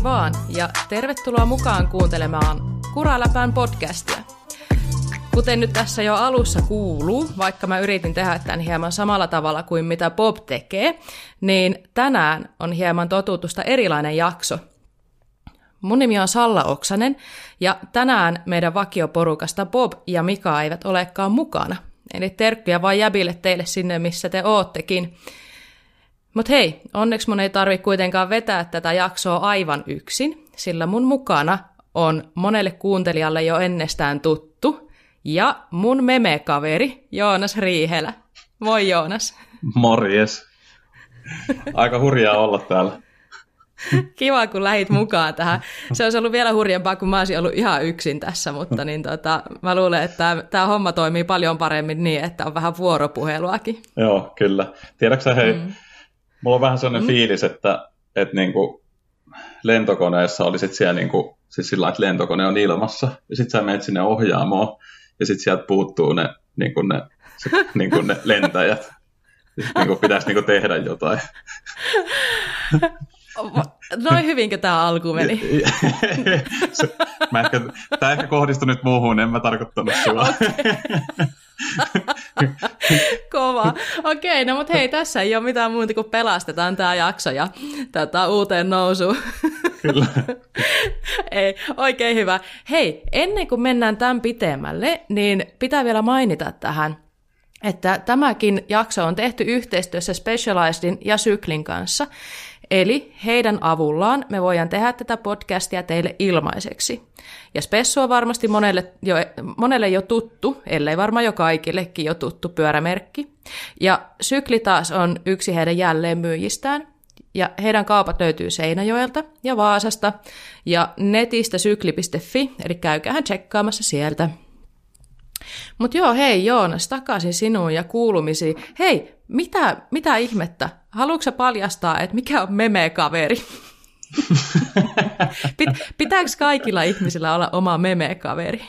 vaan ja tervetuloa mukaan kuuntelemaan Kuraläpän podcastia. Kuten nyt tässä jo alussa kuuluu, vaikka mä yritin tehdä tämän hieman samalla tavalla kuin mitä Bob tekee, niin tänään on hieman totutusta erilainen jakso. Mun nimi on Salla Oksanen ja tänään meidän vakioporukasta Bob ja Mika eivät olekaan mukana. Eli terkkuja vaan jäbille teille sinne, missä te oottekin. Mut hei, onneksi mun ei tarvi kuitenkaan vetää tätä jaksoa aivan yksin, sillä mun mukana on monelle kuuntelijalle jo ennestään tuttu ja mun meme-kaveri Joonas Riihelä. Moi Joonas. Morjes. Aika hurjaa olla täällä. Kiva, kun lähit mukaan tähän. Se olisi ollut vielä hurjempaa, kun mä olisin ollut ihan yksin tässä, mutta mä luulen, että tämä homma toimii paljon paremmin niin, että on vähän vuoropuheluakin. Joo, kyllä. Tiedätkö hei, mulla on vähän sellainen fiilis, että niinku lentokoneessa olisit siellä niinku, siis sillä että lentokone on ilmassa, ja sit sä menet sinne ohjaamoon, ja sit sieltä puuttuu ne lentäjät. Niinku pitäisi niinku tehdä jotain. Noin hyvinkö tämä alku meni? Tämä ehkä kohdistui nyt muuhun, en mä tarkoittanut sua. Kova. Okei, no mutta hei, tässä ei ole mitään muuta kuin pelastetaan tämä jakso ja uuteen nousuun. Kyllä. Ei, oikein hyvä. Hei, ennen kuin mennään tämän pitemmälle, niin pitää vielä mainita tähän, että tämäkin jakso on tehty yhteistyössä Specializedin ja Syklin kanssa. Eli heidän avullaan me voidaan tehdä tätä podcastia teille ilmaiseksi. Ja Spessu on varmasti monelle jo tuttu, ellei varmaan jo kaikillekin jo tuttu pyörämerkki. Ja Sykli taas on yksi heidän jälleenmyyjistään. Ja heidän kaupat löytyy Seinäjoelta ja Vaasasta ja netistä sykli.fi, eli käykäähän tsekkaamassa sieltä. Mutta joo, hei Joonas, takaisin sinuun ja kuulumisiin. Hei, mitä ihmettä? Haluatko sä paljastaa, että mikä on meme-kaveri? Pitääkö kaikilla ihmisillä olla oma meme-kaveri?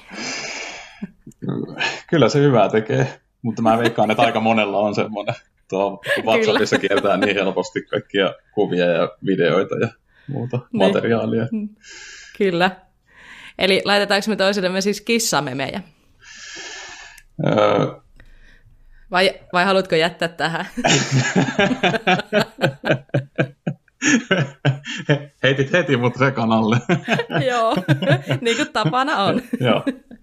Kyllä se hyvää tekee, mutta mä veikkaan, että aika monella on semmoinen. Tuo WhatsAppissa kiertää niin helposti kaikkia kuvia ja videoita ja muuta materiaalia. Kyllä. Eli laitetaanko me toisillemme siis kissamemejä? Vai haluatko jättää tähän? Heitit heti mut rekan alle. Joo, niin kuin tapana on. Joo.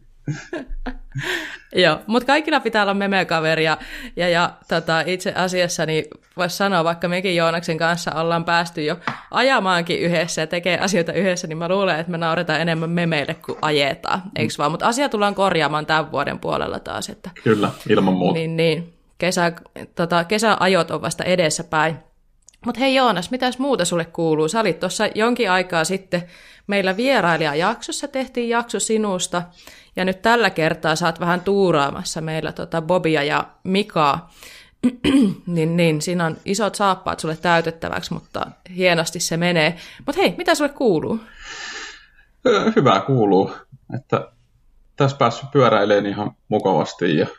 Joo, mutta kaikilla pitää olla meme-kaveri ja itse asiassa niin voisi sanoa, vaikka mekin Joonaksen kanssa ollaan päästy jo ajamaankin yhdessä ja tekee asioita yhdessä, niin mä luulen, että me nauretaan enemmän memeille kuin ajetaan, eikö vaan? Mutta asia tullaan korjaamaan tämän vuoden puolella taas. Että, kyllä, ilman muuta. Niin. Kesäajot on vasta edessäpäin. Mutta hei Joonas, mitäs muuta sulle kuuluu? Sä olit tuossa jonkin aikaa sitten meillä vierailijajaksossa, tehtiin jakso sinusta, ja nyt tällä kertaa sä oot vähän tuuraamassa meillä Bobia ja Mikaa, niin siinä on isot saappaat sulle täytettäväksi, mutta hienosti se menee. Mutta hei, mitä sulle kuuluu? Hyvää kuuluu, että tässä päässyt pyöräilemään ihan mukavasti ja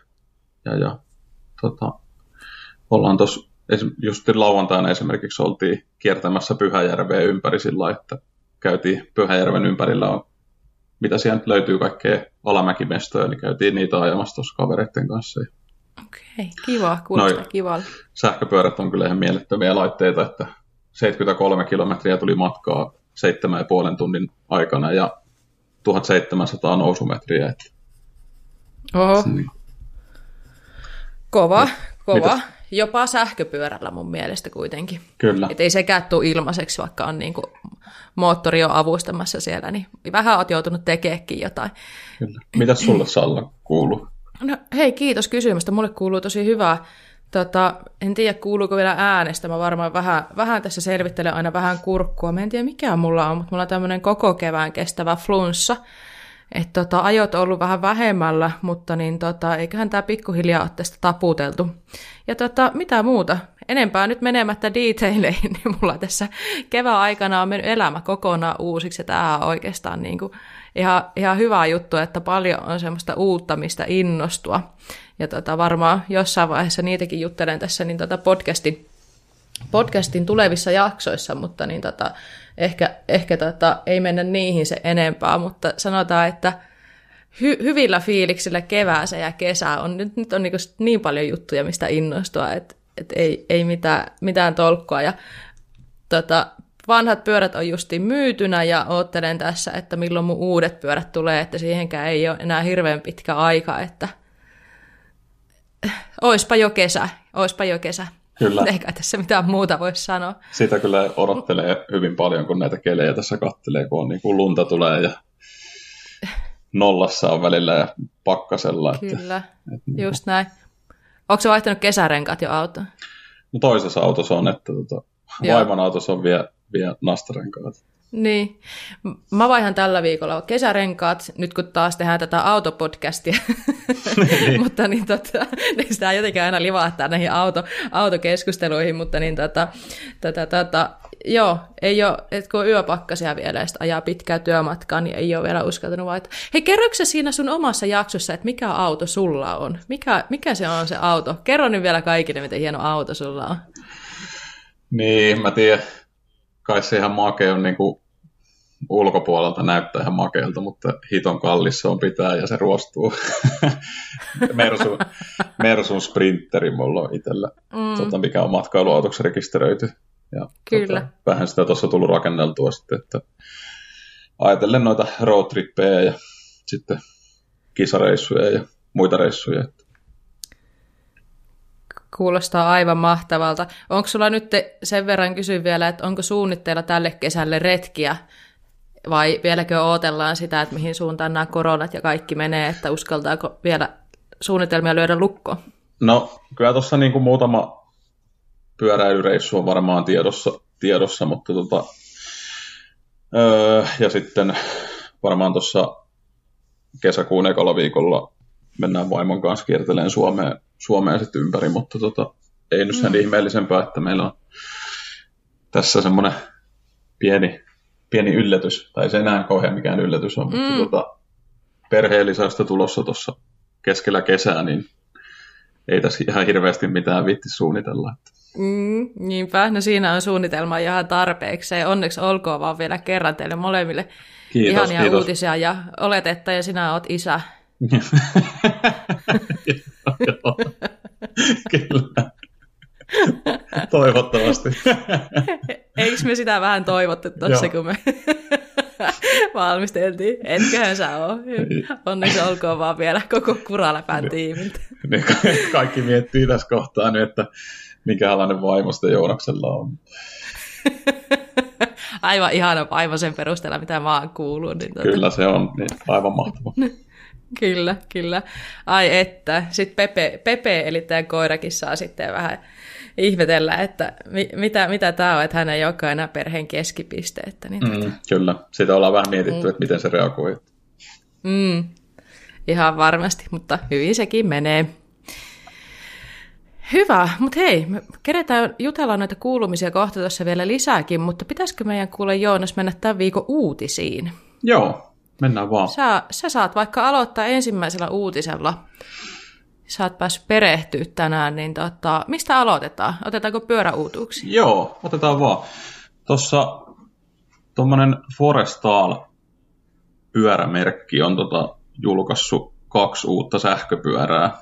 ollaan tuossa just lauantaina esimerkiksi oltiin kiertämässä Pyhäjärveä ympäri sillä, että käytiin Pyhäjärven ympärillä, mitä siellä nyt löytyy kaikkea alamäkimestoja, niin käytiin niitä ajamassa tuossa kavereiden kanssa. Okei, kiva, kuulostaa kivalta. Sähköpyörät on kyllä ihan mielettömiä laitteita, että 73 kilometriä tuli matkaa 7,5 tunnin aikana ja 1700 nousumetriä. Että oho, niin. Kova. Mitäs? Jopa sähköpyörällä mun mielestä kuitenkin. Kyllä. Että ei sekään tule ilmaiseksi, vaikka on niinku moottori on avustamassa siellä, niin vähän oot joutunut tekeekin jotain. Kyllä. Mitäs sulle Salla kuuluu? No hei, kiitos kysymästä. Mulle kuuluu tosi hyvää. En tiedä, kuuluuko vielä äänestä. Mä varmaan vähän tässä selvittelen aina vähän kurkkua. Mä en tiedä, mikä mulla on, mutta mulla on tämmöinen koko kevään kestävä flunssa. Että ajot on ollut vähän vähemmällä, mutta niin eiköhän tämä pikkuhiljaa ole tästä taputeltu. Ja mitä muuta? Enempää nyt menemättä detaileihin, niin mulla tässä kevään aikana on mennyt elämä kokonaan uusiksi, ja tämä on oikeastaan niin kuin ihan hyvä juttu, että paljon on semmoista uutta, mistä innostua. Ja varmaan jossain vaiheessa niitäkin juttelen tässä niin podcastin podcastin tulevissa jaksoissa, mutta niin ehkä ei mennä niihin se enempää, mutta sanotaan, että hyvillä fiiliksillä kevääsä ja kesä on, nyt on niin paljon juttuja, mistä innostua, että ei mitään tolkkua. Ja vanhat pyörät on justiin myytynä ja oottelen tässä, että milloin mun uudet pyörät tulee, että siihenkään ei ole enää hirveän pitkä aika, että oispa jo kesä. Kyllä. Eikä tässä mitään muuta voi sanoa. Sitä kyllä odottelee hyvin paljon, kun näitä kelejä tässä kattelee, kun on niin kuin lunta tulee ja nollassa on välillä ja pakkasella. Kyllä, just näin. Onko se vaihtanut kesärenkaat jo autoon? No toisessa autossa on, että vaimon autossa on vielä nastarenkaat. Niin. Mä vaihan tällä viikolla kesärenkaat, nyt kun taas tehdään tätä autopodcastia, mutta niin sitä jotenkin aina livahtaa näihin autokeskusteluihin, mutta niin joo, ei ole, että kun on yöpakkasia vielä ja ajaa pitkää työmatkaa, niin ei ole vielä uskaltanut vaihtaa. Hei, kerroksä sä siinä sun omassa jaksossa, että mikä auto sulla on? Mikä se on se auto? Kerro nyt vielä kaikille, miten hieno auto sulla on. Niin, mä tiedän. Kai se ihan makea on niin kuin ulkopuolelta näyttää ihan makealta, mutta hiton kallis se on pitää ja se ruostuu. Mersun Sprinteri mulla on itsellä, mikä on matkailuautoksi rekisteröity. Ja kyllä. Vähän sitä tuossa tullut rakenneltua sitten, että ajatellen noita roadtrippeja ja sitten kisareissuja ja muita reissuja. Kuulostaa aivan mahtavalta. Onko sulla nyt sen verran kysyn vielä, että onko suunnitteilla tälle kesälle retkiä vai vieläkö odotellaan sitä, että mihin suuntaan nämä koronat ja kaikki menee, että uskaltaako vielä suunnitelmia lyödä lukkoon? No kyllä tuossa niin kuin muutama pyöräilyreissu on varmaan tiedossa mutta ja sitten varmaan tuossa kesäkuun ekalla viikolla mennään vaimon kanssa kiertelemään Suomeen sitten ympäri, mutta ei nyt sen ihmeellisempää, että meillä on tässä semmoinen pieni yllätys, tai se enää kauhean mikään yllätys on, mutta perheen lisäystä tulossa tuossa keskellä kesää, niin ei tässä ihan hirveästi mitään viitti suunnitella. Niinpä, no siinä on suunnitelma ihan tarpeeksi, ja onneksi olkoon vaan vielä kerran teille molemmille ihania uutisia, ja olet, että sinä olet isä. Joo. Kyllä. Toivottavasti. Eikö me sitä vähän toivottu tuossa, kun me valmisteltiin? Etköhän sä ole. Onneksi olkoon vaan vielä koko Kuraläpän tiimiltä. Kaikki miettii tässä kohtaa nyt, että minkälainen vaimo sitä Joonaksella on. Aivan ihana vaimo sen perusteella, mitä mä oon kuullut. Niin Kyllä se on, niin aivan mahtava. Kyllä. Ai että. Sitten Pepe, eli tämä koirakin, saa sitten vähän ihmetellä, että mitä tämä on, että hän ei olekaan enää perheen keskipiste. Että niin Kyllä. Sitä ollaan vähän mietitty, että miten se reagoi. Ihan varmasti, mutta hyvin sekin menee. Hyvä, mutta hei, me jutellaan noita kuulumisia kohta tuossa vielä lisääkin, mutta pitäisikö meidän kuule Joonas mennä tämän viikon uutisiin? Joo. Mennään vaan. Sä saat vaikka aloittaa ensimmäisellä uutisella. Sä oot päässyt perehtyä tänään, niin mistä aloitetaan? Otetaanko pyöräuutuuksia? Joo, otetaan vaan. Tuossa tuommoinen Forestal pyörämerkki on julkaissut 2 uutta sähköpyörää.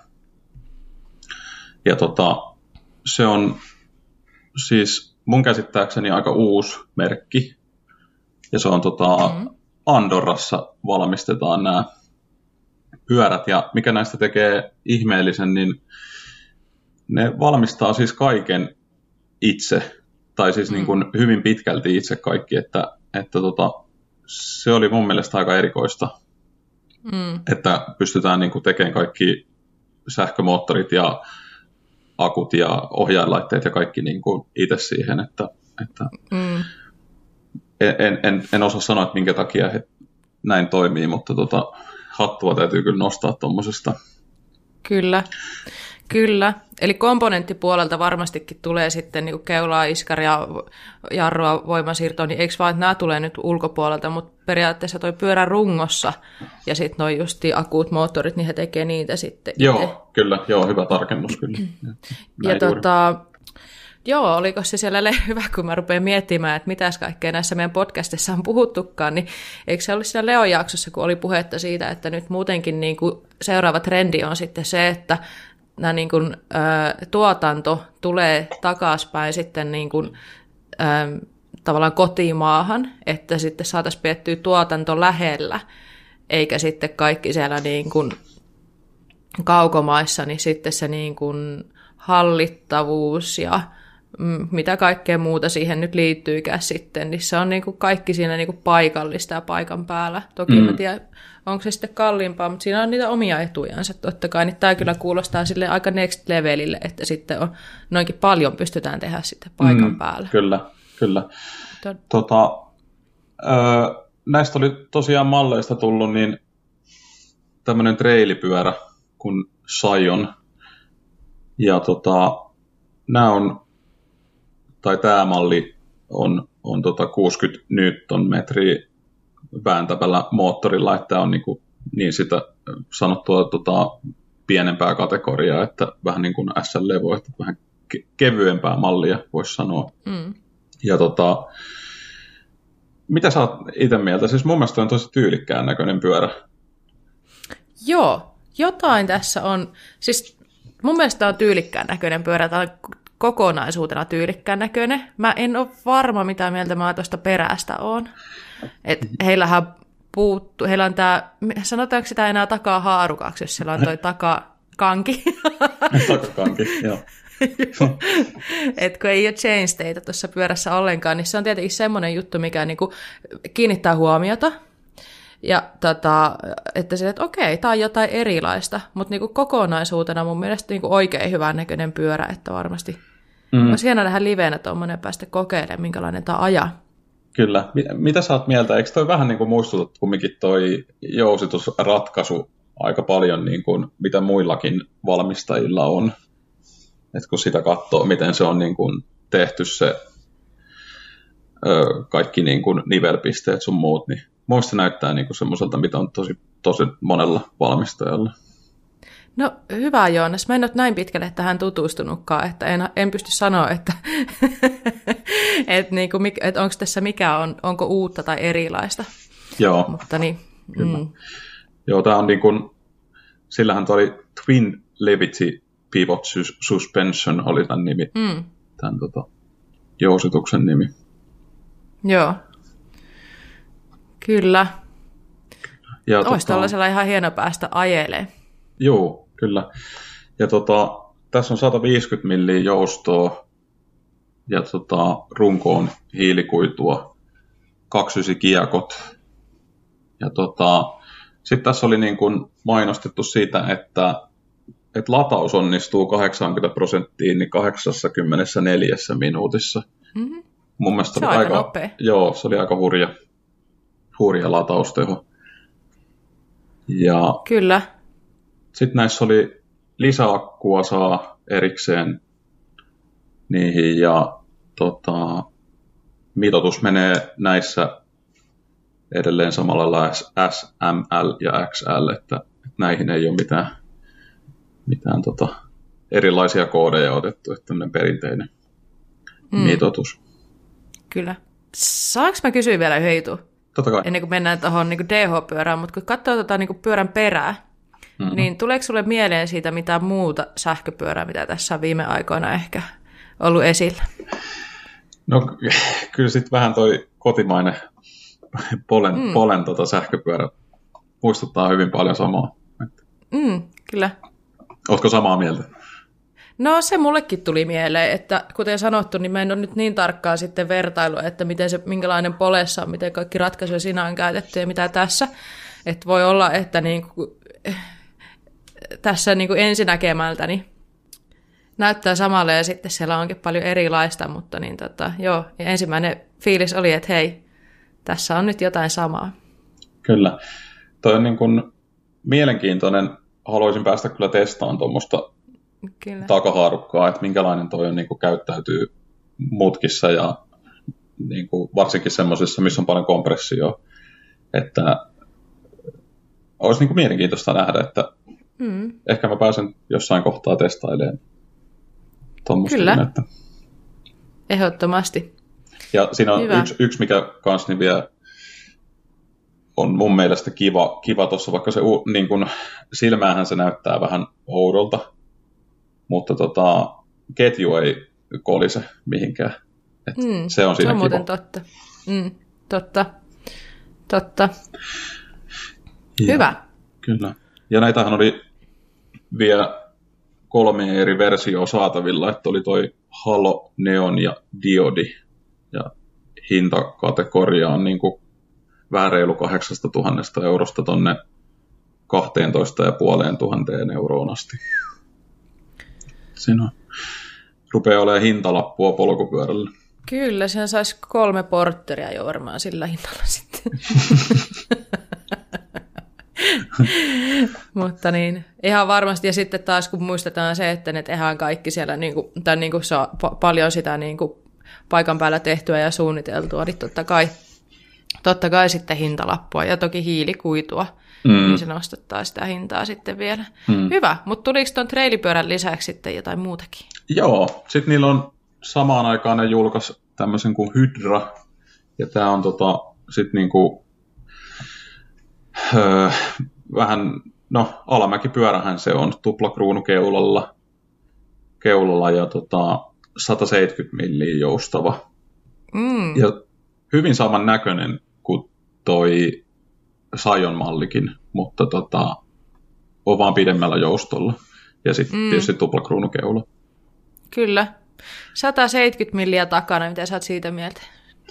Ja se on siis mun käsittääkseni aika uusi merkki. Ja se on Andorrassa valmistetaan nämä pyörät, ja mikä näistä tekee ihmeellisen, niin ne valmistaa siis kaiken itse, tai siis niin kuin hyvin pitkälti itse kaikki, että se oli mun mielestä aika erikoista, että pystytään niin kuin tekemään kaikki sähkömoottorit ja akut ja ohjainlaitteet ja kaikki niin kuin itse siihen, että En osaa sanoa, että minkä takia he näin toimii, mutta hattua täytyy kyllä nostaa tuommoisesta. Kyllä. Eli komponenttipuolelta varmastikin tulee sitten niin keulaa, iskaria, jarrua, voimansiirtoa, niin eikö vaan, että nämä tulee nyt ulkopuolelta, mutta periaatteessa toi pyörän rungossa ja sitten noi justi akut moottorit, niin he tekee niitä sitten itse. Joo, kyllä, hyvä tarkennus kyllä. Ja Joo, oliko se siellä hyvä, kun mä rupean miettimään, että mitäs kaikkea näissä meidän podcastissa on puhuttukaan, niin eikö se ollut siinä Leon jaksossa, kun oli puhetta siitä, että nyt muutenkin niin kuin seuraava trendi on sitten se, että nämä niin kuin, tuotanto tulee takaspäin sitten niin kuin, tavallaan kotimaahan, että sitten saataisiin piettyä tuotanto lähellä, eikä sitten kaikki siellä niin kuin kaukomaissa, niin sitten se niin kuin hallittavuus ja mitä kaikkea muuta siihen nyt liittyykään sitten, niin se on niin kuin kaikki siinä niin kuin paikallista ja paikan päällä. Toki mä tiedän, onko se sitten kalliimpaa, mutta siinä on niitä omia etujansa totta kai, niin tämä kyllä kuulostaa sille aika next levelille, että sitten on noinkin paljon pystytään tehdä sitten paikan päällä. Kyllä. Näistä oli tosiaan malleista tullut niin tämmöinen treilipyörä kuin Scion. Ja nämä on, tai tämä malli on 60 newtonmetriä vääntävällä moottorilla, että on niin sitä sanottua pienempää kategoriaa, että vähän niin kuin SL-levo, että vähän kevyempää mallia voisi sanoa. Ja mitä sä oot itse mieltä? Siis mun mielestä on tosi tyylikkään näköinen pyörä. Joo, jotain tässä on. Siis mun mielestä on tyylikkään näköinen pyörä. Tämä on kokonaisuutena tyylikkään näköinen. Mä en ole varma, mitä mieltä mä tuosta perästä on. Et heillähän puuttuu, heillä on tää, sanotaanko sitä enää takaa haarukaksi, jos siellä on toi takakanki. Takakanki, joo. Et kun ei ole chainstayta tuossa pyörässä ollenkaan, niin se on tietenkin semmoinen juttu, mikä niinku kiinnittää huomiota. Ja että okei, tämä on jotain erilaista, mutta niinku kokonaisuutena mun mielestä niinku oikein hyvän näköinen pyörä, että varmasti olisi hienoa nähdä liveenä tuommoinen päästä kokeilemaan, minkälainen tämä ajaa. Kyllä. Mitä sä oot mieltä? Eikö toi vähän niin kuin muistuta kumminkin toi jousitusratkaisu aika paljon, niin kuin mitä muillakin valmistajilla on? Et kun sitä katsoo, miten se on niin kuin tehty se kaikki niin kuin nivelpisteet sun muut, niin muista näyttää niin kuin semmoiselta, mitä on tosi monella valmistajalla. No hyvä Joonas, mä en ole näin pitkälle tähän tutustunutkaan, että en pysty sanoa, että niinku, onko tässä onko uutta tai erilaista. Joo, mutta niin, kyllä. Joo, tämä on niin kuin, sillähän toi Twin Levity Pivot Suspension oli tämän nimi, tämän jousituksen nimi. Joo, kyllä. Olisi tällaisella ihan hieno päästä ajelemaan. Joo, kyllä. Ja tässä on 150 milliä joustoa ja runkoon hiilikuitua, 29 kiekot. Ja sitten tässä oli niin kuin mainostettu siitä, että lataus onnistuu 80% niin 84 minuutissa. Mm-hmm. Mun mielestä se oli aika nopea. Joo, se oli aika hurja latausteho. Ja kyllä. Sitten näissä oli lisäakkua saa erikseen niihin ja mitoitus menee näissä edelleen samalla lailla S, M, L ja XL, että näihin ei ole mitään erilaisia koodeja otettu, että tämmöinen perinteinen mitoitus. Kyllä. Saanko mä kysyä vielä yhden jutun? Totta kai. Ennen kuin mennään tuohon niin DH-pyörään, mutta kun katsoo niin pyörän perää, niin tuleeko sulle mieleen siitä mitään muuta sähköpyörää, mitä tässä on viime aikoina ehkä ollut esillä? No kyllä sitten vähän toi kotimainen Polen sähköpyörä muistuttaa hyvin paljon samaa. Kyllä. Oletko samaa mieltä? No se mullekin tuli mieleen, että kuten sanottu, niin mä en ole nyt niin tarkkaan sitten vertailu, että minkälainen Polessa on, miten kaikki ratkaisuja siinä on käytetty ja mitä tässä. Että voi olla, että tässä ensinäkemältä niin näyttää samalle ja sitten siellä onkin paljon erilaista, mutta joo, ja ensimmäinen fiilis oli, että hei, tässä on nyt jotain samaa. Kyllä. Toi on niin kuin mielenkiintoinen, haluaisin päästä kyllä testaamaan tuommoista takahaarukkaa, että minkälainen toi on, niin kuin käyttäytyy mutkissa ja niin kuin varsinkin semmoisissa, missä on paljon kompressioa, että olisi niin kuin mielenkiintoista nähdä, että ehkä mä pääsen jossain kohtaa testailemaan tuommoista. Kyllä. ehdottomasti. Ja siinä on yksi mikä kans niin vielä on mun mielestä kiva tuossa, vaikka se niin kun, silmäähän se näyttää vähän oudolta, mutta ketju ei kolise mihinkään. Se on siinä se on kiva. muuten totta. Totta. Hyvä. Kyllä. Ja näitähän oli vielä 3 eri versioa saatavilla, että oli toi Halo, Neon ja Diodi. Ja hintakategoria on niin kuin vähän reilu 8 000 eurosta tonne 12 500 euroon asti. Siinä rupeaa olemaan hintalappua polkupyörälle. Kyllä, sen saisi 3 portteria jo varmaan sillä hinnalla sitten. Mutta niin, ihan varmasti. Ja sitten taas kun muistetaan se, että ne tehdään kaikki siellä, tai se on paljon sitä paikan päällä tehtyä ja suunniteltua, niin totta kai sitten hintalappua ja toki hiilikuitua, niin se nostattaa sitä hintaa sitten vielä. Hyvä, mutta tuliko tuon treilipyörän lisäksi sitten jotain muutakin? Joo, sitten niillä on samaan aikaan ne julkaisi tämmöisen kuin Hydra, ja tämä on sitten niinku vähän, alamäkipyörähän se on, tuplakruunu keulalla ja 170 milliä joustava. Ja hyvin saman näköinen kuin toi Sion mallikin, mutta on vaan pidemmällä joustolla. Ja sitten tietysti tuplakruunukeula. Kyllä. 170 milliä takana, mitä sä oot siitä mieltä?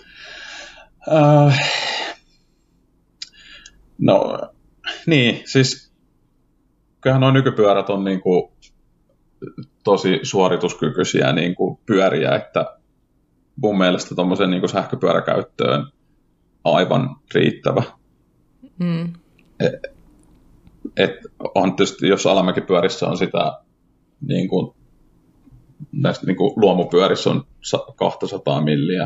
No, niin, siis kyllähän nuo nykypyörät on niinku tosi suorituskykyisiä niinku pyöriä, että mun mielestä tuommoisen niinku sähköpyöräkäyttöön aivan riittävä. On tietysti, jos alamäkipyörissä on sitä niinku, näistä niinku luomupyörissä on 200 milliä,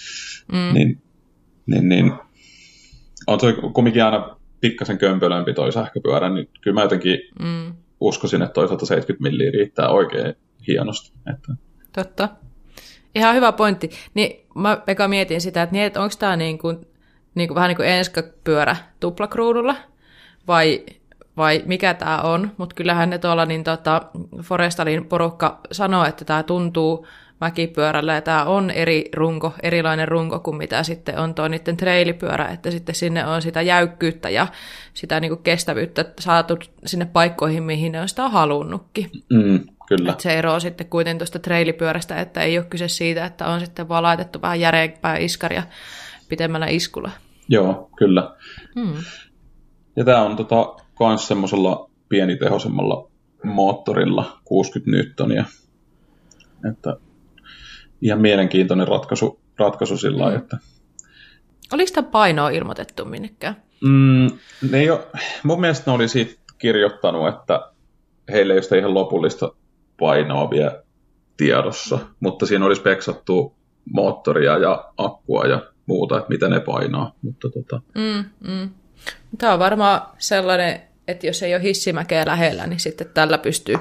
niin on se kumminkin aina pikkasen kömpelömpi toi sähköpyörä, niin kyllä mä jotenkin uskoisin, että toi 170 milliä riittää oikein hienosti. Että. Totta. Ihan hyvä pointti. Niin mä Pekka mietin sitä, että onko tämä niinku vähän niin kuin enskapyörä tuplakruudulla vai mikä tämä on, mutta kyllähän ne tuolla Forestalin porukka sanoo, että tämä tuntuu mäkipyörällä ja tämä on erilainen runko kuin mitä sitten on tuo niiden treilipyörä, että sitten sinne on sitä jäykkyyttä ja sitä niinku kestävyyttä saatu sinne paikkoihin, mihin ne on sitä halunnutkin. Kyllä. Et se eroaa sitten kuitenkin tuosta treilipyörästä, että ei ole kyse siitä, että on sitten vaan laitettu vähän järeämpää iskaria pitemmällä iskulla. Joo, kyllä. Ja tämä on kans semmoisella pienitehoisemmalla moottorilla 60 newtonia. Että ihan mielenkiintoinen ratkaisu sillä lailla, että. Oliko tämä painoa ilmoitettu minnekään? Mun mielestä ne oli siitä kirjoittanut, että heillä ei ole sitä ihan lopullista painoa vielä tiedossa, mutta siinä olisi speksattu moottoria ja akkua ja muuta, että mitä ne painaa. Mutta Tämä on varmaan sellainen, että jos ei ole hissimäkeä lähellä, niin sitten tällä pystyy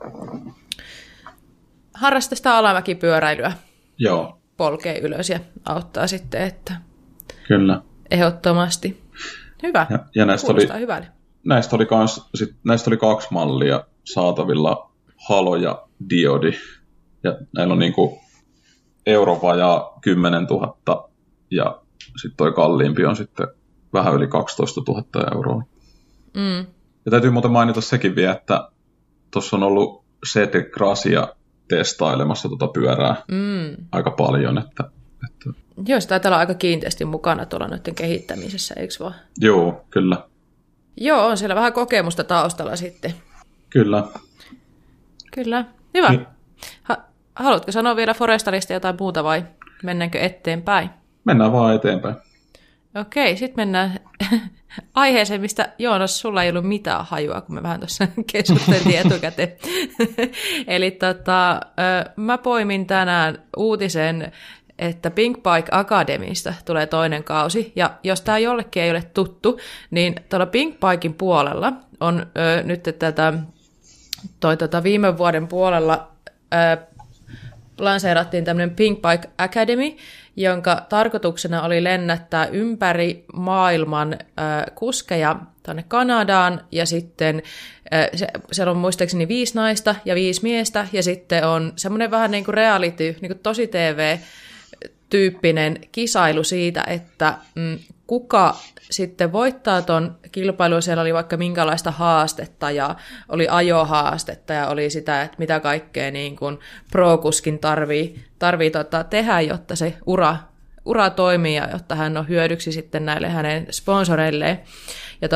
harrastaa sitä alamäkipyöräilyä. Joo. Polkee ylös ja auttaa sitten, että kyllä. Ehdottomasti. Hyvä. Ja näistä kuulostaa hyvälle. Näistä oli 2 mallia saatavilla, Halo ja Diodi. Ja näillä on niinku euro vajaa 10 000 ja sitten toi kalliimpi on sitten vähän yli 12 000 euroa. Ja täytyy muuten mainita sekin vielä, että tuossa on ollut Cedric Gracia testailemassa pyörää aika paljon. Että. Joo, se taitaa olla aika kiinteästi mukana tuolla noiden kehittämisessä, eikö vaan? Joo, kyllä. Joo, on siellä vähän kokemusta taustalla sitten. Kyllä. Kyllä, hyvä. Haluatko sanoa vielä Forestalista jotain muuta vai mennäänkö eteenpäin? Mennään vaan eteenpäin. Okei, sitten mennään aiheeseen, mistä Joonas, sulla ei ollut mitään hajua, kun me vähän tuossa keskusteltiin etukäteen. Eli mä poimin tänään uutisen, että Pinkbike Academysta tulee toinen kausi, ja jos tämä jollekin ei ole tuttu, niin tuolla Pinkbiken puolella on nyt viime vuoden puolella lanseerattiin tämmöinen Pink Bike Academy, jonka tarkoituksena oli lennättää ympäri maailman kuskeja tuonne Kanadaan, ja sitten siellä on muistaakseni 5 naista ja 5 miestä, ja sitten on semmoinen vähän niin kuin reality, niin kuin tosi TV-tyyppinen kisailu siitä, että kuka sitten voittaa ton kilpailun. Siellä oli vaikka minkälaista haastetta, ja oli ajohaastetta, ja oli sitä, että mitä kaikkea niin kuin pro-kuskin tarvii tehdä, jotta se ura toimii, ja jotta hän on hyödyksi sitten näille hänen sponsoreilleen. Ja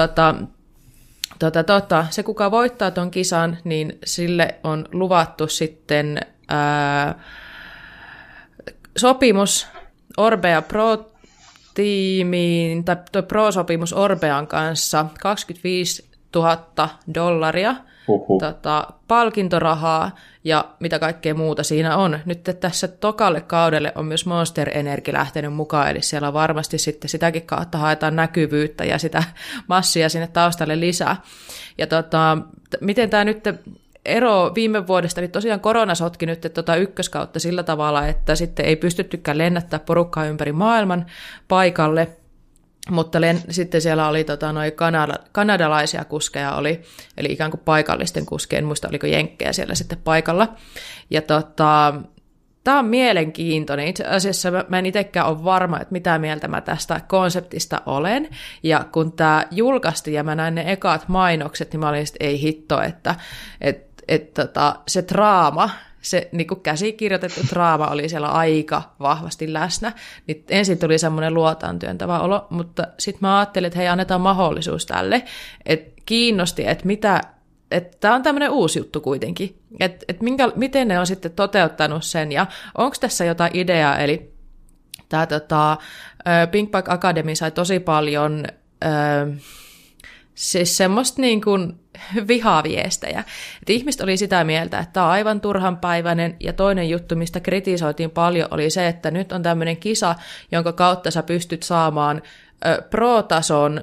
se, kuka voittaa ton kisan, niin sille on luvattu sitten sopimus Orbea Pro-tiimiin, tai Pro-sopimus Orbean kanssa, $25,000, palkintorahaa ja mitä kaikkea muuta siinä on. Nyt tässä tokalle kaudelle on myös Monster Energy lähtenyt mukaan, eli siellä varmasti sitten sitäkin kautta haetaan näkyvyyttä ja sitä massia sinne taustalle lisää. Ja miten tämä nyt ero viime vuodesta, niin tosiaan korona sotki nyt ykköskautta sillä tavalla, että sitten ei pystyttykään lennättää porukkaa ympäri maailman paikalle, mutta sitten siellä oli kanadalaisia kuskeja, eli ikään kuin paikallisten kuskeen, en muista oliko jenkkejä siellä sitten paikalla. Ja tämä on mielenkiintoinen. Itse asiassa mä en itsekään ole varma, että mitä mieltä mä tästä konseptista olen. Ja kun tämä julkaistiin ja mä näin ne ekat mainokset, niin mä olin sitten, ei hitto, että se draama, se niin kuin käsikirjoitettu draama oli siellä aika vahvasti läsnä. Niin ensin tuli semmoinen luotaan työntävä olo, mutta sitten mä ajattelin, että hei, annetaan mahdollisuus tälle. Että kiinnosti, että tämä on tämmöinen uusi juttu kuitenkin. Että miten ne on sitten toteuttanut sen ja onko tässä jotain ideaa. Eli tämä Pink Bike Academy sai tosi paljon siis semmoista niin kuin vihaviestejä. Että ihmiset oli sitä mieltä, että tämä on aivan turhanpäiväinen, ja toinen juttu, mistä kritisoitiin paljon, oli se, että nyt on tämmöinen kisa, jonka kautta sä pystyt saamaan pro-tason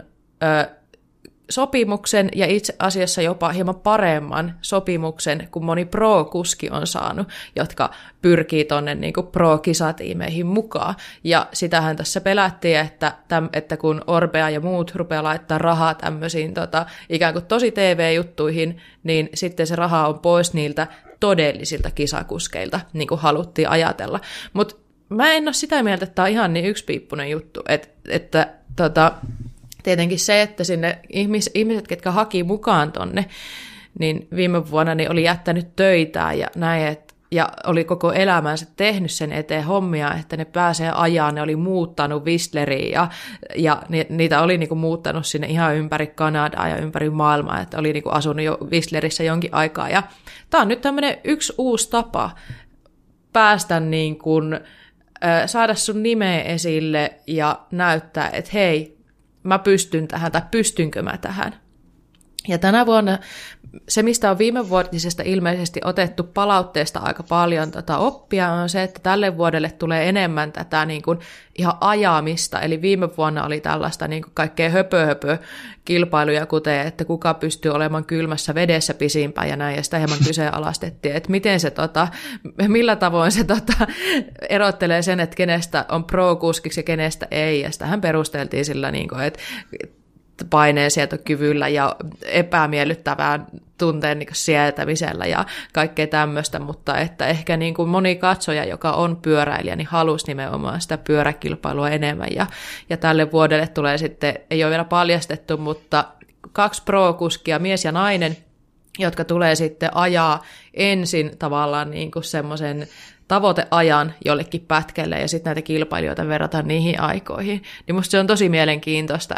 sopimuksen ja itse asiassa jopa hieman paremman sopimuksen kuin moni pro-kuski on saanut, jotka pyrkii tuonne niin kuin pro-kisatiimeihin mukaan. Ja sitähän tässä pelättiin, että kun Orbea ja muut rupeaa laittaa rahaa tämmöisiin ikään kuin tosi TV-juttuihin, niin sitten se raha on pois niiltä todellisilta kisakuskeilta, niin kuin haluttiin ajatella. Mutta mä en ole sitä mieltä, että tämä on ihan niin yksipiippunen juttu, että tietenkin se, että sinne ihmiset, ketkä haki mukaan tonne, niin viime vuonna niin oli jättänyt töitä ja näin, ja oli koko elämänsä tehnyt sen eteen hommia, että ne pääsee ajaa, ne oli muuttanut Whistleriin ja niitä oli niinku muuttanut sinne ihan ympäri Kanadaa ja ympäri maailmaa, että oli niinku asunut jo Whistlerissä jonkin aikaa. Ja tämä on nyt tämmöinen yksi uusi tapa päästä niin kuin, saada sun nimeä esille ja näyttää, että hei, mä pystyn tähän, tai pystynkö mä tähän. Ja tänä vuonna se, mistä on viimevuotisesta ilmeisesti otettu palautteesta aika paljon oppia, on se, että tälle vuodelle tulee enemmän tätä niin kuin ihan ajamista. Eli viime vuonna oli tällaista niin kuin kaikkea höpö-kilpailuja, kuten että kuka pystyy olemaan kylmässä vedessä pisimpään ja näin, ja sitä hieman kyseenalaistettiin, että miten se, millä tavoin se erottelee sen, että kenestä on pro-kuskiksi ja kenestä ei, ja sitähän perusteltiin sillä, niin kuin, että paineensietokyvyllä ja epämiellyttävään tunteen niin sietämisellä ja kaikkea tämmöistä, mutta että ehkä niin kuin moni katsoja, joka on pyöräilijä, niin halusi nimenomaan sitä pyöräkilpailua enemmän, ja tälle vuodelle tulee sitten, ei ole vielä paljastettu, mutta 2 pro-kuskia, mies ja nainen, jotka tulee sitten ajaa ensin tavallaan niin kuin semmoisen tavoiteajan jollekin pätkälle, ja sitten näitä kilpailijoita verrataan niihin aikoihin. Niin musta se on tosi mielenkiintoista,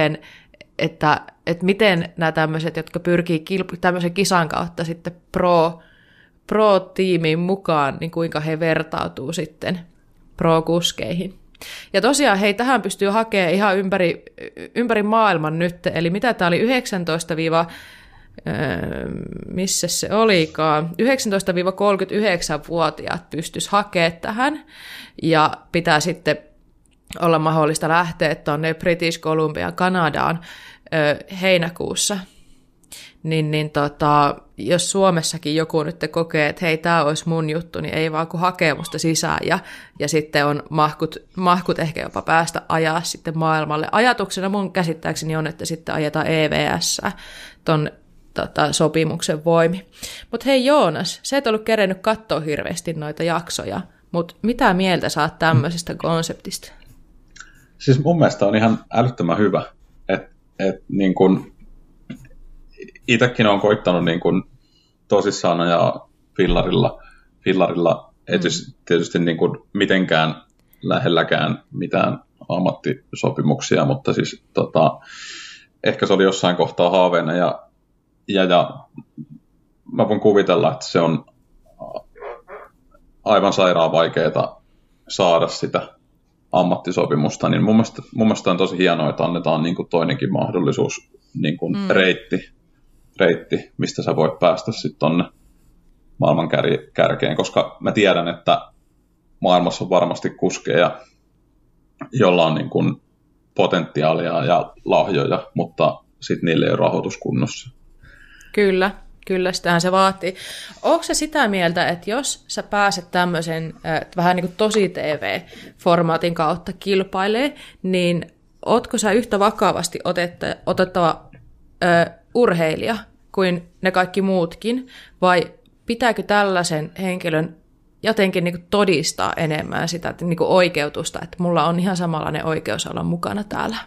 että miten nämä tämmöiset, jotka pyrkii tämmöisen kisan kautta sitten pro-tiimiin mukaan, niin kuinka he vertautuu sitten pro-kuskeihin. Ja tosiaan, hei, tähän pystyy hakemaan ihan ympäri maailman nyt, eli mitä tämä oli missä se olikaan, 19-39-vuotiaat pystyisi hakemaan tähän, ja pitää sitten olla mahdollista lähteä tuonne British Columbiaan Kanadaan heinäkuussa. jos Suomessakin joku nyt kokee, että hei, tämä olisi mun juttu, niin ei vaan kun hakee musta sisään ja sitten on mahkut ehkä jopa päästä ajaa sitten maailmalle. Ajatuksena mun käsittääkseni on, että sitten ajetaan EVS ton sopimuksen voimi. Mutta hei Joonas, sä et ollut kerennyt katsoa hirveästi noita jaksoja, mutta mitä mieltä sä oot tämmöisestä konseptista? Siis mun mielestä on ihan älyttömän hyvä, että niin kun itsekin olen koittanut niin kun tosissaan ajaa fillarilla tietysti niin kun mitenkään lähelläkään mitään ammattisopimuksia, mutta siis ehkä se oli jossain kohtaa haaveena ja mä voin kuvitella, että se on aivan sairaan vaikeaa saada sitä ammattisopimusta, niin mun mielestä on tosi hienoa, että annetaan niin kuin toinenkin mahdollisuus, niin kuin reitti, mistä sä voit päästä sitten tonne maailman kärkeen, koska mä tiedän, että maailmassa on varmasti kuskeja, jolla on niin kuin potentiaalia ja lahjoja, mutta sitten niille ei ole rahoitus kunnossa. Kyllä, sitähän se vaatii. Onko se sitä mieltä, että jos sä pääset tämmöisen vähän niin kuin tosi TV-formaatin kautta kilpailee, niin ootko sä yhtä vakavasti otettava urheilija kuin ne kaikki muutkin, vai pitääkö tällaisen henkilön jotenkin niin kuin todistaa enemmän sitä niin kuin oikeutusta, että mulla on ihan samanlainen oikeus olla mukana täällä?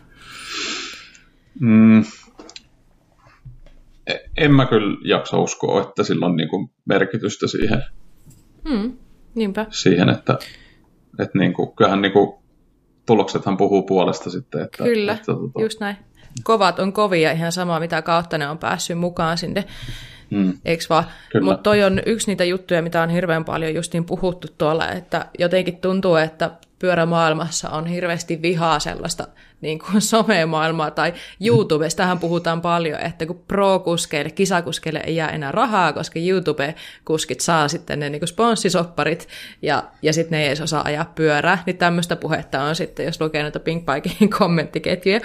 En mä kyllä jaksa uskoa, että sillä on niinku merkitystä siihen, niinpä. siihen että niinku, kyllähän niinku, tuloksethan puhuu puolesta sitten. Että, kyllä, just näin. Kovat on kovia, ihan sama mitä kautta ne on päässyt mukaan sinne, eikö vaan? Mutta toi on yksi niitä juttuja, mitä on hirveän paljon justiin puhuttu tuolla, että jotenkin tuntuu, että pyörämaailmassa on hirveästi vihaa sellaista niin kuin somemaailmaa tai YouTubestahan puhutaan paljon, että kun pro-kuskeille, kisakuskeille ei jää enää rahaa, koska YouTube-kuskit saa sitten ne niin kuin sponssisopparit ja sitten ne ei edes osaa ajaa pyörää, niin tämmöistä puhetta on sitten, jos lukee noita Pink Bikein kommenttiketjuja,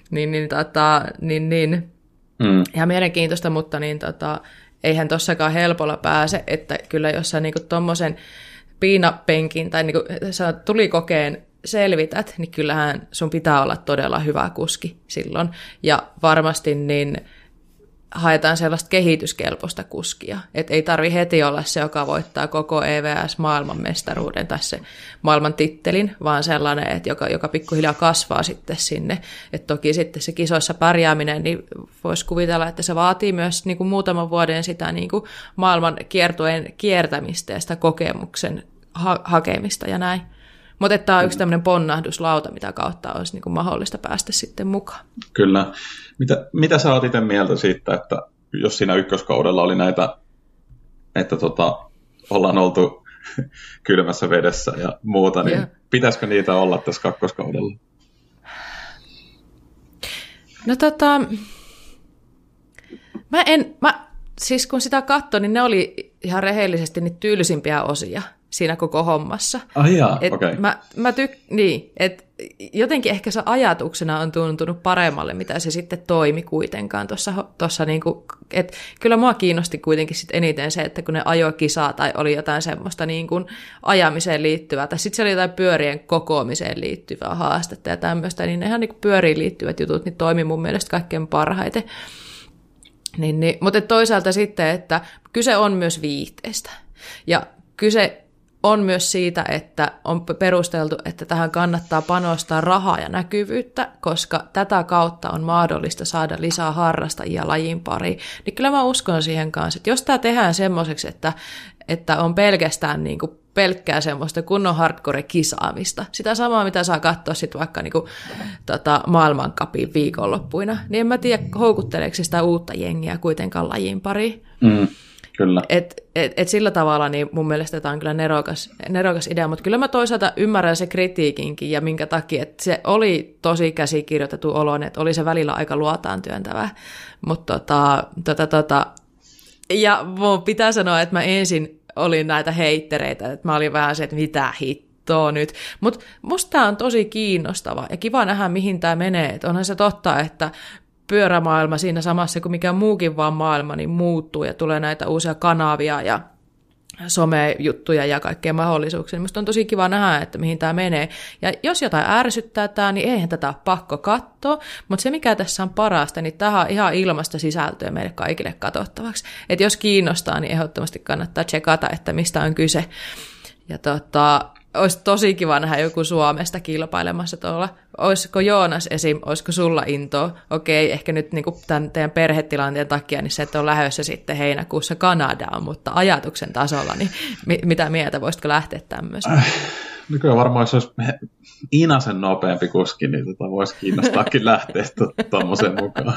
ihan mielenkiintoista, mutta eihän tossakaan helpolla pääse, että kyllä jos sä niinku tommosen piinapenkin tai niinku sä tulikokeen selvität, niin kyllähän sun pitää olla todella hyvä kuski silloin. Ja varmasti niin haetaan sellaista kehityskelpoista kuskia. Että ei tarvi heti olla se, joka voittaa koko EVS-maailmanmestaruuden tai se maailman tittelin, vaan sellainen, että joka pikkuhiljaa kasvaa sitten sinne. Että toki sitten se kisoissa pärjääminen, niin voisi kuvitella, että se vaatii myös niin kuin muutaman vuoden sitä niin kuin maailman kiertueen kiertämistä ja sitä kokemuksen hakemista ja näin. Mutta tämä on yksi tämmöinen ponnahduslauta, mitä kautta olisi niin kuin mahdollista päästä sitten mukaan. Kyllä. Mitä sä oot itse mieltä siitä, että jos siinä ykköskaudella oli näitä, että ollaan oltu kylmässä vedessä ja muuta, niin pitäisikö niitä olla tässä kakkoskaudella? No siis kun sitä katsoin, niin ne oli ihan rehellisesti niitä tylsimpiä osia siinä koko hommassa. Okei. Niin, että jotenkin ehkä se ajatuksena on tuntunut paremmalle, mitä se sitten toimi kuitenkaan tuossa niinku, että kyllä mua kiinnosti kuitenkin sit eniten se, että kun ne ajoi kisaa tai oli jotain semmoista niinku ajamiseen liittyvää, tai sitten se oli jotain pyörien kokoamiseen liittyvää haastetta ja tämmöistä, niin ne ihan niinku pyöriin liittyvät jutut niin toimi mun mielestä kaikkein parhaiten. Mutta toisaalta sitten, että kyse on myös viihteestä ja kyse on myös siitä, että on perusteltu, että tähän kannattaa panostaa rahaa ja näkyvyyttä, koska tätä kautta on mahdollista saada lisää harrastajia lajin pariin. Niin kyllä mä uskon siihen kanssa, että jos tämä tehdään semmoiseksi, että on pelkästään niin kuin pelkkää semmoista kunnon hardcore-kisaamista, sitä samaa, mitä saa katsoa sitten vaikka niin kuin, maailmancupin viikonloppuina, niin en mä tiedä, houkutteleeko sitä uutta jengiä kuitenkaan lajin pariin. Kyllä. Et sillä tavalla niin mun mielestä tämä on kyllä nerokas idea, mutta kyllä mä toisaalta ymmärrän se kritiikinkin ja minkä takia, että se oli tosi käsikirjoitettu olon, että oli se välillä aika luotaan työntävä, mutta ja mun pitää sanoa, että mä ensin olin näitä heittereitä, että mä olin vähän se, että mitä hittoa nyt, mutta musta tämä on tosi kiinnostava ja kiva nähdä, mihin tämä menee, että onhan se totta, että pyörämaailma siinä samassa kuin mikä muukin vaan maailma, niin muuttuu ja tulee näitä uusia kanavia ja somejuttuja ja kaikkea mahdollisuuksia. Minusta on tosi kiva nähdä, että mihin tämä menee. Ja jos jotain ärsyttää tämä, niin eihän tätä ole pakko katsoa, mutta se mikä tässä on parasta, niin tämä on ihan ilmasta sisältöä meille kaikille katsottavaksi. Että jos kiinnostaa, niin ehdottomasti kannattaa tsekata, että mistä on kyse. Ja olisi tosi kiva nähdä joku Suomesta kilpailemassa tuolla. Olisiko Joonas esim, olisiko sulla intoa? Okei, ehkä nyt niin tämän teidän perhetilanteen takia, niin se, että on lähdössä sitten heinäkuussa Kanadaan, mutta ajatuksen tasolla, niin mitä mieltä, voisitko lähteä tämmöiseen? No kyllä varmaan, jos olisi Inasen nopeampi kuski, niin voisi kiinnostaakin lähteä tuommoisen mukaan.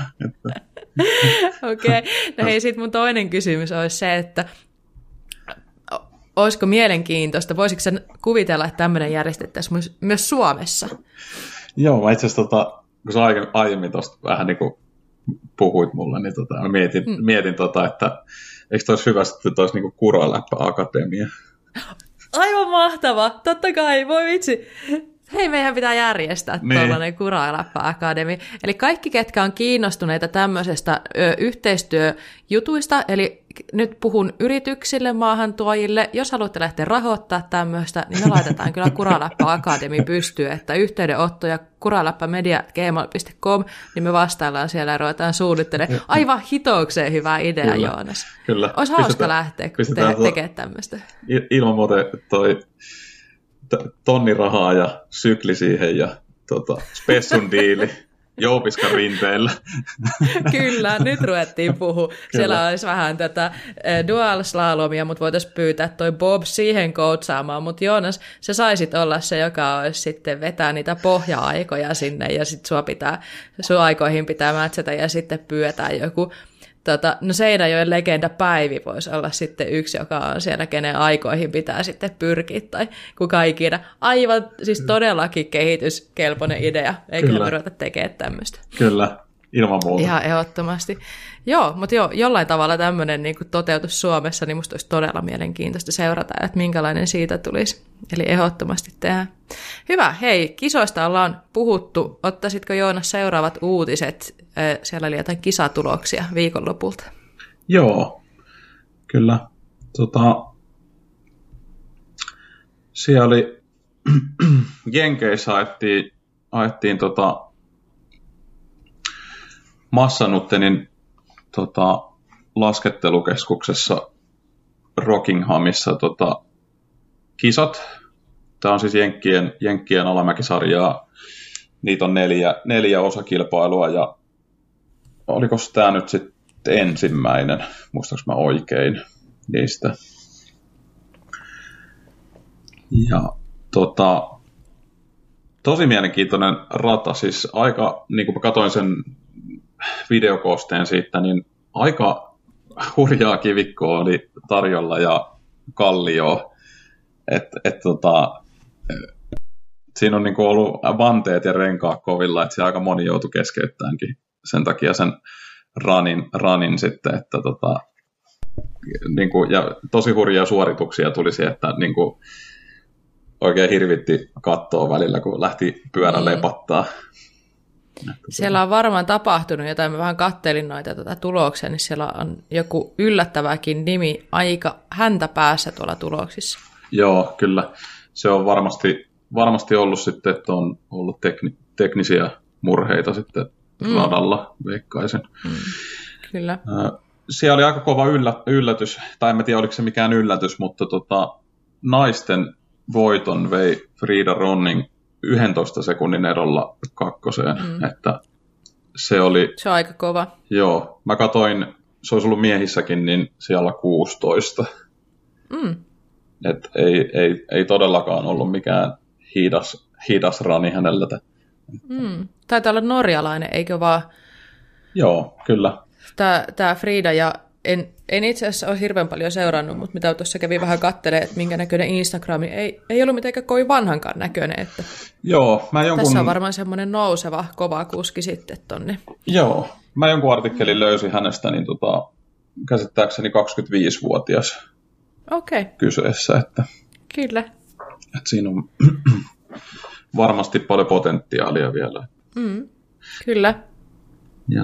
Okei, no hei, sitten mun toinen kysymys olisi se, että olisiko mielenkiintoista, voisitko sen kuvitella, että tämmöinen järjestettäisiin myös Suomessa? Joo, mä itse asiassa, kun sä aiemmin tuosta vähän niin kuin puhuit mulle, niin mä mietin että eikö toi olisi hyvä, että toi olisi niin kuin Kuraläppä-akatemia? Aivan mahtava, totta kai, voi vitsi. Hei, meidän pitää järjestää tuollainen Kuraläppä-akademi. Eli kaikki, ketkä on kiinnostuneita tämmöisestä yhteistyöjutuista, eli nyt puhun yrityksille, maahantuojille, jos haluatte lähteä rahoittaa tämmöistä, niin me laitetaan kyllä Kuraläppä-akademi pystyyn, että yhteydenottoja kuraläppämedia@gmail.com, niin me vastaillaan siellä ja ruvetaan suunnittelemaan. Aivan hitoukseen hyvä idea, kyllä, Joonas. Kyllä. Olisi hauska lähteä tekemään tämmöistä. Ilman muuta toi tonni rahaa ja sykli siihen ja spessun diili Joupiskan rinteellä. Kyllä, nyt ruvettiin puhua. Siellä olisi vähän tätä dual slalomia, mutta voitaisiin pyytää toi Bob siihen coachaamaan, mutta Joonas, sä saisit olla se, joka olisi sitten vetää niitä pohja-aikoja sinne ja sitten sun aikoihin pitää mätsätä ja sitten pyydetään joku. No Seinäjoen legenda Päivi voisi olla sitten yksi, joka on siellä, kenen aikoihin pitää sitten pyrkiä, tai kuka ikinä. Aivan, siis todellakin kehityskelpoinen idea, eikä me ruveta tekemään tämmöistä. Kyllä, ilman muuta. Ihan ehdottomasti. Joo, mutta jollain tavalla tämmöinen niin toteutus Suomessa, niin musta olisi todella mielenkiintoista seurata, että minkälainen siitä tulisi. Eli ehdottomasti tehdään. Hyvä, hei, kisoista ollaan puhuttu. Ottaisitko Joonas seuraavat uutiset? Siellä oli jotain kisatuloksia viikonlopulta. Joo, kyllä. Siellä oli Jenkeissä ajettiin Massanuttenin laskettelukeskuksessa Rockinghamissa kisat. Tämä on siis Jenkkien alamäkisarjaa. Niitä on neljä osakilpailua ja oliko tämä nyt sitten ensimmäinen, muistaaks mä oikein niistä. Ja tosi mielenkiintoinen rata, siis aika, niin kuin mä katsoin sen videokosteen siitä, niin aika hurjaa kivikkoa oli tarjolla ja kallioa. Siinä on niinku ollut vanteet ja renkaat kovilla, että se aika moni joutui keskeyttäänkin sen takia sen ranin sitten, että niinku, ja tosi hurjia suorituksia tuli siihen, että niinku, oikein hirvitti kattoa välillä, kun lähti pyörä lepattaa. Siellä on varmaan tapahtunut jotain, mä vähän kattelin noita tuloksia, niin siellä on joku yllättäväkin nimi aika häntä päässä tuolla tuloksissa. Joo, kyllä. Se on varmasti ollut sitten, että on ollut teknisiä murheita sitten radalla, veikkaisin. Kyllä. Siellä oli aika kova yllätys, tai en tiedä oliko se mikään yllätys, mutta naisten voiton vei Frida Ronning 11 sekunnin erolla kakkoseen. Että se on aika kova. Joo, mä katsoin, se olisi ollut miehissäkin, niin siellä 16. Et ei todellakaan ollut mikään hidas rani hänellä. Taitaa olla norjalainen, eikö vaan? Joo, kyllä. Tämä Frida, ja en itse asiassa ole hirveän paljon seurannut, mutta mitä tuossa kävi vähän katselemaan, että minkä näköinen Instagram, ei ollut mitenkään kovin vanhankaan näköinen. Että joo, tässä on varmaan semmoinen nouseva, kova kuski sitten tonne. Joo, mä jonkun artikkelin löysin hänestä, niin käsittääkseni 25-vuotias. Okay. Kyseessä, että kyllä. Että siinä on varmasti paljon potentiaalia vielä. Kyllä. Ja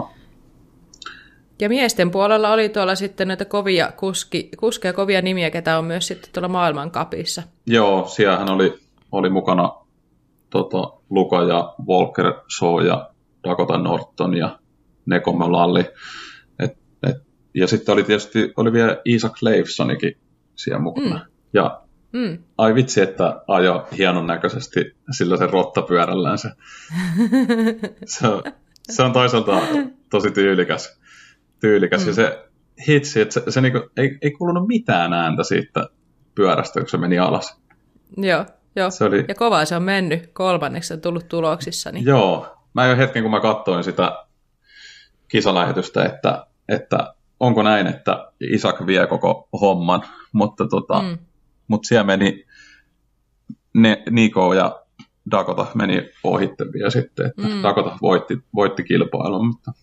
Ja miesten puolella oli tuolla sitten näitä kovia kuskeja, kovia nimiä, ketä on myös sitten tuolla maailmancupissa. Joo, siellähän oli mukana Luka ja Volker Shaw ja Dakota Norton ja Neko Molalli. Ja sitten oli vielä Isaac Leifsonikin siellä mukana. Ja ai vitsi, että ajo hienon näköisesti sillä sen rottapyörällään. Se on toisaalta tosi tyylikäs. Ja se hitsi, että se niinku, ei kuulunut mitään ääntä siitä pyörästä, kun se meni alas. Joo. Ja kovaa se on mennyt. Kolmanneksi on tullut tuloksissa. Niin. Joo. Mä jo hetken, kun mä katsoin sitä kisalähetystä, että onko näin, että Isaac vie koko homman, mutta siellä meni Nico ja Dakota meni ohitte vielä sitten, että Dakota voitti kilpailun, mutta...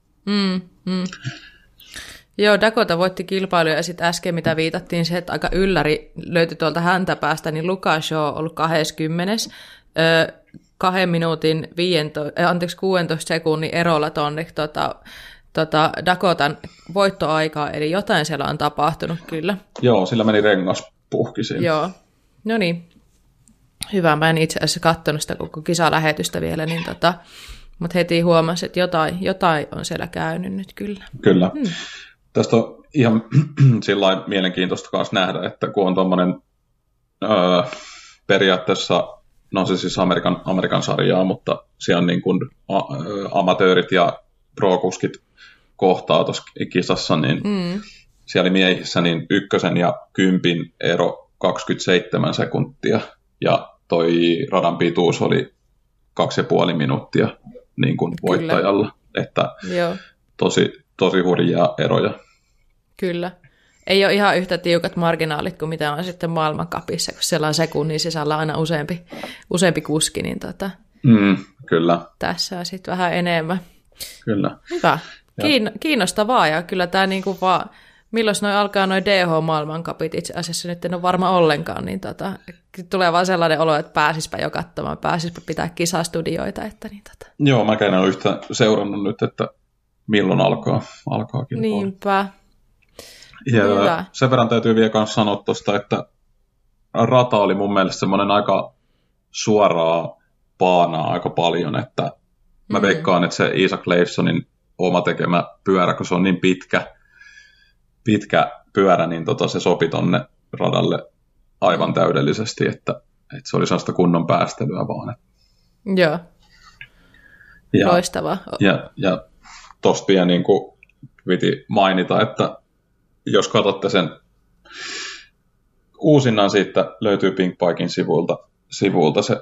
Joo, Dakota voitti kilpailuja ja sitten äsken mitä viitattiin se, että aika ylläri löytyi tuolta häntäpäästä, niin Luka Shaw on ollut 20. 2 minuutin 16 sekunnin erolla tuonne Dakotan voittoaikaa, eli jotain siellä on tapahtunut kyllä. Joo, sillä meni rengas puhki siinä. Joo, no niin. Hyvä, mä en itse asiassa katsonut sitä koko kisalähetystä vielä, niin mutta heti huomasin, että jotain on siellä käynyt nyt kyllä. Kyllä. Tästä on ihan sillain mielenkiintoista kanssa nähdä, että kun on tuommoinen periaatteessa, no se siis Amerikan sarjaa, mutta siellä on niin kuin amatöörit ja pro-kuskit kohtaa tuossa kisassa, niin siellä oli miehissä niin 1 ja 10 ero 27 sekuntia, ja toi radan pituus oli 2,5 minuuttia niin kuin voittajalla, että tosi hurjia eroja. Kyllä. Ei ole ihan yhtä tiukat marginaalit kuin mitä on sitten maailmancupissa, kun siellä on sekunnin sisällä aina useampi kuski, niin kyllä. Tässä on sitten vähän enemmän. Kyllä. Hyvä. Kiinnostavaa, ja kyllä tämä niinku vaan, milloin alkaa noi DH-maailmancupit, itse asiassa nyt en ole varma ollenkaan, niin tulee vaan sellainen olo, että pääsispä jo katsomaan, pääsispä pitää kisastudioita. Joo, mä en ole yhtä seurannut nyt, että milloin alkaa kilpailu. Niinpä. Ja sen verran täytyy vielä myös sanoa tuosta, että rata oli mun mielestä semmoinen aika suoraa paanaa aika paljon, että mä veikkaan, että se Isaac Leifsonin oma tekemä pyörä, kun se on niin pitkä pyörä, niin se sopi tonne radalle aivan täydellisesti, että se oli sellaista kunnon päästelyä vaan. Joo, loistavaa. Ja tosta vielä niin kuin piti mainita, että jos katsotte sen uusinnan, siitä löytyy Pinkbiken sivulta se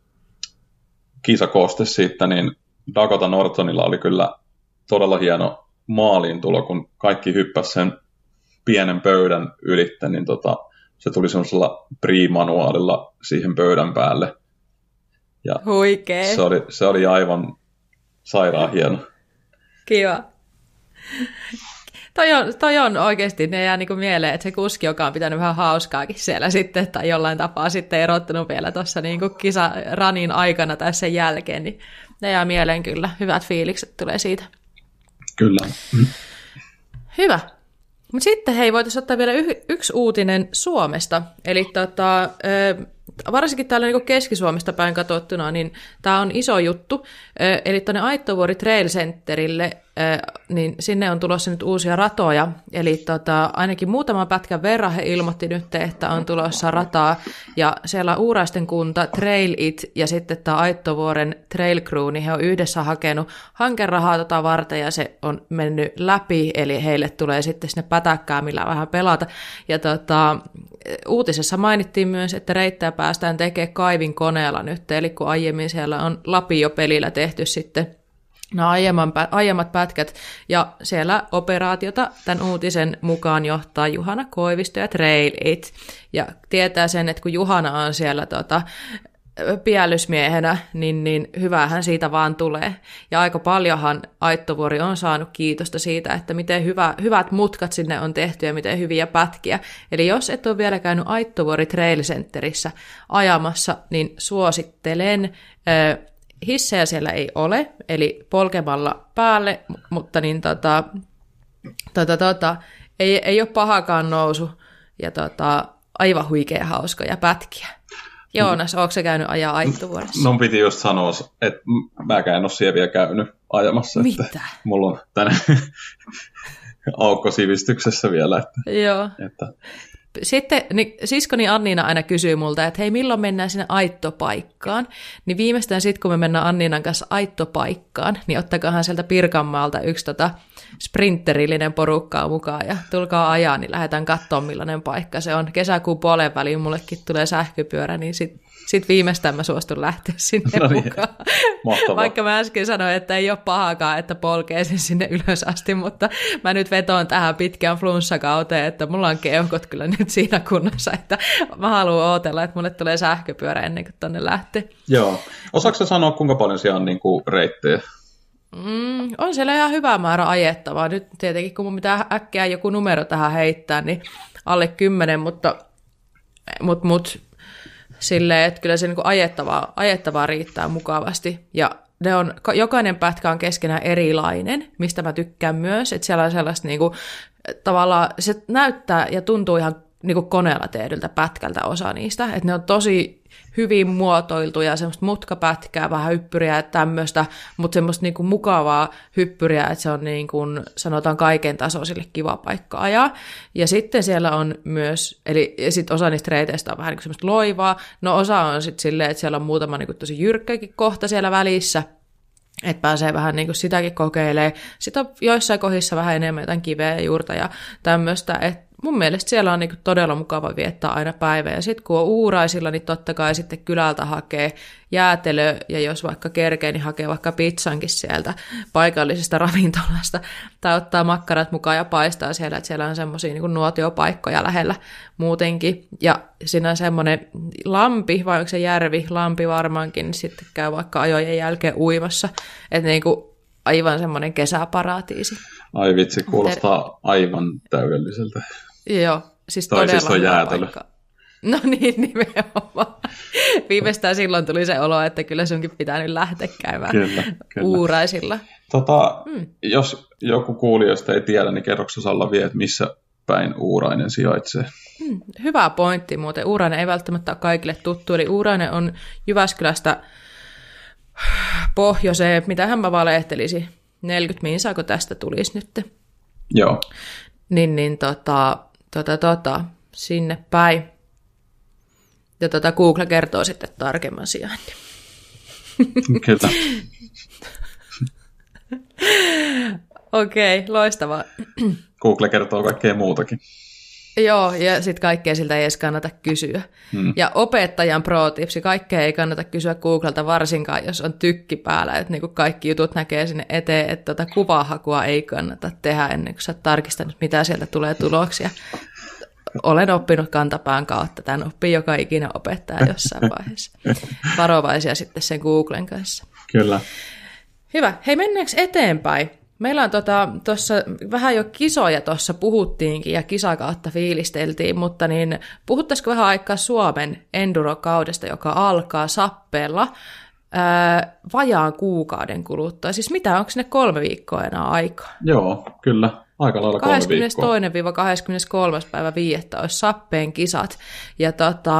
kisakooste siitä, niin Dakota Nortonilla oli kyllä todella hieno maaliintulo, kun kaikki hyppäsi sen pienen pöydän ylitte, niin se tuli semmoisella pre-manuaalilla siihen pöydän päälle. Ja huikee. Se oli aivan sairaan hieno. Kiva. Toi on oikeasti, ne jää niinku mieleen, että se kuski, joka on pitänyt vähän hauskaakin siellä sitten, tai jollain tapaa sitten erottunut vielä tuossa niinku kisaranin aikana tai sen jälkeen, niin ne jää mieleen kyllä. Hyvät fiilikset tulee siitä. Kyllä. Hyvä. Mutta sitten hei, voitaisiin ottaa vielä yksi uutinen Suomesta. Eli varsinkin täällä niin Keski-Suomesta päin katsottuna, niin tämä on iso juttu. Eli tuonne Aittovuori Trail Centerille, niin sinne on tulossa nyt uusia ratoja. Eli ainakin muutaman pätkän verran he ilmoitti nyt, että on tulossa rataa. Ja siellä Uuraisten kunta, Trail It ja sitten tämä Aittovuoren Trail Crew, niin he on yhdessä hakenut hankerahaa varten ja se on mennyt läpi. Eli heille tulee sitten sinne pätäkkää, millä vähän pelata. Ja uutisessa mainittiin myös, että reittää päästään tekemään kaivinkoneella nyt, eli kun aiemmin siellä on Lapio-pelillä tehty sitten nämä aiemmat pätkät, ja siellä operaatiota tämän uutisen mukaan johtaa Juhana Koivisto ja Trail It, ja tietää sen, että kun Juhana on siellä piellysmiehenä, niin hyvähän siitä vaan tulee. Ja aika paljonhan Aittovuori on saanut kiitosta siitä, että miten hyvät mutkat sinne on tehty ja miten hyviä pätkiä. Eli jos et ole vielä käynyt Aittovuori Trail Centerissä ajamassa, niin suosittelen. hissejä siellä ei ole, eli polkemalla päälle, mutta niin ei ole pahakaan nousu, ja aivan huikea hauskoja pätkiä. Joonas, ootko sä käynyt ajaa Aittovuoressa? No piti just sanoa, että mäkään en ole siellä vielä käynyt ajamassa. Mitä? Että mulla on tänne aukko sivistyksessä vielä. Joo. Että. Sitten niin siskoni Anniina aina kysyy multa, että hei, milloin mennään sinne Aittopaikkaan? Niin viimeistään sitten, kun me mennään Anniinan kanssa Aittopaikkaan, niin ottakahan sieltä Pirkanmaalta yksi sprinterillinen porukkaa mukaan ja tulkaa ajaa, niin lähdetään katsomaan, millainen paikka se on. Kesäkuun puolen väliin mullekin tulee sähköpyörä, niin sitten viimeistään mä suostun lähteä sinne mukaan. Mahtavaa. Vaikka mä äsken sanoin, että ei ole pahakaan, että polkee sen sinne ylös asti, mutta mä nyt vetoon tähän pitkään flunssakauteen, että mulla on keuhkot kyllä nyt siinä kunnossa, että mä haluan ootella, että mulle tulee sähköpyörä ennen kuin tonne lähtee. Joo. Osaatko sä sanoa, kuinka paljon siellä on niin kuin reittejä? On siellä ihan hyvä määrä ajettavaa. Nyt tietenkin, kun mun pitää äkkiä joku numero tähän heittää, niin alle 10, mutta silleen, että kyllä se niin kuin ajettavaa riittää mukavasti. Ja jokainen pätkä on keskenään erilainen, mistä mä tykkään myös, että siellä on sellaista niin kuin, tavallaan, se näyttää ja tuntuu ihan niin kuin koneella tehdyltä pätkältä osa niistä, että ne on tosi hyvin muotoiltuja, semmoista mutkapätkää, vähän hyppyriä ja tämmöistä, mutta semmoista niin kuin mukavaa hyppyriä, että se on niin kuin, sanotaan kaiken tasoisille kiva paikka ajaa. Ja sitten siellä on myös, eli sitten osa niistä reiteistä on vähän niin kuin semmoista loivaa, no osa on sitten silleen, että siellä on muutama niin kuin tosi jyrkkäkin kohta siellä välissä, että pääsee vähän niin kuin sitäkin kokeilemaan. Sitten on joissain kohdissa vähän enemmän jotain kiveä ja juurta ja tämmöistä, että mun mielestä siellä on niin kuin todella mukava viettää aina päivä. Ja sitten kun on Uuraisilla, niin totta kai sitten kylältä hakee jäätelö, ja jos vaikka kerkee, niin hakee vaikka pizzankin sieltä paikallisesta ravintolasta, tai ottaa makkarat mukaan ja paistaa siellä, että siellä on semmoisia niin kuin nuotiopaikkoja lähellä muutenkin. Ja siinä on semmoinen lampi, vai onko se järvi, lampi varmaankin, niin sitten käy vaikka ajojen jälkeen uimassa, että niin kuin aivan semmoinen kesäparatiisi. Ai vitsi, kuulostaa aivan täydelliseltä. Joo, siis tai todella siis on jäätelö. paikka. No niin, nimenomaan. Viimeistään silloin tuli se olo, että kyllä sunkin pitää nyt lähteä käymään kyllä. Uuraisilla. Jos joku kuulijoista ei tiedä, niin kerroksä Salla vielä, että missä päin Uurainen sijaitsee? Hyvä pointti muuten. Uurainen ei välttämättä ole kaikille tuttu, eli Uurainen on Jyväskylästä pohjoiseen, mitähän mä valehtelisin, 40 minsaako tästä tulisi nyt. Joo. Sinne päin. Ja Google kertoo sitten tarkemman sijainnin. Kyllä. Okei, loistavaa. Google kertoo kaikkea muutakin. Joo, ja sitten kaikkea siltä ei edes kannata kysyä. Ja opettajan pro-tipsi, kaikkea ei kannata kysyä Googlelta varsinkaan, jos on tykki päällä, että niinku kaikki jutut näkee sinne eteen, että kuvahakua ei kannata tehdä ennen kuin sä oot tarkistanut, mitä sieltä tulee tuloksia. Olen oppinut kantapään kautta, tämän oppii joka ikinä opettaja jossain vaiheessa. Varovaisia sitten sen Googlen kanssa. Kyllä. Hyvä. Hei, mennäänkö eteenpäin? Meillä on tuossa vähän jo kisoja tuossa puhuttiinkin ja kisakautta fiilisteltiin, mutta niin puhuttaisiko vähän aikaa Suomen endurokaudesta, joka alkaa Sappeella vajaan kuukauden kuluttua. Siis mitä, onko sinne 3 viikkoa enää aikaa? Joo, kyllä. Aika lailla 3 viikkoa. 22-23. päivä 5. olisi Sappeen kisat. Ja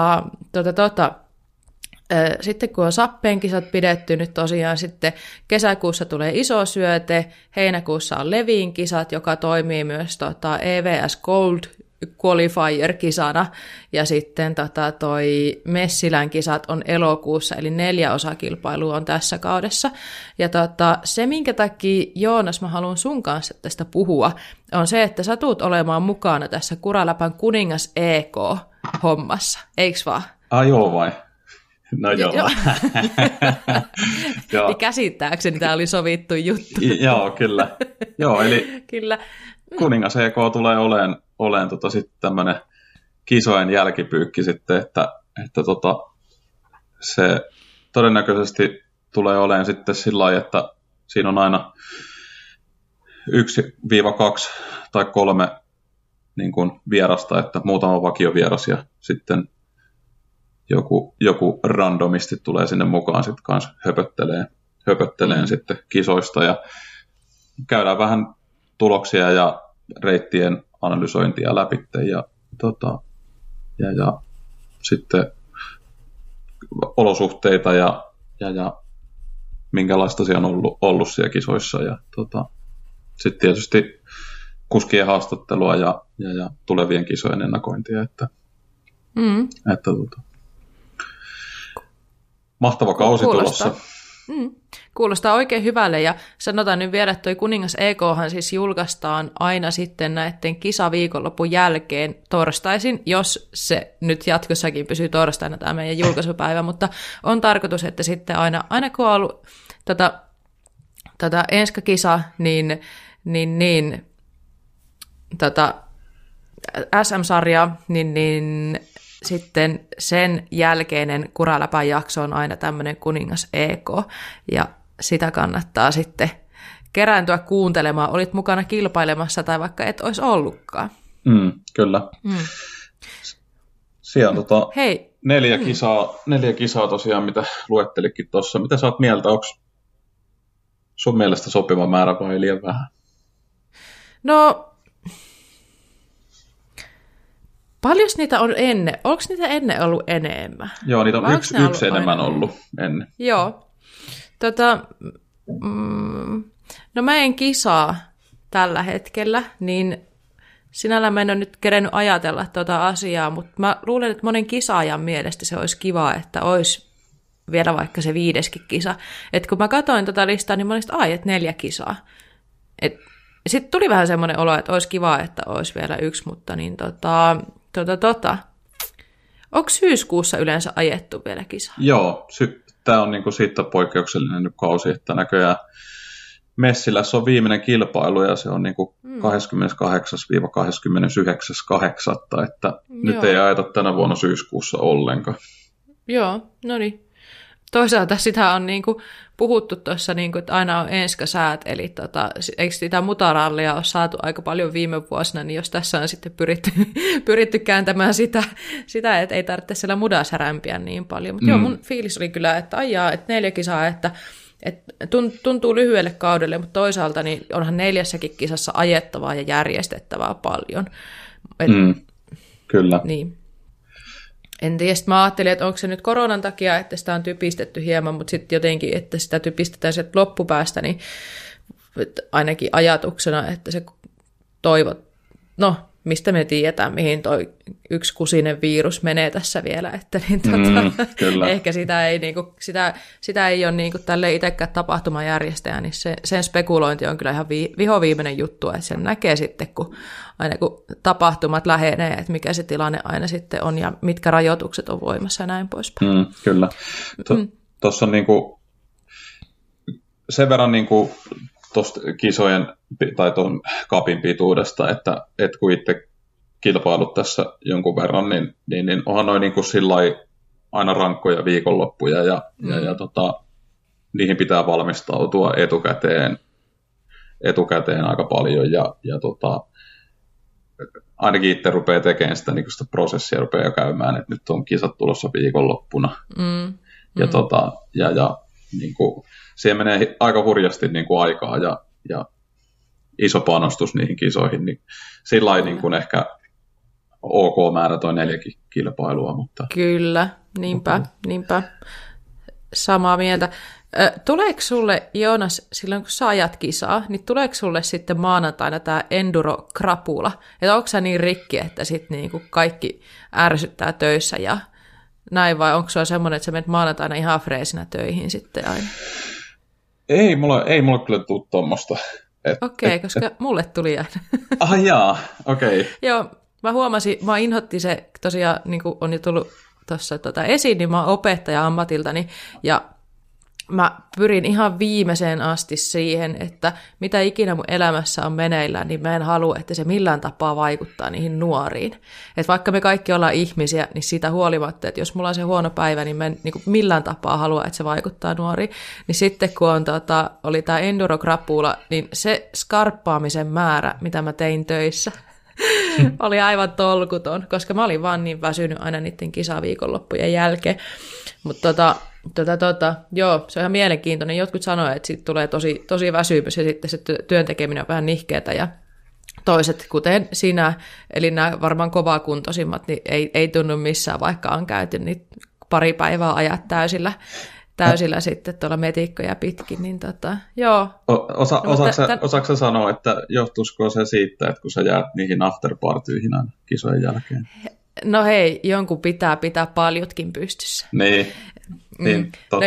sitten kun on Sappeen kisat pidetty, nyt tosiaan sitten kesäkuussa tulee iso syöte, heinäkuussa on Leviin kisat, joka toimii myös EVS Gold Qualifier-kisana, ja sitten toi Messilän kisat on elokuussa, eli 4 osakilpailua on tässä kaudessa. Ja se, minkä takia, Joonas, mä haluan sun kanssa tästä puhua, on se, että sä tuut olemaan mukana tässä Kuraläpän kuningas EK-hommassa, eiks vaan? Joo vai? No joo. Joo. Käsittääkseni tämä oli sovittu juttu. Joo, kyllä. Joo, eli kyllä. Kuningas EK tulee oleen sitten tämmöinen kisojen jälkipyykki sitten, että se todennäköisesti tulee oleen sitten sillä lailla, että siinä on aina 1-2 tai 3 niin kuin vierasta, että muutama vakiovieras ja sitten joku randomisti tulee sinne mukaan sitten kanssa höpötteleen sitten kisoista ja käydään vähän tuloksia ja reittien analysointia läpi ja sitten olosuhteita ja minkälaista se on ollut siellä kisoissa ja sitten tietysti kuskien haastattelua ja tulevien kisojen ennakointia, että mahtava kausi tulossa. Kuulostaa oikein hyvälle, ja sanotaan nyt vielä, että toi Kuningas EKhan siis julkaistaan aina sitten näiden kisaviikonlopun jälkeen torstaisin, jos se nyt jatkossakin pysyy torstaina tämä meidän julkaisupäivä, mutta on tarkoitus, että sitten aina kun on ollut enskakisa, niin SM-sarja, niin sitten sen jälkeinen Kuraläpän jakso on aina tämmöinen Kuningas EK, ja sitä kannattaa sitten kerääntyä kuuntelemaan. Olit mukana kilpailemassa tai vaikka et olisi ollutkaan. Kyllä. Siellä on Hei. neljä kisaa tosiaan, mitä luettelikin tuossa. Mitä sä oot mieltä? Onko sun mielestä sopiva määrä vai liian vähän? No, paljon niitä on ennen? Onko niitä ennen ollut enemmän? Joo, niitä on yksi enemmän ollut ennen. Joo. No mä en kisaa tällä hetkellä, niin sinällään mä en ole nyt kerennyt ajatella tuota asiaa, mutta mä luulen, että monen kisaajan mielestä se olisi kiva, että olisi vielä vaikka se 5. kisa. Että kun mä katsoin tota listaa, niin mä olin, että 4 kisaa. Sitten tuli vähän semmoinen olo, että olisi kiva, että olisi vielä 1, mutta niin onko syyskuussa yleensä ajettu vielä kisaa? Joo, tämä on niinku siitä poikkeuksellinen nyt kausi, että näköjään Messilässä on viimeinen kilpailu ja se on niinku 28-29.8. Että nyt ei ajeta tänä vuonna syyskuussa ollenkaan. Joo, no niin. Toisaalta sitä on niinku puhuttu tuossa, niinku, että aina on enskasäät, eli eikö sitä mutarallia ole saatu aika paljon viime vuosina, niin jos tässä on sitten pyritty kääntämään sitä, että ei tarvitse siellä mudassa rämpiä niin paljon. Mutta joo, mun fiilis oli kyllä, että ajaa, että 4 kisaa, että tuntuu lyhyelle kaudelle, mutta toisaalta niin onhan 4 kisassa ajettavaa ja järjestettävää paljon. Kyllä. Niin. En tiedä, mä ajattelin, että onko se nyt koronan takia, että sitä on typistetty hieman, mutta sitten jotenkin, että sitä typistetään sieltä loppupäästä, niin ainakin ajatuksena, että se mistä me tiedetään, mihin toi yksi kusinen virus menee tässä vielä, että niin ehkä sitä ei ole niinku tälleen itsekään tapahtumajärjestäjä, niin sen spekulointi on kyllä ihan vihoviimeinen juttu, että sen näkee sitten, kun tapahtumat lähenee, että mikä se tilanne aina sitten on ja mitkä rajoitukset on voimassa ja näin poispäin. Kyllä. Tuossa on niinku sen verran niinku tuosta kisojen tai tuon kapin pituudesta, että kun itse kilpailut tässä jonkun verran, niin onhan noin niin kuin sillai aina rankkoja viikonloppuja ja niihin pitää valmistautua etukäteen aika paljon ja ainakin itse rupeaa tekemään sitä, niin sitä prosessia rupeaa jo käymään, että nyt on kisat tulossa viikonloppuna ja niin kuin, siihen menee aika hurjasti niin kuin aikaa ja iso panostus niihin kisoihin, niin sillä lailla niin kuin ehkä ok määrä toi 4 kilpailua. Mutta kyllä, niinpä. Samaa mieltä. Tuleeko sulle, Joonas, silloin kun sä ajat kisaa, niin tuleeko sulle sitten maanantaina tämä enduro-krapula? Että onko sä niin rikki, että sitten niinku kaikki ärsyttää töissä ja näin, vai onko se semmoinen, että sä menet maanantaina ihan freesinä töihin sitten aina? Ei mulla kyllä tule tuommoista. Okei, koska mulle tuli aina. Jaa, okei. Joo, mä huomasin, mä inhotti se tosiaan, niin kuin on jo tullut tuossa esiin, niin mä oon opettaja ammatiltani, ja mä pyrin ihan viimeiseen asti siihen, että mitä ikinä mun elämässä on meneillään, niin mä en halua, että se millään tapaa vaikuttaa niihin nuoriin. Että vaikka me kaikki ollaan ihmisiä, niin siitä huolimatta, että jos mulla on se huono päivä, niin mä en niin millään tapaa halua, että se vaikuttaa nuoriin. Niin sitten kun oli tämä endurokrapula, niin se skarppaamisen määrä, mitä mä tein töissä, oli aivan tolkuton, koska mä olin vaan niin väsynyt aina niiden kisaviikonloppujen jälkeen. Mutta joo, se on ihan mielenkiintoinen. Jotkut sanoivat, että siitä tulee tosi väsymys ja sitten se työn tekeminen on vähän nihkeetä ja toiset, kuten sinä, eli nämä varmaan kovakuntoisimmat, niin ei tunnu missään, vaikka on käyty niin pari päivää ajat täysillä sitten tuolla metikkoja pitkin, niin joo. Osaatko sanoa, että johtuisiko se siitä, että kun sä jäät niihin afterpartyihin aina kisojen jälkeen? No hei, jonkun pitää paljutkin pystyssä. Niin totta.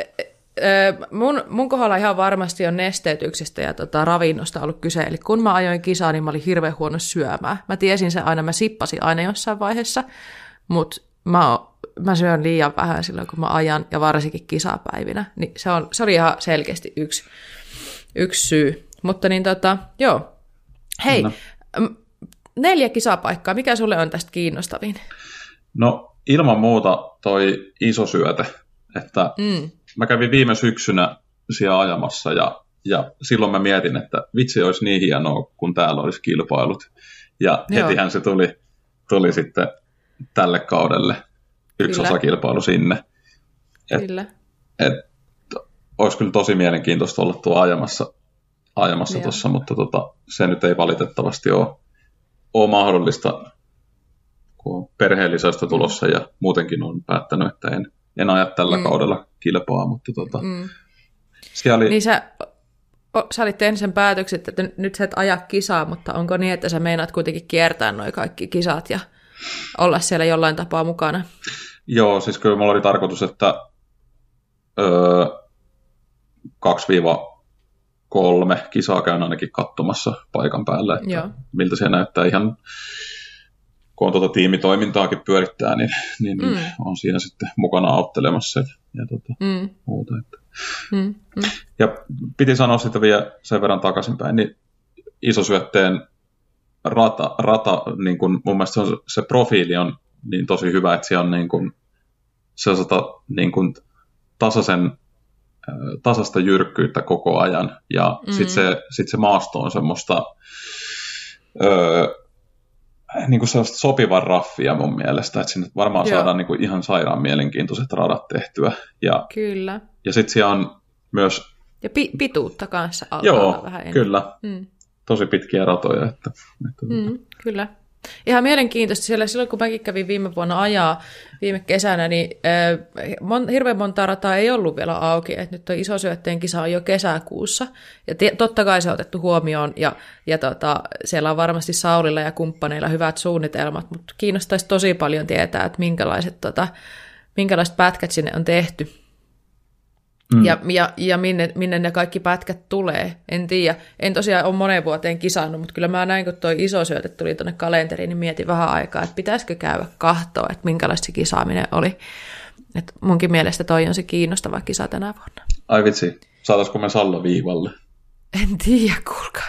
Mun kohdalla ihan varmasti on nesteytyksestä ja ravinnosta ollut kyse. Eli kun mä ajoin kisaa, niin mä olin hirveän huono syömään. Mä tiesin sen aina, mä sippasin aina jossain vaiheessa, mutta mä syön liian vähän silloin, kun mä ajan, ja varsinkin kisapäivinä. Niin se oli ihan selkeästi yksi syy. Mutta niin joo. Hei, 4 kisapaikkaa. Mikä sulle on tästä kiinnostavin? No ilman muuta toi iso syöte, että mä kävin viime syksynä siellä ajamassa ja silloin mä mietin, että vitsi olisi niin hienoa, kun täällä olisi kilpailut. Ja hetihän se tuli sitten tälle kaudelle yksi osakilpailu sinne. Kyllä. Olisi kyllä tosi mielenkiintoista olla tuo ajamassa tuossa, mutta se nyt ei valitettavasti ole mahdollista, kun on perheellisästä tulossa ja muutenkin on päättänyt, että en aja tällä kaudella kilpaa, mutta oli... Niin sä olit tehnyt sen päätöksen, että nyt sä et aja kisaa, mutta onko niin, että sä meinaat kuitenkin kiertää noi kaikki kisat ja olla siellä jollain tapaa mukana? Joo, siis kyllä mulla oli tarkoitus, että 2-3 kisaa käyn ainakin katsomassa paikan päälle, että miltä se näyttää ihan, kun on tiimitoimintaakin pyörittää, niin on siinä sitten mukana auttelemassa ja muuta. Ja piti sanoa sitten vielä sen verran takaisinpäin, niin isosyötteen rata niin kun, mun mielestä se profiili on niin tosi hyvä, että siellä on niin kun, niin kun tasaista jyrkkyyttä koko ajan, ja sitten se maasto on semmoista niin kuin sellaista sopivan raffia mun mielestä, että sinne varmaan saadaan niin kuin ihan sairaan mielenkiintoiset radat tehtyä. Kyllä. Ja sitten siellä on myös... Ja pituutta kanssa alkaa vähän enemmän. Kyllä. Tosi pitkiä ratoja. Kyllä. Ihan mielenkiintoista. Silloin kun mäkin kävin viime vuonna ajaa viime kesänä, niin hirveän monta rataa ei ollut vielä auki. Et nyt tuo isosyötteen kisa on jo kesäkuussa. Ja totta kai se on otettu huomioon. Ja siellä on varmasti Saulilla ja kumppaneilla hyvät suunnitelmat. Mutta kiinnostaisi tosi paljon tietää, että minkälaiset pätkät sinne on tehty. Ja minne ne kaikki pätkät tulee, en tiedä. En tosiaan ole moneen vuoteen kisannut, mutta kyllä mä näin, kun toi iso syöte tuli tuonne kalenteriin, niin mietin vähän aikaa, että pitäisikö käydä katsoa, että minkälaista se kisaaminen oli. Et munkin mielestä toi on se kiinnostava kisa tänä vuonna. Ai vitsi, saataisiko me Salla viivalle? En tiedä, kuulkaa.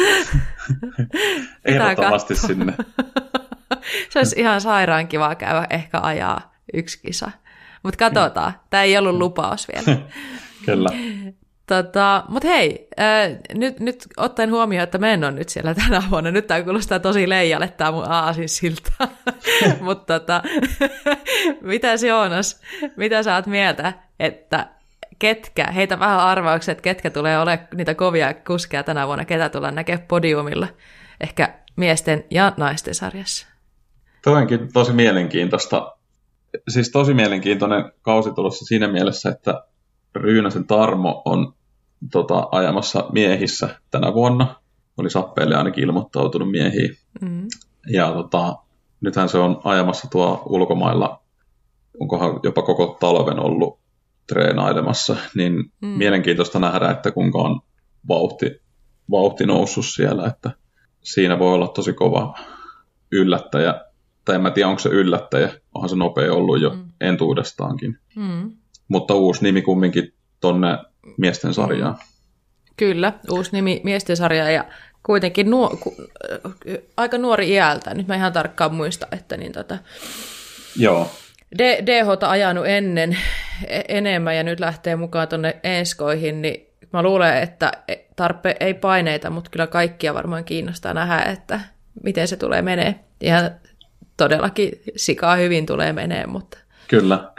Ehdottomasti sinne. Se olisi ihan sairaan kivaa käydä ehkä ajaa yksi kisa. Mutta katsotaan. Tämä ei ollut lupaus vielä. Kyllä. Mutta hei, nyt ottaen huomioon, että mä en ole nyt siellä tänä vuonna. Nyt tämä kuulostaa tosi leijalle, tämä mun aasinsilta. Mutta mitäs Joonas, mitä sä oot mieltä, että heitä vähän arvaukset, ketkä tulee olemaan niitä kovia kuskeja tänä vuonna, ketä tullaan näkemään podiumilla, ehkä miesten ja naisten sarjassa? Tuo onkin tosi mielenkiintoista. Siis tosi mielenkiintoinen kausi tulossa siinä mielessä, että Ryynäsen Tarmo on ajamassa miehissä tänä vuonna. Oli sappeille ainakin ilmoittautunut miehiin. Ja nythän se on ajamassa tuo ulkomailla, onkohan jopa koko talven ollut treenailemassa. Niin mielenkiintoista nähdä, että kuinka on vauhti noussut siellä. Että siinä voi olla tosi kova yllättäjä. Tai en mä tiedä, onko se yllättäjä. Onhan se nopea ollut jo entuudestaankin. Mutta uusi nimi kumminkin tonne miesten sarjaan. Kyllä, uusi nimi miesten sarjaan ja kuitenkin aika nuori iältä. Nyt mä ihan tarkkaan muista, että Joo. DH:ta ajanut enemmän ja nyt lähtee mukaan tonne enskoihin, niin mä luulen, että ei paineita, mutta kyllä kaikkia varmaan kiinnostaa nähdä, että miten se tulee menee. Ja todellakin sikaa hyvin tulee menee, mutta... Kyllä.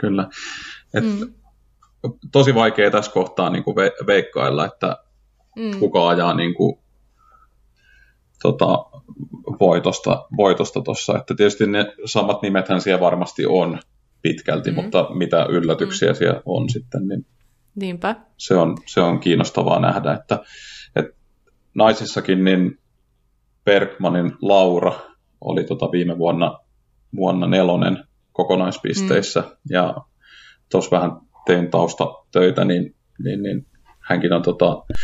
Tosi vaikea tässä kohtaa niin kuin veikkailla, että kuka ajaa niin kuin, voitosta tuossa. Että tietysti ne samat nimethän siellä varmasti on pitkälti, mutta mitä yllätyksiä siellä on sitten, niin niinpä. Se on kiinnostavaa nähdä, että naisissakin niin Bergmanin Laura oli viime vuonna 4. kokonaispisteissä, ja tuossa vähän tein taustatöitä, niin hänkin on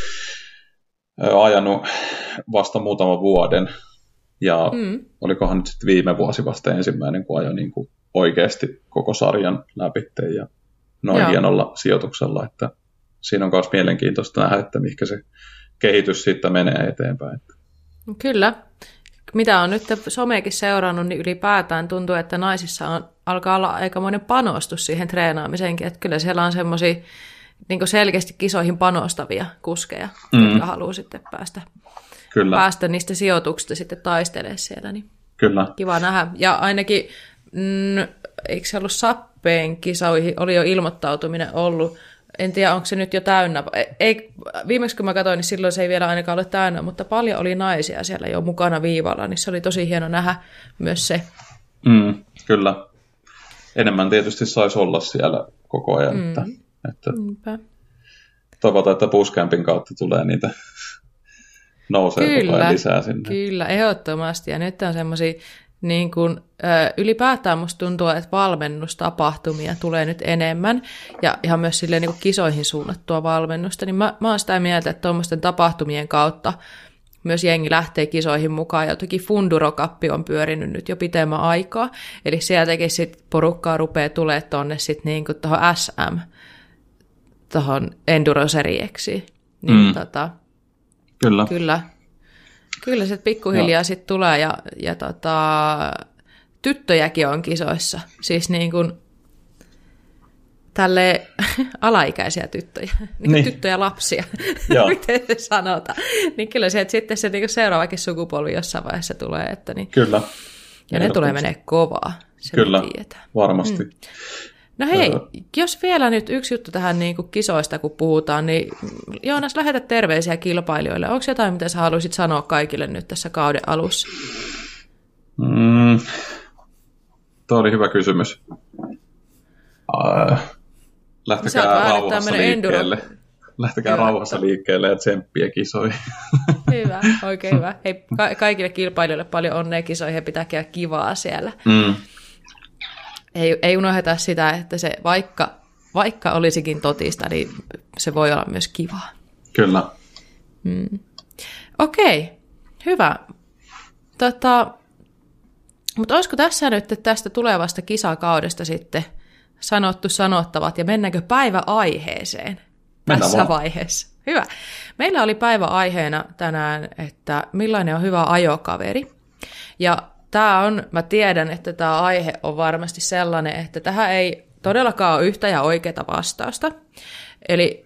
ajanut vasta muutaman vuoden, ja olikohan nyt sitten viime vuosi vasta ensimmäinen, kun ajoi niin kuin oikeasti koko sarjan läpi, ja noin hienolla sijoituksella, että siinä on myös mielenkiintoista nähdä, että mihinkä se kehitys siitä menee eteenpäin. Kyllä. Mitä on nyt someakin seurannut, niin ylipäätään tuntuu, että naisissa alkaa olla aikamoinen panostus siihen treenaamiseenkin, että kyllä siellä on semmoisia niin selkeästi kisoihin panostavia kuskeja, jotka haluaa sitten päästä niistä sijoituksista sitten taistelemaan siellä. Niin kyllä. Kiva nähdä. Ja ainakin, eikö se ollut Sappeen kisoihin, oli jo ilmoittautuminen ollut. En tiedä, onko se nyt jo täynnä. Viimeksi kun mä katsoin, niin silloin se ei vielä ainakaan ole täynnä, mutta paljon oli naisia siellä jo mukana viivalla, niin se oli tosi hieno nähdä myös se. Kyllä. Enemmän tietysti saisi olla siellä koko ajan. Että toivotaan, että Buscampin kautta tulee niitä nousee koko ajan lisää sinne. Kyllä, ehdottomasti. Ja nyt on semmoisia, niin kuin, ylipäätään musta tuntuu, että valmennustapahtumia tulee nyt enemmän, ja ihan myös silleen niin kuin kisoihin suunnattua valmennusta, niin mä oon sitä mieltä, että tuommoisten tapahtumien kautta myös jengi lähtee kisoihin mukaan, ja toki Funduro Cup on pyörinyt nyt jo pitemmän aikaa, eli sieltäkin sit porukkaa rupeaa tulemaan tuonne sitten niin kuin tuohon SM, tuohon Enduro-serieksiin. Niin Kyllä se pikkuhiljaa sitten tulee, ja tyttöjäkin on kisoissa, siis niin kuin tälleen alaikäisiä tyttöjä, niin tyttöjä lapsia, miten se sanotaan. Niin kyllä se, että sitten se niin seuraavakin sukupolvi jossain vaiheessa tulee, että niin. Kyllä. Ja ne tulee menee kovaa, se kyllä, varmasti. No hei, jos vielä nyt yksi juttu tähän niin kuin kisoista, kun puhutaan, niin Joonas, lähetä terveisiä kilpailijoille. Onko jotain, mitä sä haluaisit sanoa kaikille nyt tässä kauden alussa? Tuo oli hyvä kysymys. Lähtekää rauhassa liikkeelle. Lähtekää rauhassa liikkeelle ja tsemppiä kisoihin. Hyvä, oikein hyvä. Hei, kaikille kilpailijoille paljon onnea kisoihin ja pitäkää kivaa siellä. Ei unohdeta sitä, että se vaikka olisikin totista, niin se voi olla myös kivaa. Kyllä. Okei, hyvä. Mutta olisiko tässä nyt tästä tulevasta kisakaudesta sitten sanottu sanottavat, ja mennäänkö päiväaiheeseen tässä vaiheessa? Hyvä. Meillä oli päiväaiheena tänään, että millainen on hyvä ajokaveri. Ja mä tiedän, että tämä aihe on varmasti sellainen, että tähän ei todellakaan ole yhtä ja oikeaa vastausta. Eli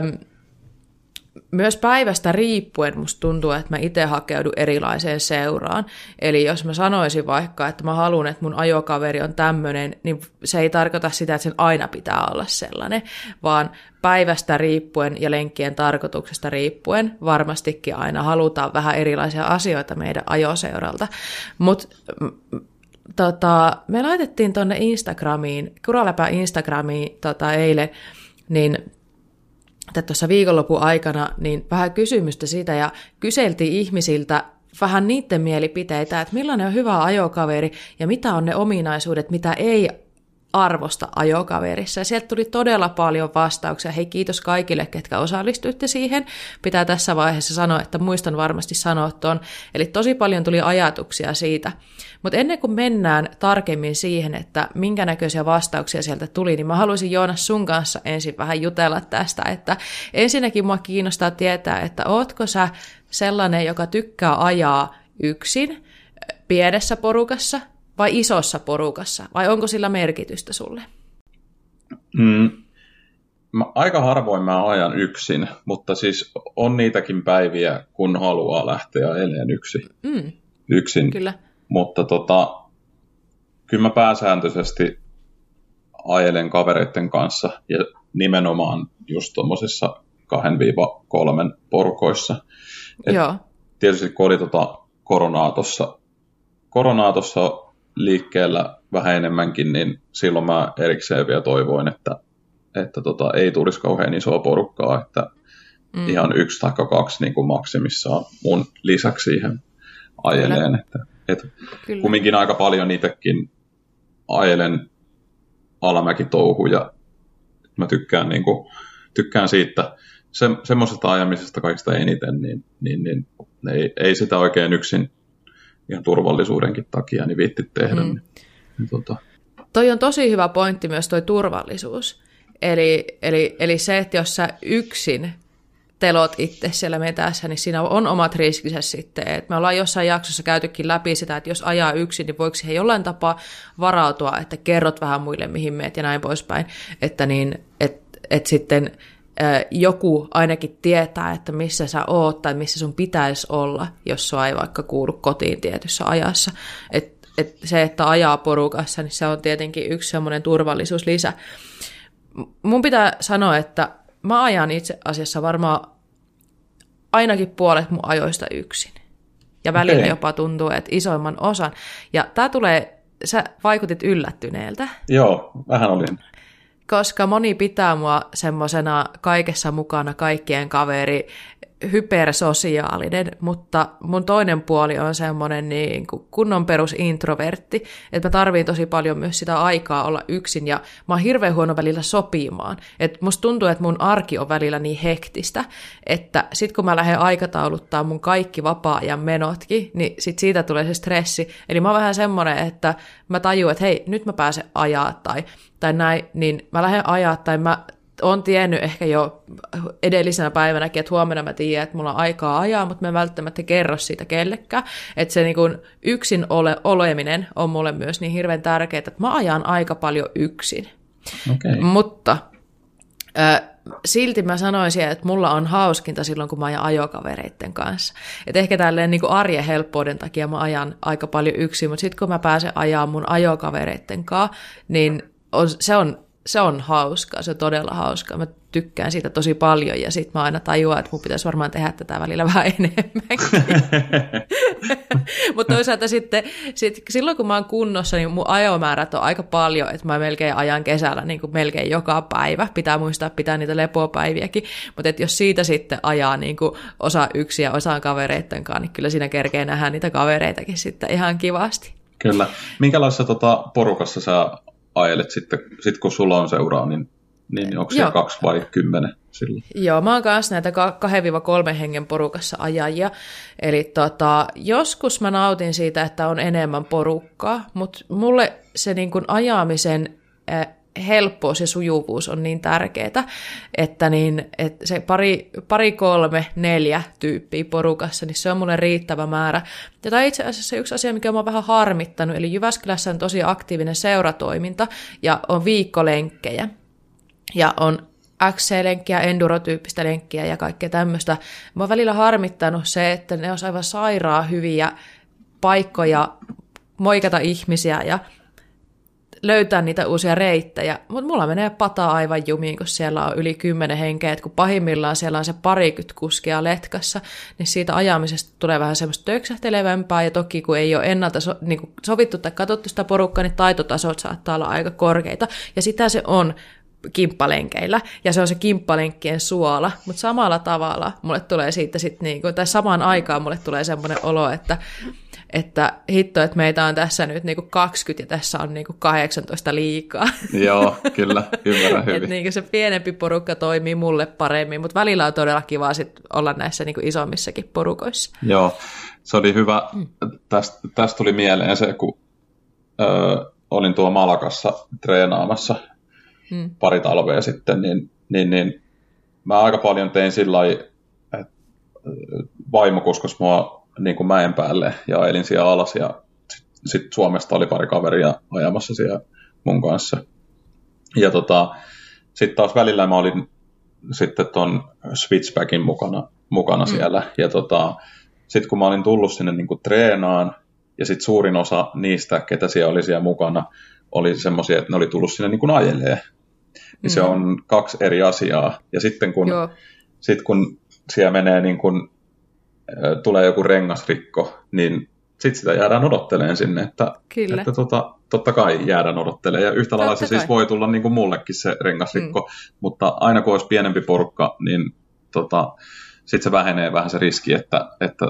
myös päivästä riippuen musta tuntuu, että mä itse hakeudun erilaiseen seuraan. Eli jos mä sanoisin vaikka, että mä haluan, että mun ajokaveri on tämmöinen, niin se ei tarkoita sitä, että sen aina pitää olla sellainen, vaan päivästä riippuen ja lenkkien tarkoituksesta riippuen varmastikin aina halutaan vähän erilaisia asioita meidän ajoseuralta. Mutta me laitettiin tuonne Instagramiin, Kuraläpä Instagramiin eilen, niin tuossa viikonlopun aikana niin vähän kysymystä siitä, ja kyseltiin ihmisiltä vähän niiden mielipiteitä, että millainen on hyvä ajokaveri ja mitä on ne ominaisuudet, mitä ei arvosta ajokaverissa. Ja sieltä tuli todella paljon vastauksia. Hei, kiitos kaikille, ketkä osallistuitte siihen. Pitää tässä vaiheessa sanoa, että muistan varmasti sanoa tuon. Eli tosi paljon tuli ajatuksia siitä. Mutta ennen kuin mennään tarkemmin siihen, että minkä näköisiä vastauksia sieltä tuli, niin mä haluaisin Joonas sun kanssa ensin vähän jutella tästä. Että ensinnäkin mua kiinnostaa tietää, että ootko sä sellainen, joka tykkää ajaa yksin, pienessä porukassa, vai isossa porukassa, vai onko sillä merkitystä sulle? Aika harvoin mä ajan yksin, mutta siis on niitäkin päiviä, kun haluaa lähteä eleen yksin. yksin. Kyllä. Mutta kyllä mä pääsääntöisesti ajelen kavereiden kanssa ja nimenomaan just tuommoisissa 2-3 porukoissa. Joo. Tietysti kun oli koronaa tuossa liikkeellä vähän enemmänkin, niin silloin mä erikseen vielä toivoin, että ei tulisi kauhean isoa porukkaa, että ihan 1 tai 2 niin kuin maksimissaan mun lisäksi siihen ajeleen. Että kumminkin aika paljon itsekin ajelen alamäkitouhuja. Mä tykkään siitä semmoisesta ajamisesta kaikista eniten, niin ei sitä oikein yksin ihan turvallisuudenkin takia niin viitti tehdä. Toi on tosi hyvä pointti myös toi turvallisuus. Eli se, että jos sä yksin telot itse siellä metässä, niin siinä on omat riskinsä sitten. Et me ollaan jossain jaksossa käytykin läpi sitä, että jos ajaa yksin, niin voiko siihen jollain tapaa varautua, että kerrot vähän muille, mihin meet ja näin poispäin. Että sitten joku ainakin tietää, että missä sä oot tai missä sun pitäisi olla, jos sua ei vaikka kuulu kotiin tietyssä ajassa. Se, että ajaa porukassa, niin se on tietenkin yksi semmoinen turvallisuuslisä. Mun pitää sanoa, että mä ajan itse asiassa varmaan ainakin puolet mun ajoista yksin. Ja välillä jopa tuntuu, että isoimman osan. Ja sä vaikutit yllättyneeltä. Joo, vähän olin. Koska moni pitää mua semmosena kaikessa mukana kaikkien kaveri, hypersosiaalinen, mutta mun toinen puoli on semmoinen niin kuin kunnon perusintrovertti, että mä tarviin tosi paljon myös sitä aikaa olla yksin, ja mä oon hirveän huono välillä sopimaan. Et musta tuntuu, että mun arki on välillä niin hektistä, että sit kun mä lähden aikatauluttaa mun kaikki vapaa-ajan menotkin, niin sit siitä tulee se stressi. Eli mä oon vähän semmoinen, että mä tajuan, että hei, nyt mä pääsen ajaa tai näin, niin mä lähden ajaa tai mä olen tiennyt ehkä jo edellisenä päivänäkin, että huomenna mä tiedän, että mulla on aikaa ajaa, mutta mä en välttämättä kerro siitä kellekään. Että se niin kuin yksin oleminen on mulle myös niin hirveän tärkeää, että mä ajan aika paljon yksin. Okay. Mutta silti mä sanoisin, että mulla on hauskinta silloin, kun mä ajan ajokavereiden kanssa. Että ehkä tälleen niin kuin arjen helppouden takia mä ajan aika paljon yksin, mutta sitten kun mä pääsen ajaa mun ajokavereiden kanssa, niin se on hauskaa, se on todella hauskaa. Mä tykkään siitä tosi paljon ja sitten mä aina tajuan, että mun pitäisi varmaan tehdä tätä välillä vähän enemmänkin. Mutta toisaalta sitten silloin, kun mä oon kunnossa, niin mun ajomäärät on aika paljon, että mä melkein ajan kesällä niin kuin melkein joka päivä. Pitää muistaa pitää niitä lepopäiviäkin, mutta jos siitä sitten ajaa niin kuin osa yksin ja osa kavereitten kanssa, niin kyllä siinä kerkee nähdä niitä kavereitakin sitten ihan kivasti. Kyllä. Minkälaisessa porukassa sä ajelet sitten kun sulla on seuraa, niin onko siellä 2 vai 10 silloin? Joo, mä oon kanssa näitä 2-3 hengen porukassa ajajia. Eli joskus mä nautin siitä, että on enemmän porukkaa, mutta mulle se niin kuin ajamisen helppous ja sujuvuus on niin tärkeää, että se 2, 3, 4 tyyppiä porukassa, niin se on mulle riittävä määrä. Ja tämä itse asiassa yksi asia, mikä mä oon vähän harmittanut, eli Jyväskylässä on tosi aktiivinen seuratoiminta, ja on viikkolenkkejä, ja on XC-lenkkiä, endurotyyppistä lenkkiä ja kaikkea tämmöistä. Mä oon välillä harmittanut se, että ne on aivan sairaan hyviä paikkoja moikata ihmisiä ja löytää niitä uusia reittejä, mutta mulla menee pata aivan jumiin, kun siellä on yli 10 henkeä, että kun pahimmillaan siellä on se 20 kuskia letkassa, niin siitä ajamisesta tulee vähän semmoista töksähtelevämpää, ja toki kun ei ole ennalta sovittu tai katsottu sitä porukkaa, niin taitotasot saattaa olla aika korkeita, ja sitä se on kimppalenkeillä, ja se on se kimppalenkkien suola, mutta samalla tavalla mulle tulee siitä sitten, tai samaan aikaan mulle tulee semmoinen olo, että hitto, että meitä on tässä nyt 20 ja tässä on 18 liikaa. Joo, kyllä, ymmärrän hyvin. Että se pienempi porukka toimii mulle paremmin, mutta välillä on todella kiva sit olla näissä isommissakin porukoissa. Joo, se oli hyvä. Tästä tuli mieleen se, kun olin tuo Malakassa treenaamassa pari talvea sitten, niin mä aika paljon tein sillä lailla, että vaimo kuskas mua niin kuin mäen päälle ja ajelin siellä alas, ja sitten Suomesta oli pari kaveria ajamassa siellä mun kanssa. Ja sitten taas välillä mä olin sitten ton switchbackin mukana siellä, ja sitten kun mä olin tullut sinne niin kuin treenaan, ja sitten suurin osa niistä, ketä siellä oli siellä mukana, oli semmoisia, että ne oli tullut sinne niin kuin ajelee. Niin se on 2 eri asiaa. Ja sitten kun siellä menee niin kuin, tulee joku rengasrikko, niin sitten sitä jäädään odottelemaan sinne, että totta kai jäädään odottelemaan. Ja yhtä lailla se siis voi tulla niin kuin mullekin se rengasrikko, mutta aina kun olisi pienempi porukka, niin sitten se vähenee vähän se riski, että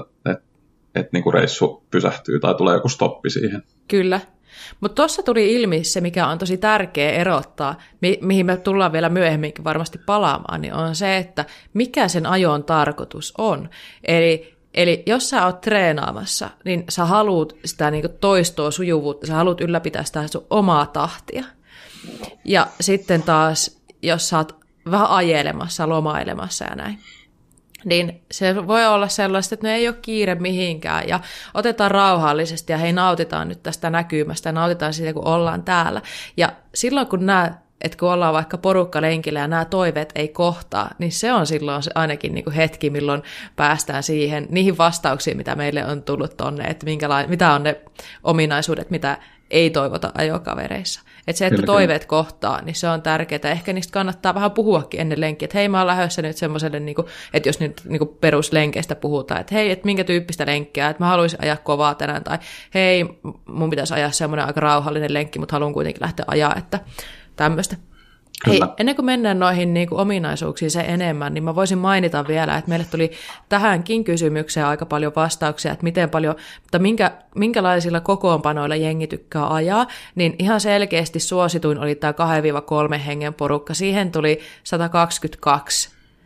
niin kuin reissu pysähtyy tai tulee joku stoppi siihen. Kyllä. Mutta tuossa tuli ilmi se, mikä on tosi tärkeä erottaa, mihin me tullaan vielä myöhemminkin varmasti palaamaan, niin on se, että mikä sen ajon tarkoitus on. Eli jos sä oot treenaamassa, niin sä haluut sitä niinku toistoa, sujuvuutta, sä haluut ylläpitää sitä sun omaa tahtia. Ja sitten taas, jos sä oot vähän ajelemassa, lomailemassa ja näin, niin se voi olla sellaista, että ne ei ole kiire mihinkään ja otetaan rauhallisesti ja hei, nautitaan nyt tästä näkymästä ja nautitaan siitä, kun ollaan täällä. Ja silloin, kun ollaan vaikka porukkalenkillä ja nämä toiveet ei kohtaa, niin se on silloin ainakin niin kuin hetki, milloin päästään niihin vastauksiin, mitä meille on tullut tonne, että mitä on ne ominaisuudet, mitä ei toivota ajokavereissa. Että se, että toiveet kohtaa, niin se on tärkeää. Ehkä niistä kannattaa vähän puhuakin ennen lenkkiä, että hei, mä oon lähdössä nyt semmoiselle, että jos nyt peruslenkeistä puhutaan, että hei, että minkä tyyppistä lenkkiä, että mä haluaisin ajaa kovaa tänään, tai hei, mun pitäisi ajaa semmoinen aika rauhallinen lenkki, mutta haluan kuitenkin lähteä ajaa, että tämmöistä. Hei, ennen kuin mennään noihin ominaisuuksiin se enemmän, niin mä voisin mainita vielä, että meille tuli tähänkin kysymykseen aika paljon vastauksia, että miten paljon, mutta minkälaisilla kokoonpanoilla jengi tykkää ajaa, niin ihan selkeästi suosituin oli tämä 2-3 hengen porukka. Siihen tuli 122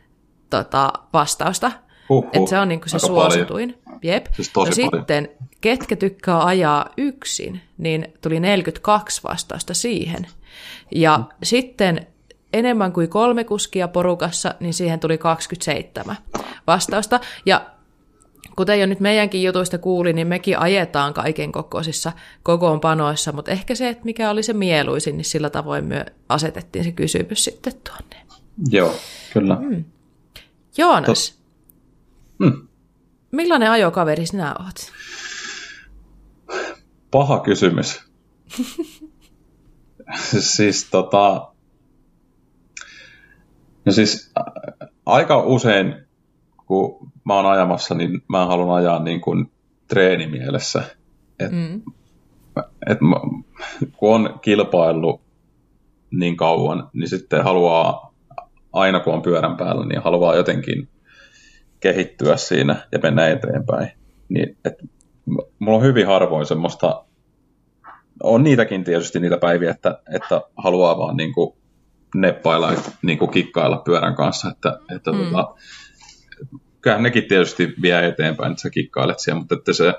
vastausta, että se on se suosituin. Jep. Siis sitten, ketkä tykkää ajaa yksin, niin tuli 42 vastausta siihen. Ja sitten enemmän kuin 3 kuskia porukassa, niin siihen tuli 27 vastausta. Ja kuten jo nyt meidänkin jutuista kuuli, niin mekin ajetaan kaiken kokoisissa kokoonpanoissa, mutta ehkä se, että mikä oli se mieluisin, niin sillä tavoin me asetettiin se kysymys sitten tuonne. Joo, kyllä. Joonas, millainen ajokaveri sinä olet? Paha kysymys. Siis no siis aika usein, kun mä oon ajamassa, niin mä haluan ajaa niin kuin treenimielessä. Kun on kilpaillut niin kauan, niin sitten haluaa, aina kun on pyörän päällä, niin haluaa jotenkin kehittyä siinä ja mennä eteenpäin. Niin, mulla on hyvin harvoin semmoista, on niitäkin tietysti niitä päiviä, että haluaa vaan niin kuin neppailla ja niin kuin kikkailla pyörän kanssa, että kyllähän nekin tietysti vie eteenpäin, että sä kikkailet siellä, mutta että se,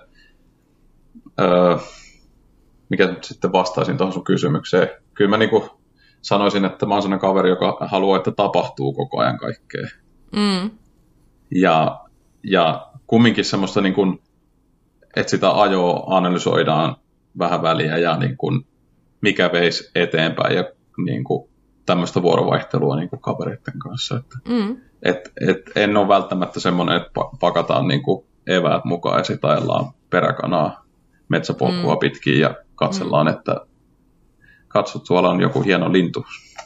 mikä sitten vastaisin tuohon sun kysymykseen, kyllä mä niin kuin sanoisin, että mä oon sellainen kaveri, joka haluaa, että tapahtuu koko ajan kaikkea. Ja kumminkin semmoista, niin kuin, että sitä ajoa analysoidaan vähän väliä ja niin kuin, mikä veisi eteenpäin ja niin kuin, tämmöistä vuorovaihtelua niin kuin kavereiden kanssa. Että en ole välttämättä semmoinen, että pakataan niin kuin eväät mukaan ja sitten ajellaan peräkanaa metsäpolkua pitkin ja katsellaan, että katsot, tuolla on joku hieno lintu.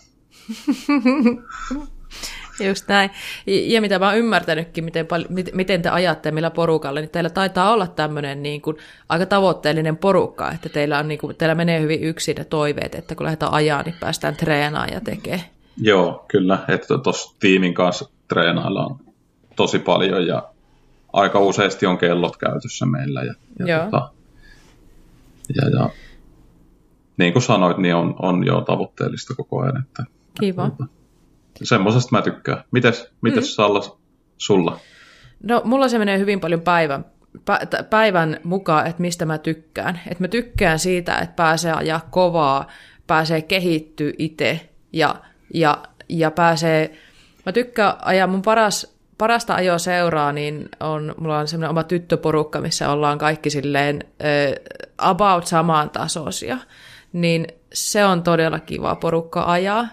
Just näin. Ja mitä mä oon ymmärtänytkin, miten te ajatte millä porukalla, niin teillä taitaa olla tämmöinen niin kuin aika tavoitteellinen porukka, että teillä menee hyvin yksin ne toiveet, että kun lähdetään ajaa, niin päästään treenaamaan ja tekemään. Joo, kyllä. Että tuossa tiimin kanssa treenaillaan tosi paljon ja aika useasti on kellot käytössä meillä. Ja niin kuin sanoit, niin on jo tavoitteellista koko ajan. Että, kiva. Semmoisesta mä tykkään. Mites Salla, sulla? No, mulla se menee hyvin paljon päivän mukaan, että mistä mä tykkään. Että mä tykkään siitä, että pääsee ajaa kovaa, pääsee kehittyä itse ja pääsee... Mä tykkään ajaa mun parasta ajoseuraa, niin mulla on semmoinen oma tyttöporukka, missä ollaan kaikki silleen about samantasoisia. Niin se on todella kiva porukka ajaa.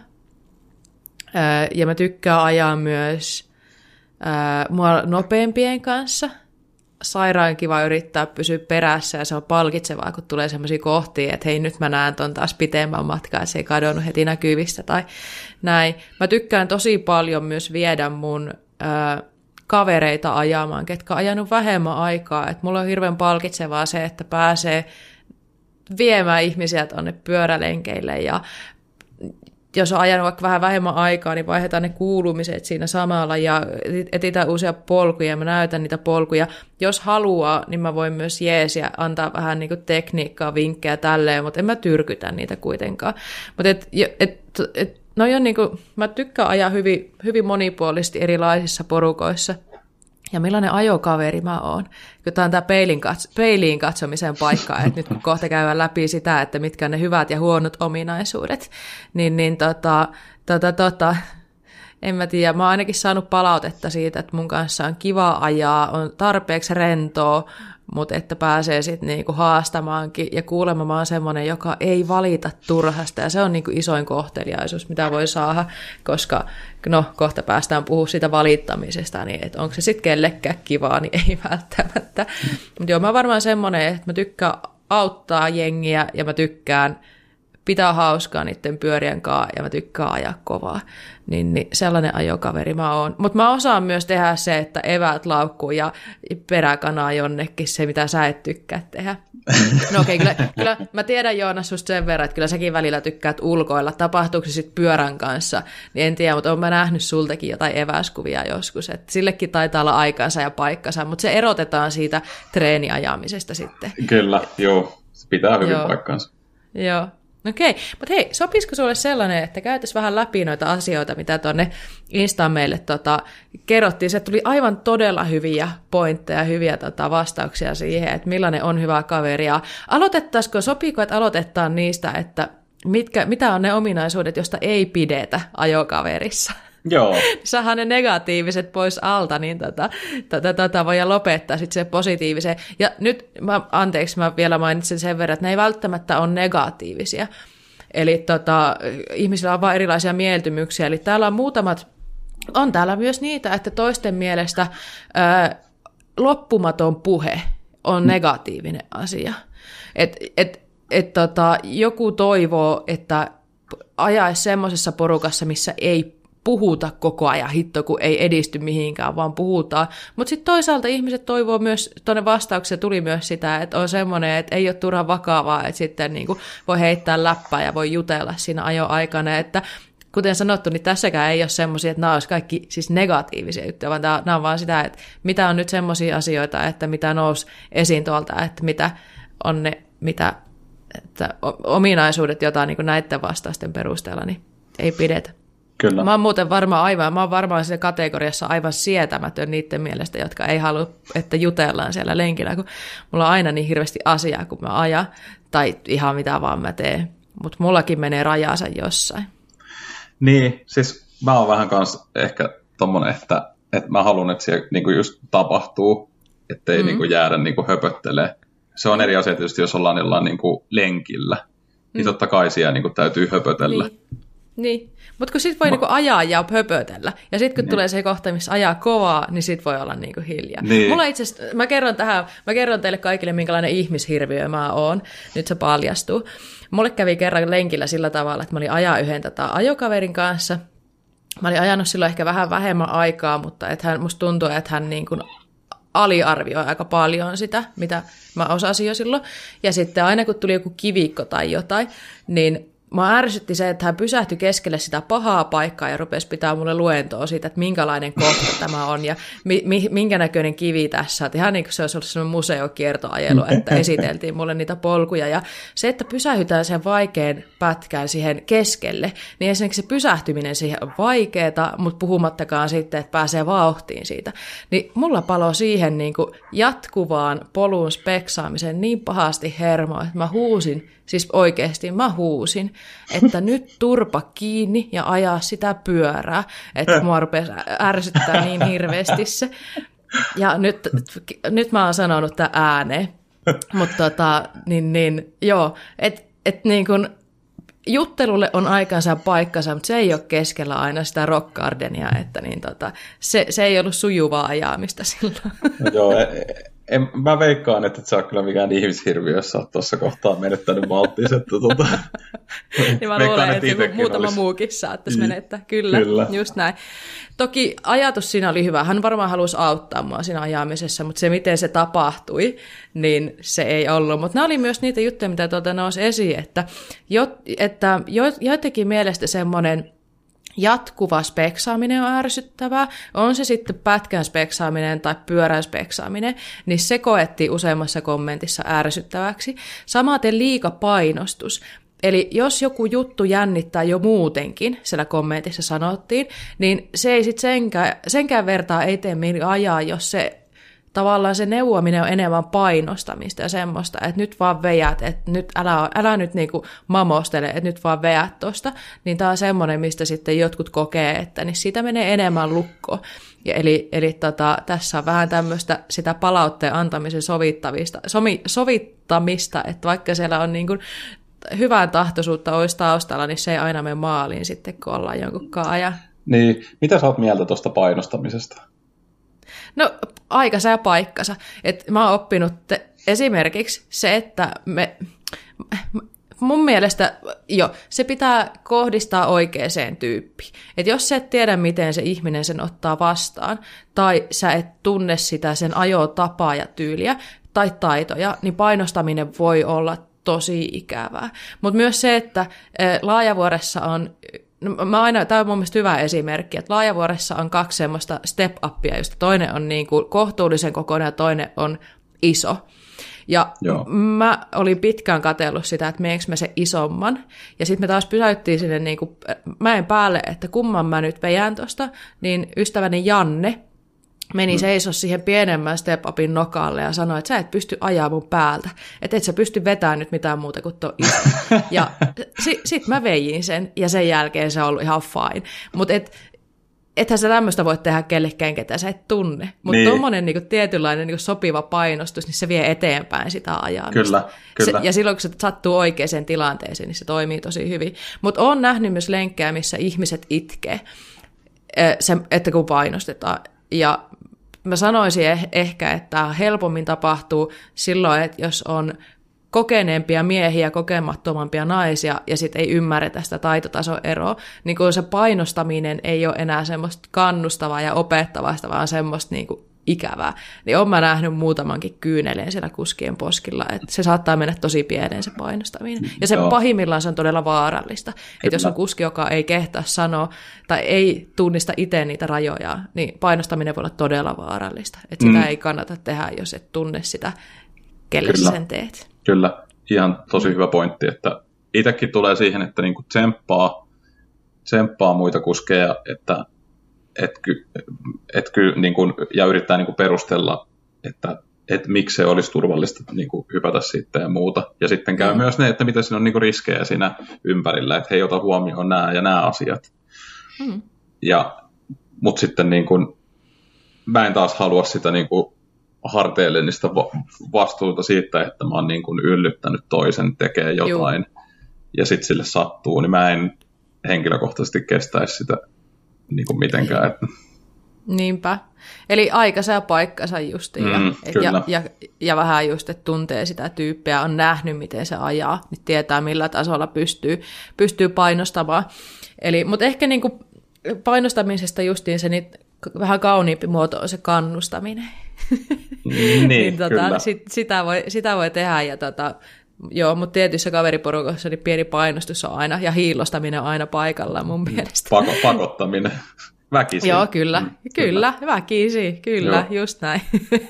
Ja mä tykkään ajaa myös mua nopeampien kanssa. sairaan kiva yrittää pysyä perässä ja se on palkitsevaa, kun tulee sellaisia kohtia, että hei, nyt mä näen ton taas pitemmän matkaa, että se ei kadonnut heti näkyvistä tai näin. Mä tykkään tosi paljon myös viedä mun kavereita ajamaan, ketkä on ajanut vähemmän aikaa, että mulla on hirveän palkitsevaa se, että pääsee viemään ihmisiä tuonne pyörälenkeille ja jos on ajanut vaikka vähän vähemmän aikaa, niin vaihdetaan ne kuulumiset siinä samalla ja etsitään uusia polkuja ja mä näytän niitä polkuja. Jos haluaa, niin mä voin myös jeesiä antaa vähän niin kuin tekniikkaa, vinkkejä tälleen, mutta en mä tyrkytä niitä kuitenkaan. Mutta no niin kuin, mä tykkään ajaa hyvin monipuolisesti erilaisissa porukoissa. Ja millainen ajokaveri mä oon. Kun tämä on tämä peiliin katsomisen paikka, että nyt kun kohta käydään läpi sitä, että mitkä on ne hyvät ja huonot ominaisuudet, niin en mä tiedä. Mä oon ainakin saanut palautetta siitä, että mun kanssa on kiva ajaa, on tarpeeksi rentoa, mutta että pääsee sitten niinku haastamaankin. Ja kuulemma mä oon semmoinen, joka ei valita turhasta. Ja se on niinku isoin kohteliaisuus, mitä voi saada, koska no, kohta päästään puhumaan siitä valittamisesta, niin että onko se sitten kellekään kivaa, niin ei välttämättä. Mutta joo, mä oon varmaan semmoinen, että mä tykkään auttaa jengiä ja mä tykkään pitää hauskaa niiden pyörien kanssa ja mä tykkään ajaa kovaa. Niin sellainen ajokaveri mä oon. Mutta mä osaan myös tehdä se, että eväät laukkuu ja peräkanaa jonnekin, se mitä sä et tykkää tehdä. No okei, kyllä mä tiedän Joonas susta sen verran, että kyllä säkin välillä tykkäät ulkoilla. Tapahtuuko se sitten pyörän kanssa, niin en tiedä, mutta oon mä nähnyt sultakin jotain eväskuvia joskus. Et sillekin taitaa olla aikansa ja paikkansa, mutta se erotetaan siitä treeniajamisesta sitten. Kyllä, joo. Se pitää hyvin paikkansa. Joo. Okei, mutta hei, sopisiko sulle sellainen, että käytäisiin vähän läpi noita asioita, mitä tuonne Instaan meille kerrottiin. Se tuli aivan todella hyviä pointteja, hyviä vastauksia siihen, että millainen on hyvä kaveri. Ja sopiiko, että aloitetaan niistä, että mitä on ne ominaisuudet, joista ei pidetä ajokaverissa? Joo. Saadaan ne negatiiviset pois alta, niin voidaan lopettaa sitten se positiivisen. Ja nyt, mä vielä mainitsen sen verran, että ne ei välttämättä ole negatiivisia. Eli ihmisillä on vain erilaisia mieltymyksiä. Eli täällä on on täällä myös niitä, että toisten mielestä loppumaton puhe on negatiivinen asia. Joku toivoo, että ajaisi semmoisessa porukassa, missä ei puhuta koko ajan, hitto kun ei edisty mihinkään, vaan puhutaan. Mutta sitten toisaalta ihmiset toivoo myös, tuonne vastaukseen tuli myös sitä, että on semmoinen, että ei ole turhan vakavaa, että sitten niinku voi heittää läppää ja voi jutella siinä ajoaikana, että kuten sanottu, niin tässäkään ei ole semmoisia, että nämä olisi kaikki siis negatiivisia juttuja, vaan nämä on vaan sitä, että mitä on nyt semmoisia asioita, että mitä nousi esiin tuolta, että mitä on ne että ominaisuudet, joita niin näiden vastausten perusteella niin ei pidetä. Kyllä. Mä oon varmaan siinä kategoriassa aivan sietämätön niiden mielestä, jotka ei halua, että jutellaan siellä lenkillä, kun mulla on aina niin hirveästi asiaa, kun mä ajan, tai ihan mitä vaan mä teen, mutta mullakin menee rajansa jossain. Niin, siis mä oon vähän kanssa ehkä tommonen, että mä haluan, että se niinku just tapahtuu, ettei niinku jäädä niinku höpöttelee. Se on eri asia tietysti, jos ollaan jollain niinku lenkillä, niin totta kai siellä niinku täytyy höpötellä. Niin. Mutta kun sit voi niinku ajaa ja höpötellä, ja sitten kun tulee se kohta, missä ajaa kovaa, niin sit voi olla niinku hiljaa. Niin. Mulla itse asiassa, mä kerron teille kaikille, minkälainen ihmishirviö mä oon. Nyt se paljastuu. Mulle kävi kerran lenkillä sillä tavalla, että mä olin ajaa yhden ajokaverin kanssa. Mä olin ajanut silloin ehkä vähän vähemmän aikaa, mutta musta tuntuu, että hän niin kuin aliarvioi aika paljon sitä, mitä mä osasin jo silloin. Ja sitten aina kun tuli joku kivikko tai jotain, niin mä ärsytti se, että hän pysähtyi keskelle sitä pahaa paikkaa ja rupesi pitää mulle luentoa siitä, että minkälainen kohta tämä on ja minkä näköinen kivi tässä. Että ihan niin kuin se olisi ollut sellainen museokiertoajelu, että esiteltiin mulle niitä polkuja. Ja se, että pysähytään sen vaikean pätkään siihen keskelle, niin esimerkiksi se pysähtyminen siihen on vaikeaa, mutta puhumattakaan sitten, että pääsee vauhtiin siitä. Niin mulla palo siihen niin kuin jatkuvaan polun speksaamiseen niin pahasti hermoa, että mä huusin. Siis oikeasti mä huusin, että nyt turpa kiinni ja ajaa sitä pyörää, että mua rupesi ärsyttää niin hirveästi se. Ja nyt mä oon sanonut tämän ääneen. Mutta joo, että niin kun juttelulle on aikansa paikkansa, mutta se ei ole keskellä aina sitä rock gardenia, että se ei ollut sujuvaa ajaamista silloin. Joo, Mä veikkaan, että et sä oot kyllä mikään ihmishirviö, jos sä oot tuossa kohtaa menettänyt malttis. Niin mä luulen, että muutama muukin saattaisi menettää. Kyllä, just näin. Toki ajatus siinä oli hyvä. Hän varmaan halusi auttaa mua siinä ajamisessa, mutta se, miten se tapahtui, niin se ei ollut. Mutta nämä oli myös niitä juttuja, mitä nousi esiin, että joidenkin mielestä semmoinen jatkuva speksaaminen on ärsyttävää, on se sitten pätkän speksaaminen tai pyörän speksaaminen, niin se koettiin useammassa kommentissa ärsyttäväksi. Samaten liikapainostus. Eli jos joku juttu jännittää jo muutenkin, siellä kommentissa sanottiin, niin se ei sitten senkään vertaa ei tee mieli ajaa, jos se tavallaan se neuvominen on enemmän painostamista ja semmoista, että nyt vaan veät, että nyt älä nyt niinku mamostele, että nyt vaan veät tosta, niin tämä on semmoinen, mistä sitten jotkut kokee, että niin siitä menee enemmän lukkoon. Eli tässä on vähän tämmöistä sitä palautteen antamisen sovittamista, että vaikka siellä on niinku hyvää tahtoisuutta olisi taustalla, niin se ei aina mene maaliin sitten, kun ollaan jonkunkaan ajan. Niin, mitä sä oot mieltä tuosta painostamisesta? No, aikansa ja paikkansa. Mä oon oppinut esimerkiksi se, että mun mielestä se pitää kohdistaa oikeaan tyyppiin. Että jos sä et tiedä, miten se ihminen sen ottaa vastaan, tai sä et tunne sitä sen ajotapaa ja tyyliä tai taitoja, niin painostaminen voi olla tosi ikävää. Mutta myös se, että Laajavuoressa on tämä on mun mielestä hyvä esimerkki, että Laajavuoressa on 2 semmoista step-upia, josta toinen on niin kuin kohtuullisen kokoinen ja toinen on iso. Ja mä olin pitkään katsellut sitä, että meneekö mä se isomman. Ja sitten me taas pysäyttiin sinne niin kuin mäen päälle, että kumman mä nyt veän tuosta, niin ystäväni Janne meni seiso siihen pienemmän step-upin nokalle ja sanoi, että sä et pysty ajaa mun päältä, että et sä pysty vetämään nyt mitään muuta kuin tuo iso. Ja sit mä vein sen, ja sen jälkeen se on ollut ihan fine. Mutta ethän sä tämmöistä voi tehdä kellekään, ketä sä et tunne. Mutta tommonen niinku tietynlainen niinku sopiva painostus, niin se vie eteenpäin sitä ajamista. Kyllä. Ja silloin, kun se sattuu oikeaan tilanteeseen, niin se toimii tosi hyvin. Mutta oon nähnyt myös lenkkejä, missä ihmiset itkee, että kun painostetaan. Ja mä sanoisin ehkä, että helpommin tapahtuu silloin, että jos on kokeneempia miehiä, kokemattomampia naisia, ja sitten ei ymmärretä sitä taitotasoeroa, niin kun se painostaminen ei ole enää semmoista kannustavaa ja opettavasta, vaan semmoista niinku ikävää, niin olen mä nähnyt muutamankin kyyneleen siellä kuskien poskilla, että se saattaa mennä tosi pieneen se painostaminen. Ja se pahimmillaan se on todella vaarallista. Että jos on kuski, joka ei kehtaa sanoa tai ei tunnista itse niitä rajoja, niin painostaminen voi olla todella vaarallista. Että sitä ei kannata tehdä, jos et tunne sitä, kelle sen teet. Kyllä, ihan tosi hyvä pointti, että itsekin tulee siihen, että niinku tsemppaa muita kuskeja, että niin ja yrittää niin kuin perustella, että miksi se olisi turvallista niin kuin hypätä siitä ja muuta. Ja sitten käy myös ne, että mitä siinä on niin kuin riskejä siinä ympärillä, että he ei ota huomioon nämä ja nämä asiat. Mutta sitten niin kuin, mä en taas halua sitä niin kuin harteellista vastuuta siitä, että mä oon niin kuin yllyttänyt toisen tekee jotain ja sitten sille sattuu, niin mä en henkilökohtaisesti kestäisi sitä niin kuin mitenkään. Niinpä. Eli aikansa ja paikkansa justiin. Ja vähän just, että tuntee sitä tyyppiä, on nähnyt, miten se ajaa, niin tietää, millä tasolla pystyy painostamaan. Mutta ehkä niin kuin painostamisesta justiin se vähän kauniimpi muoto on se kannustaminen. Niin, kyllä. Sitä voi tehdä ja mutta tietyissä kaveriporukassa niin pieni painostus on aina, ja hiillostaminen on aina paikallaan mun mielestä. Pakottaminen. Väkisin. Joo, kyllä, väkisin, kyllä, just näin.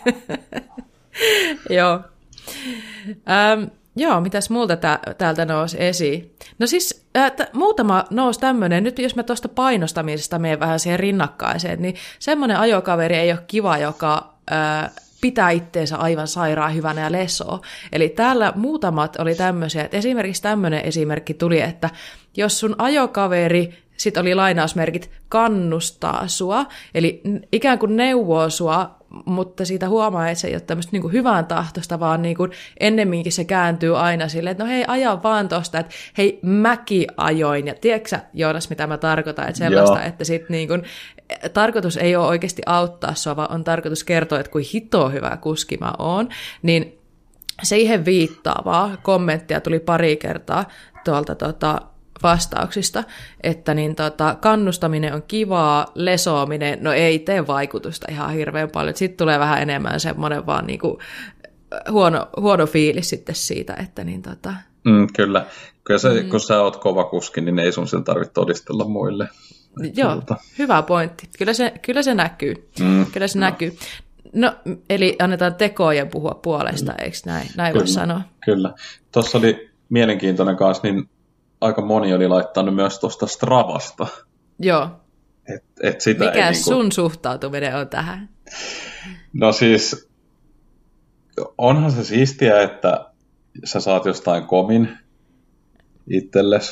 Joo, mitäs multa täältä nousi esiin? No siis muutama nousi tämmöinen, nyt jos mä tuosta painostamisesta menen vähän siihen rinnakkaiseen, niin semmoinen ajokaveri ei ole kiva, joka pitää itteensä aivan sairaan hyvänä ja lesoo. Eli täällä muutamat oli tämmöisiä, että esimerkiksi tämmöinen esimerkki tuli, että jos sun ajokaveri, sit oli lainausmerkit, kannustaa sua, eli ikään kuin neuvoo sua mutta siitä huomaa, että se ei ole tämmöistä niin kuin hyvän tahtosta, vaan niin kuin ennemminkin se kääntyy aina silleen, että no hei, aja vaan tosta, että hei, mäkin ajoin. Ja tiedätkö sä, Joonas, mitä mä tarkoitan? Että sellaista, että sit niin kuin, tarkoitus ei ole oikeasti auttaa sua, vaan on tarkoitus kertoa, että kuin hito hyvä kuski mä oon. Niin siihen viittaavaa kommenttia tuli pari kertaa tuolta vastauksista, että niin kannustaminen on kivaa, lesoaminen, no ei tee vaikutusta ihan hirveän paljon. Sitten tulee vähän enemmän semmoinen vaan niinku huono fiilis sitten siitä, että niin Kyllä se, kun sä oot kova kuski, niin ei sun sen tarvitse todistella muille. Joo, hyvä pointti. Kyllä se näkyy. Kyllä se näkyy. No, eli annetaan tekojen puhua puolesta, eikö näin? Näin voi sanoa. Kyllä. Tuossa oli mielenkiintoinen kanssa, niin aika moni oli laittanut myös tuosta Stravasta. Joo. Sitä mikä sun suhtautuminen on tähän? No siis, onhan se siistiä, että sä saat jostain komin itsellesi,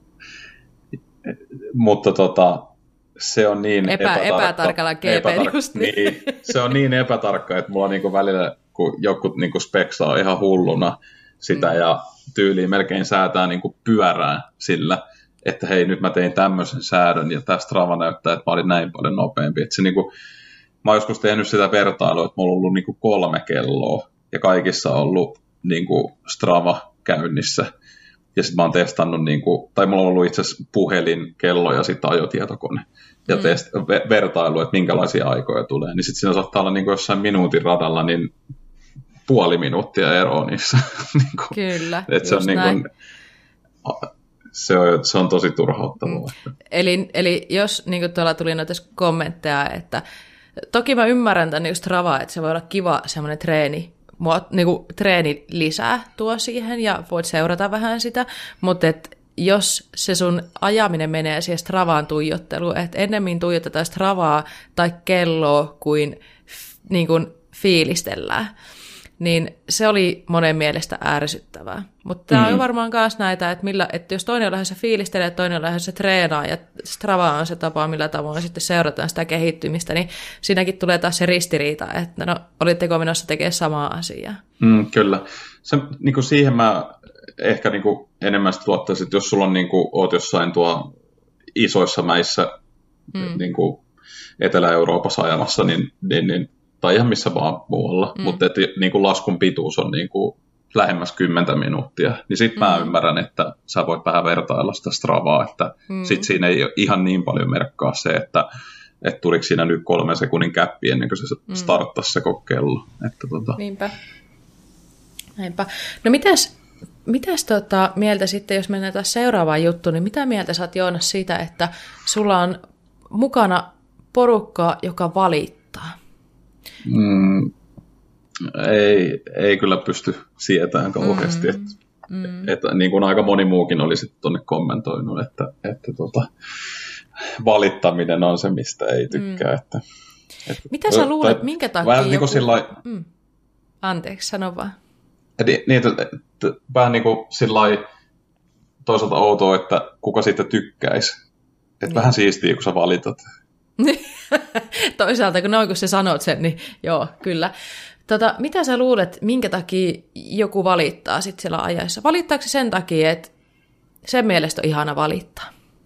mutta se on niin epätarkalla GP just niin. Se on niin epätarkka, että mulla niinku välillä, kun joku niinku speksaa ihan hulluna sitä ja tyyliin melkein säätää niinku pyörään sillä, että hei, nyt mä tein tämmöisen säädön ja tämä Strava näyttää, että mä olin näin paljon nopeampi. Että se niinku, mä oon joskus tehnyt sitä vertailua, että mulla on ollut niinku 3 kelloa ja kaikissa on ollut niinku Strava käynnissä. Ja sitten mä oon testannut, tai mulla on ollut itse asiassa puhelin, kello ja sitten ajotietokone. Ja vertailu, että minkälaisia aikoja tulee. Niin sitten siinä saattaa olla jossain minuutin radalla niin puoli minuuttia eroa niissä. Kyllä, että se on tosi turhauttavaa. Eli jos tuolla tuli noita kommentteja, että toki mä ymmärrän tämän Stravaa, että se voi olla kiva semmoinen treeni lisää tuo siihen ja voit seurata vähän sitä, mutta jos se sun ajaminen menee siihen Stravaan tuijotteluun, että ennemmin tuijotetaan Stravaa tai kelloa kuin fiilistellään, niin se oli monen mielestä ärsyttävää. Mutta tämä on varmaan myös näitä, että jos toinen on lähdössä fiilistelee ja toinen on lähdössä treenaa ja Strava on se tapa, millä tavoin sitten seurataan sitä kehittymistä, niin siinäkin tulee taas se ristiriita, että no, olitteko menossa tekemään samaa asiaa. Kyllä. Se, siihen mä ehkä enemmän luottaisin, että jos sulla on, oot jossain tuo isoissa mäissä Etelä-Euroopassa ajamassa, niin tai ihan missä vaan muualla, mutta että laskun pituus on lähemmäs 10 minuuttia, niin sitten mä ymmärrän, että sä voit vähän vertailla sitä Stravaa, että sitten siinä ei ole ihan niin paljon merkkaa se, että tuliko siinä nyt 3 sekunnin käppi ennen kuin se starttasi se kello. Niinpä. Näinpä. No mitäs mieltä sitten, jos mennään taas seuraavaan juttuun, niin mitä mieltä sä oot, Joonas, siitä, että sulla on mukana porukkaa, joka valittaa? Ei kyllä pysty sietämään kauheasti, että niin kuin aika moni muukin oli sitten tuonne kommentoinut, että valittaminen on se, mistä ei tykkää. Mitä sä luulet, minkä takia vähän joku... Anteeksi, sano vaan. Vähän niin kuin sillai toisaalta outoa, että kuka siitä tykkäisi. Että vähän siistiä, kun sä valitat. Toisaalta, kun sä sanot sen, niin joo, kyllä. Mitä sä luulet, minkä takia joku valittaa sitten siellä ajaessa? Valittaako se sen takia, että sen mielestä on ihana valittaa?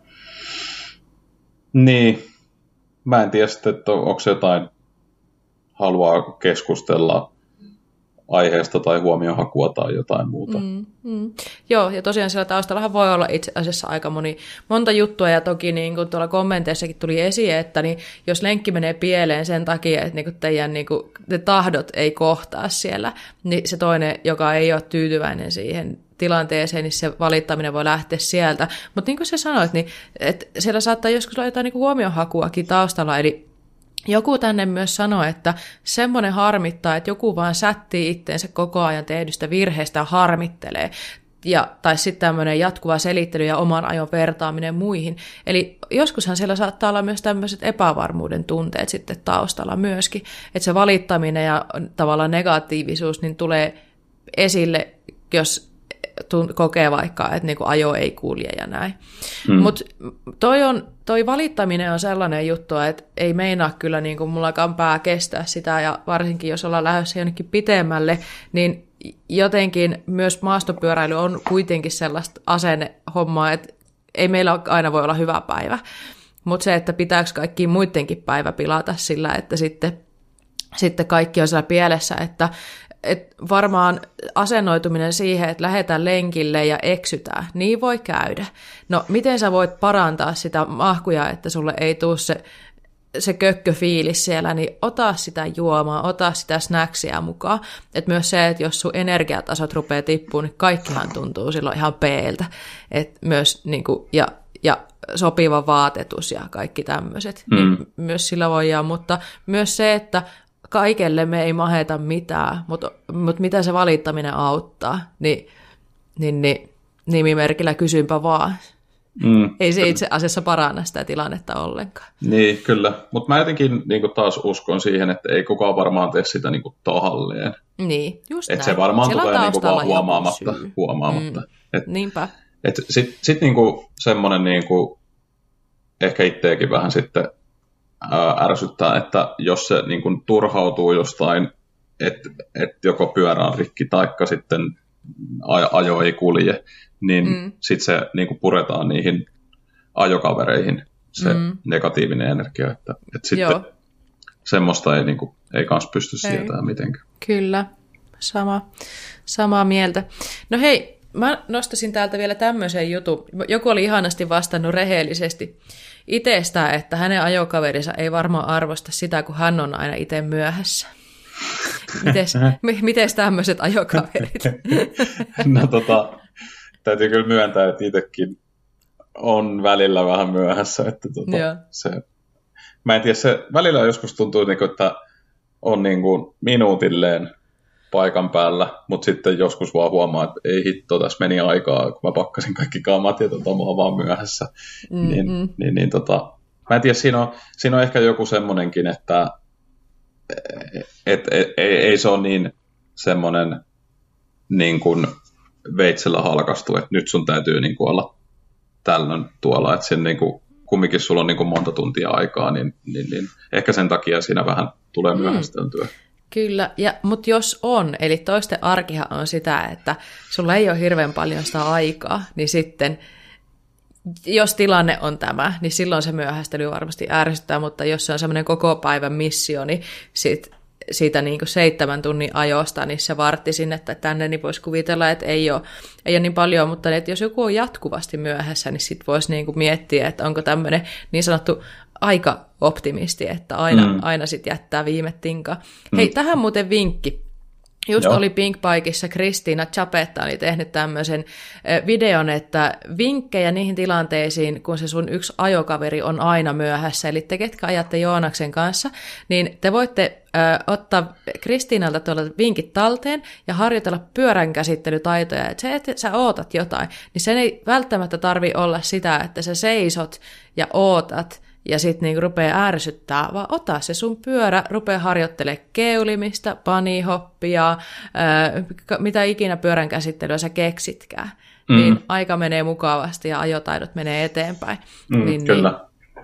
Niin. Mä en tiedä sitten, että onko se jotain haluaa keskustella aiheesta tai huomionhakua tai jotain muuta. Joo, ja tosiaan siellä taustallahan voi olla itse asiassa aika monta juttua, ja toki niin kuin tuolla kommenteissakin tuli esiin, että niin, jos lenkki menee pieleen sen takia, että niin kuin teidän niin kuin, te tahdot ei kohtaa siellä, niin se toinen, joka ei ole tyytyväinen siihen tilanteeseen, niin se valittaminen voi lähteä sieltä. Mutta niin kuin sä sanoit, niin että siellä saattaa joskus olla jotain niin kuin huomionhakuakin taustalla, eli joku tänne myös sanoi, että semmoinen harmittaa, että joku vaan sättii itteensä koko ajan tehdystä virheestä ja harmittelee. Tai sitten tämmöinen jatkuva selittely ja oman ajon vertaaminen muihin. Eli joskushan siellä saattaa olla myös tämmöiset epävarmuuden tunteet sitten taustalla myöskin. Että se valittaminen ja tavallaan negatiivisuus niin tulee esille, jos kokee vaikka, että niin kuin ajo ei kulje ja näin. Mutta toi valittaminen on sellainen juttu, että ei meinaa kyllä niin kuin mullakaan pää kestää sitä, ja varsinkin jos ollaan lähdössä jonnekin pitemmälle, niin jotenkin myös maastopyöräily on kuitenkin sellaista asennehommaa, että ei meillä aina voi olla hyvä päivä. Mutta se, että pitääkö kaikkiin muidenkin päivä pilata sillä, että sitten kaikki on siellä pielessä, että varmaan asennoituminen siihen, että lähdetään lenkille ja eksytään, niin voi käydä. No, miten sä voit parantaa sitä mahkuja, että sulle ei tule se kökköfiilis siellä, niin ota sitä juomaa, ota sitä snacksia mukaan. Et myös se, että jos sun energiatasot rupeaa tippumaan, niin kaikkihan tuntuu silloin ihan peeltä. Et myös niinku, ja sopiva vaatetus ja kaikki tämmöiset, niin myös sillä voidaan, mutta myös se, että kaikelle me ei maheta mitään, mutta mitä se valittaminen auttaa, niin nimimerkillä kysynpä vaan. Ei se itse asiassa paranna sitä tilannetta ollenkaan. Niin, kyllä. Mutta mä jotenkin niin taas uskon siihen, että ei kukaan varmaan tee sitä niin tahalleen. Niin, just näin. Se varmaan tulee niin vaan huomaamatta. Niinpä. Sitten niin semmoinen, niin ehkä itseäkin vähän sitten ärsyttää, että jos se niin kuin turhautuu jostain, että joko pyörä on rikki taikka sitten ajo ei kulje, niin sitten se niin kuin puretaan niihin ajokavereihin se negatiivinen energia, että sitten semmoista ei kans pysty sietämään mitenkään. Kyllä, samaa mieltä. No hei, mä nostasin täältä vielä tämmöisen jutun. Joku oli ihanasti vastannut rehellisesti itsestään, että hänen ajokaverinsa ei varmaan arvosta sitä, kun hän on aina itse myöhässä. Mites tämmöiset ajokaverit? No täytyy kyllä myöntää, että itsekin on välillä vähän myöhässä. Että mä en tiedä, se välillä joskus tuntuu, että on niin kuin minuutilleen paikan päällä, mutta sitten joskus vaan huomaa, että ei hitto, tässä meni aikaa, kun mä pakkasin kaikki kamat ja mä oon vaan myöhässä. Mä en tiedä, siinä on ehkä joku semmonenkin, että ei se ole niin semmoinen niin kuin veitsellä halkastu, että nyt sun täytyy niin kuin olla tällöin tuolla, että sen niin kuin, kumminkin sulla on niin kuin monta tuntia aikaa, niin ehkä sen takia siinä vähän tulee myöhästeltyä. Kyllä, mutta jos on, eli toisten arkihan on sitä, että sulla ei ole hirveän paljon sitä aikaa, niin sitten jos tilanne on tämä, niin silloin se myöhästely varmasti ärsyttää, mutta jos se on semmoinen koko päivän missio, niin siitä niin kuin 7 tunnin ajosta, niin se vartti sinne tai tänne, niin voisi kuvitella, että ei ole niin paljon, mutta että jos joku on jatkuvasti myöhässä, niin sitten voisi niin kuin miettiä, että onko tämmöinen niin sanottu aika-optimisti, että aina sitten jättää viime tinkaan. Hei, tähän muuten vinkki. Just oli Pinkbikeissa Kristiina Chapetta oli tehnyt tämmöisen videon, että vinkkejä niihin tilanteisiin, kun se sun yksi ajokaveri on aina myöhässä, eli te ketkä ajatte Joonaksen kanssa, niin te voitte ottaa Kristiinalta tuolla vinkit talteen ja harjoitella pyörän käsittelytaitoja, että se, että sä ootat jotain, niin sen ei välttämättä tarvi olla sitä, että sä seisot ja ootat, ja sitten niinku rupeaa ärsyttää, vaan ota se sun pyörä, rupeaa harjoittelemaan keulimista, bunnyhoppia, mitä ikinä pyörän käsittelyä sä keksitkään. Niin aika menee mukavasti ja ajotaidot menee eteenpäin. Kyllä.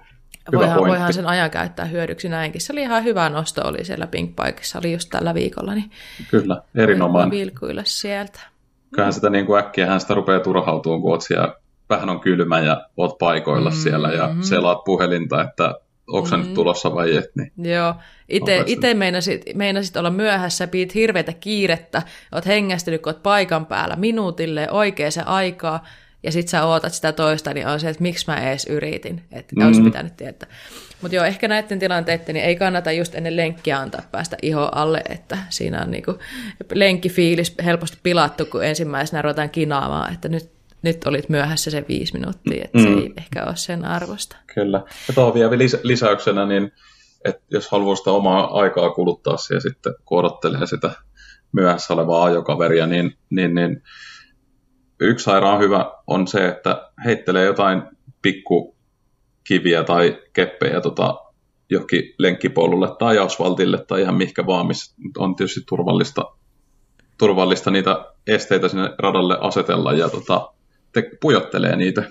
Voihan sen ajan käyttää hyödyksi näinkin. Se oli ihan hyvä nosto, oli siellä Pinkbikeissa, oli just tällä viikolla. Niin kyllä, erinomainen. Vilkuilla sieltä. Kyllähän sitä niin kuin äkkiähän sitä rupeaa turhautumaan, kun oot siellä vähän on kylmä ja oot paikoilla siellä ja selaat puhelinta, että onko se nyt tulossa vai et. Niin joo, itse meinasit olla myöhässä, piit hirveätä kiirettä, oot hengästynyt, kun oot paikan päällä minuutille oikeaan aikaa, ja sit sä ootat sitä toista, niin on se, että miksi mä edes yritin, että olisi pitänyt tietää. Mutta joo, ehkä näiden tilanteiden niin ei kannata just ennen lenkkiä antaa päästä iho alle, että siinä on niinku lenkkifiilis helposti pilattu, kun ensimmäisenä ruvetaan kinaamaan, että nyt olit myöhässä se 5 minuuttia, että se ei ehkä ole sen arvosta. Kyllä. Ja tuohon vielä lisäyksenä, niin että jos haluaa sitä omaa aikaa kuluttaa siihen sitten, kun odottelee sitä myöhässä olevaa ajokaveria, niin yksi sairaan hyvä on se, että heittelee jotain pikkukiviä tai keppejä johonkin lenkkipolulle tai asfaltille tai ihan mihinkä vaan, missä on tietysti turvallista niitä esteitä sinne radalle asetella ja pujottelee niitä.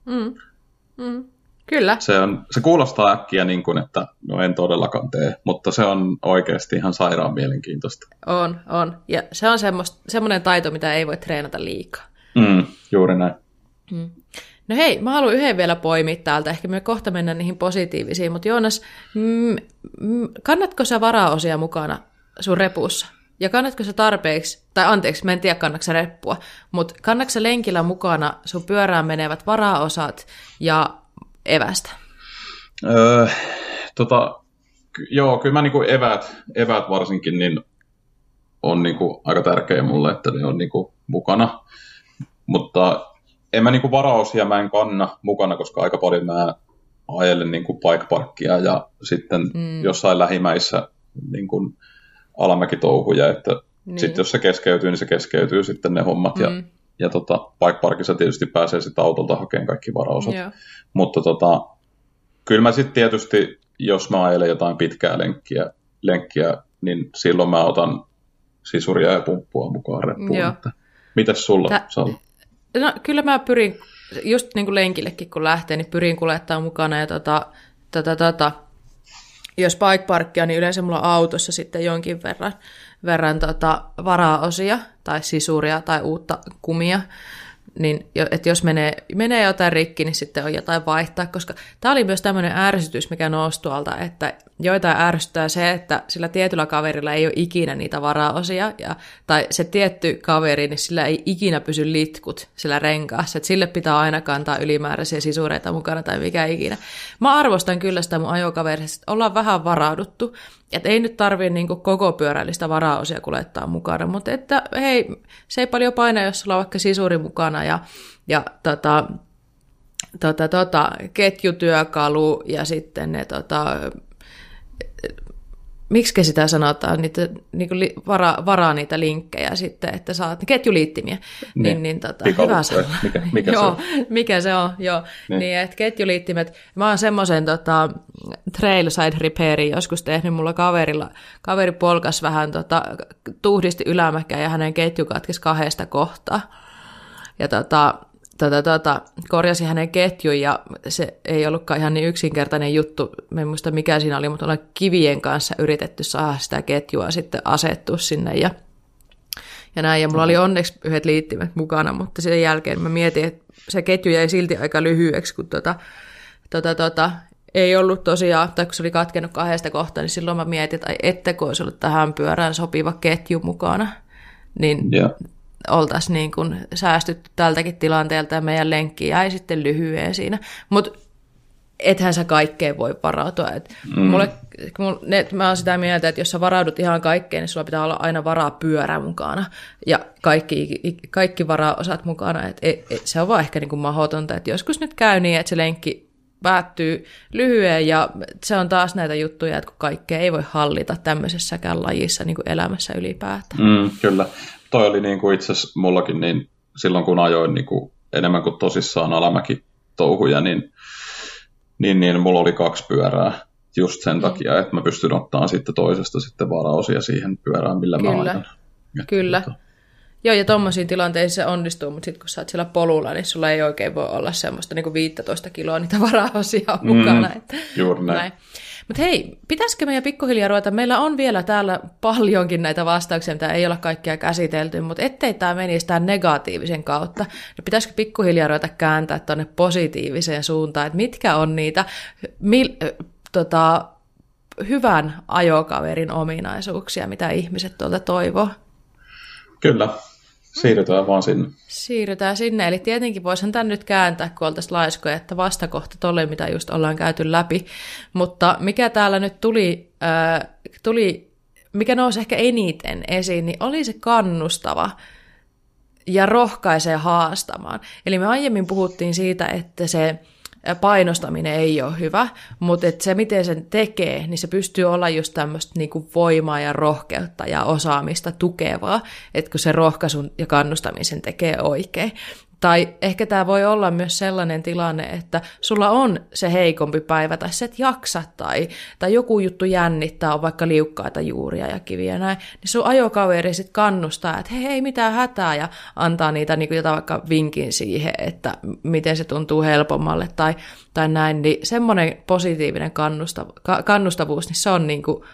Kyllä. Se kuulostaa äkkiä niin kuin, että no en todellakaan tee, mutta se on oikeasti ihan sairaan mielenkiintoista. On. Ja se on semmoinen taito, mitä ei voi treenata liikaa. Juuri näin. No hei, mä haluan yhden vielä poimia täältä. Ehkä me kohta mennään niihin positiivisiin, mutta Joonas, kannatko sä varaosia mukana sun repussa? Ja kannatko sä tarpeeksi, tai anteeksi, mä en tiedä kannatko sä reppua, mutta kannatko sä lenkillä mukana sun pyörään menevät varaosat ja evästä? Joo, kyllä mä niinku eväät varsinkin niin on niinku aika tärkeä mulle, että ne on niinku mukana. Mutta en mä niinku varaosia mä en kanna mukana, koska aika paljon mä ajelen niinku bike-parkkia ja sitten jossain lähimäissä niinku alamäkitouhuja, että sitten jos se keskeytyy, niin se keskeytyy sitten ne hommat. Ja bike-parkissa tietysti pääsee sitten autolta hakemaan kaikki varaosat. Mutta kyllä mä sitten tietysti, jos mä ajelen jotain pitkää lenkkiä, niin silloin mä otan sisuria ja pumppua mukaan reppuun. Mitäs sulla, Salla? No kyllä mä pyrin, just niin kuin lenkillekin kun lähtee, niin pyrin kuljettaa mukana. Ja jos bike-parkkia, niin yleensä mulla on autossa sitten jonkin verran varaosia tai sisuria tai uutta kumia. Niin, että jos menee jotain rikki, niin sitten on jotain vaihtaa, koska tämä oli myös tämmöinen ärsytys, mikä nousi tuolta, että joitain ärsyttää se, että sillä tietyllä kaverilla ei ole ikinä niitä varaosia, tai se tietty kaveri, niin sillä ei ikinä pysy litkut sillä renkaassa, että sille pitää aina kantaa ylimääräisiä sisureita mukana tai mikä ikinä. Mä arvostan kyllä sitä mun ajokaverista, että ollaan vähän varauduttu, että ei nyt tarvitse niinku koko pyörällistä varaosia kuljettaa mukana, mutta että hei, se ei paljon paina, jos sulla on vaikka sisuri mukana ja ketjutyökalu ja sitten ne miksi sitä sanotaan, niitä, niinku varaa niitä linkkejä sitten, että saat ketjuliittimiä. Hyvä sana. Mikä se on? Mikä se on, joo. Niin, että ketjuliittimet, mä oon semmoisen trailside repairin joskus tehnyt mulla kaveri polkas vähän tuhdisti ylämäkään ja hänen ketju katkesi 2 kohtaa. Ja korjasi hänen ketjun ja se ei ollutkaan ihan niin yksinkertainen juttu. Mä en muista mikä siinä oli, mutta ollaan kivien kanssa yritetty saada sitä ketjua sitten asettua sinne ja näin. Ja mulla oli onneksi yhdet liittimet mukana, mutta sen jälkeen mä mietin, että se ketju jäi silti aika lyhyeksi, kun ei ollut tosiaan, tai kun se oli katkennut 2 kohtaa, niin silloin mä mietin, että ettekö olisi ollut tähän pyörään sopiva ketju mukana, niin oltaisiin niin kuin säästytty tältäkin tilanteelta ja meidän lenkki jäi sitten lyhyen siinä. Mutta ethän sä kaikkeen voi varautua. Mä oon sitä mieltä, että jos sä varaudut ihan kaikkeen, niin sulla pitää olla aina varaa pyörä mukana ja kaikki varaosat mukana. Se on vaan ehkä niin kuin mahdotonta, että joskus nyt käy niin, että se lenkki päättyy lyhyen ja se on taas näitä juttuja, että kun kaikkea ei voi hallita tämmöisessäkään lajissa niin kuin elämässä ylipäätään. Kyllä. Toi oli niin kuin itse asiassa mullakin, niin silloin kun ajoin niin kuin enemmän kuin tosissaan alamäkitouhuja, niin mulla oli 2 pyörää just sen takia, että mä pystyn ottamaan sitten toisesta sitten varaosia siihen pyörään, millä mä ajan. Kyllä. Joo, ja tommosiin tilanteissa se onnistuu, mutta sitten kun sä oot siellä polulla, niin sulla ei oikein voi olla semmoista niin kuin 15 kiloa niitä varaosia mukana. Juuri näin. Mutta hei, pitäisikö meidän pikkuhiljaa ruveta? Meillä on vielä täällä paljonkin näitä vastauksia, mitä ei olla kaikkia käsitelty, mutta ettei tämä menisi tämän negatiivisen kautta, niin pitäisikö pikkuhiljaa ruveta kääntää tuonne positiiviseen suuntaan, että mitkä on niitä hyvän ajokaverin ominaisuuksia, mitä ihmiset tuolta toivoo? Kyllä. Siirrytään vaan sinne. Siirrytään sinne, eli tietenkin voisin tämän nyt kääntää, kun oltaisiin laiskoja, että vastakohta tolle, mitä just ollaan käyty läpi. Mutta mikä täällä nyt tuli, mikä nousi ehkä eniten esiin, niin oli se kannustava ja rohkaisee haastamaan. Eli me aiemmin puhuttiin siitä, että se painostaminen ei ole hyvä, mutta että se, miten sen tekee, niin se pystyy olla just tämmöistä niinku voimaa ja rohkeutta ja osaamista tukevaa, että kun se rohkaisun ja kannustamisen tekee oikein. Tai ehkä tämä voi olla myös sellainen tilanne, että sulla on se heikompi päivä, tai sä et jaksa, tai joku juttu jännittää, on vaikka liukkaita juuria ja kiviä ja näin, niin sun ajokaveri sitten kannustaa, että hei, ei mitään hätää, ja antaa niitä niin kuin jotain vaikka vinkin siihen, että miten se tuntuu helpommalle, tai näin, niin semmoinen positiivinen kannustavuus, niin se on niin kuin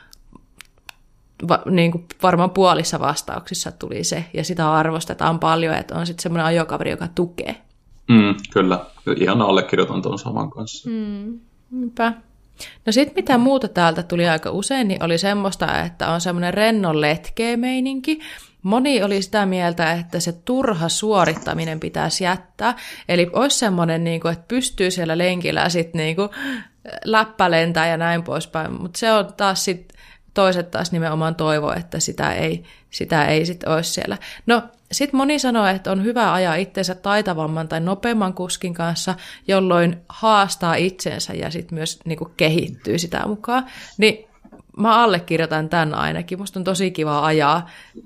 varmaan puolissa vastauksissa tuli se, ja sitä arvostetaan paljon, että on sitten semmoinen ajokaveri, joka tukee. Kyllä, ihan allekirjoitan tuon saman kanssa. Niinpä. No sitten mitä muuta täältä tuli aika usein, niin oli semmoista, että on semmoinen rennon letkeä meininki. Moni oli sitä mieltä, että se turha suorittaminen pitäisi jättää, eli olisi semmoinen, että pystyy siellä lenkillä sitten läppä lentää ja näin poispäin, mutta se on taas sitten toiset taas nimenomaan toivoo, että sitä ei sitten olisi siellä. No, sitten moni sanoo, että on hyvä ajaa itsensä taitavamman tai nopeamman kuskin kanssa, jolloin haastaa itsensä ja sitten myös kehittyy sitä mukaan. Niin mä allekirjoitan tämän ainakin. Musta on tosi kiva ajaa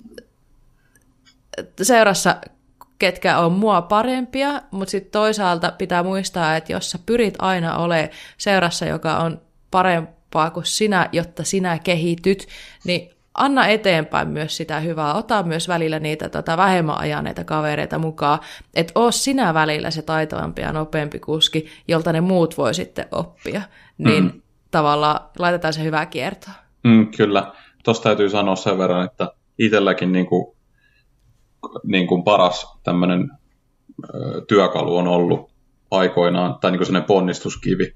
seurassa, ketkä on mua parempia, mutta sitten toisaalta pitää muistaa, että jos sä pyrit aina olemaan seurassa, joka on parempaa kuin sinä, jotta sinä kehityt, niin anna eteenpäin myös sitä hyvää. Ota myös välillä niitä vähemmän ajaneita kavereita mukaan, että oo sinä välillä se taitavampi ja nopeampi kuski, jolta ne muut voi sitten oppia. Niin tavallaan laitetaan se hyvää kiertoa. Kyllä. Tuosta täytyy sanoa sen verran, että itselläkin niin kuin paras tämmöinen työkalu on ollut aikoinaan, tai niin kuin sellainen ponnistuskivi,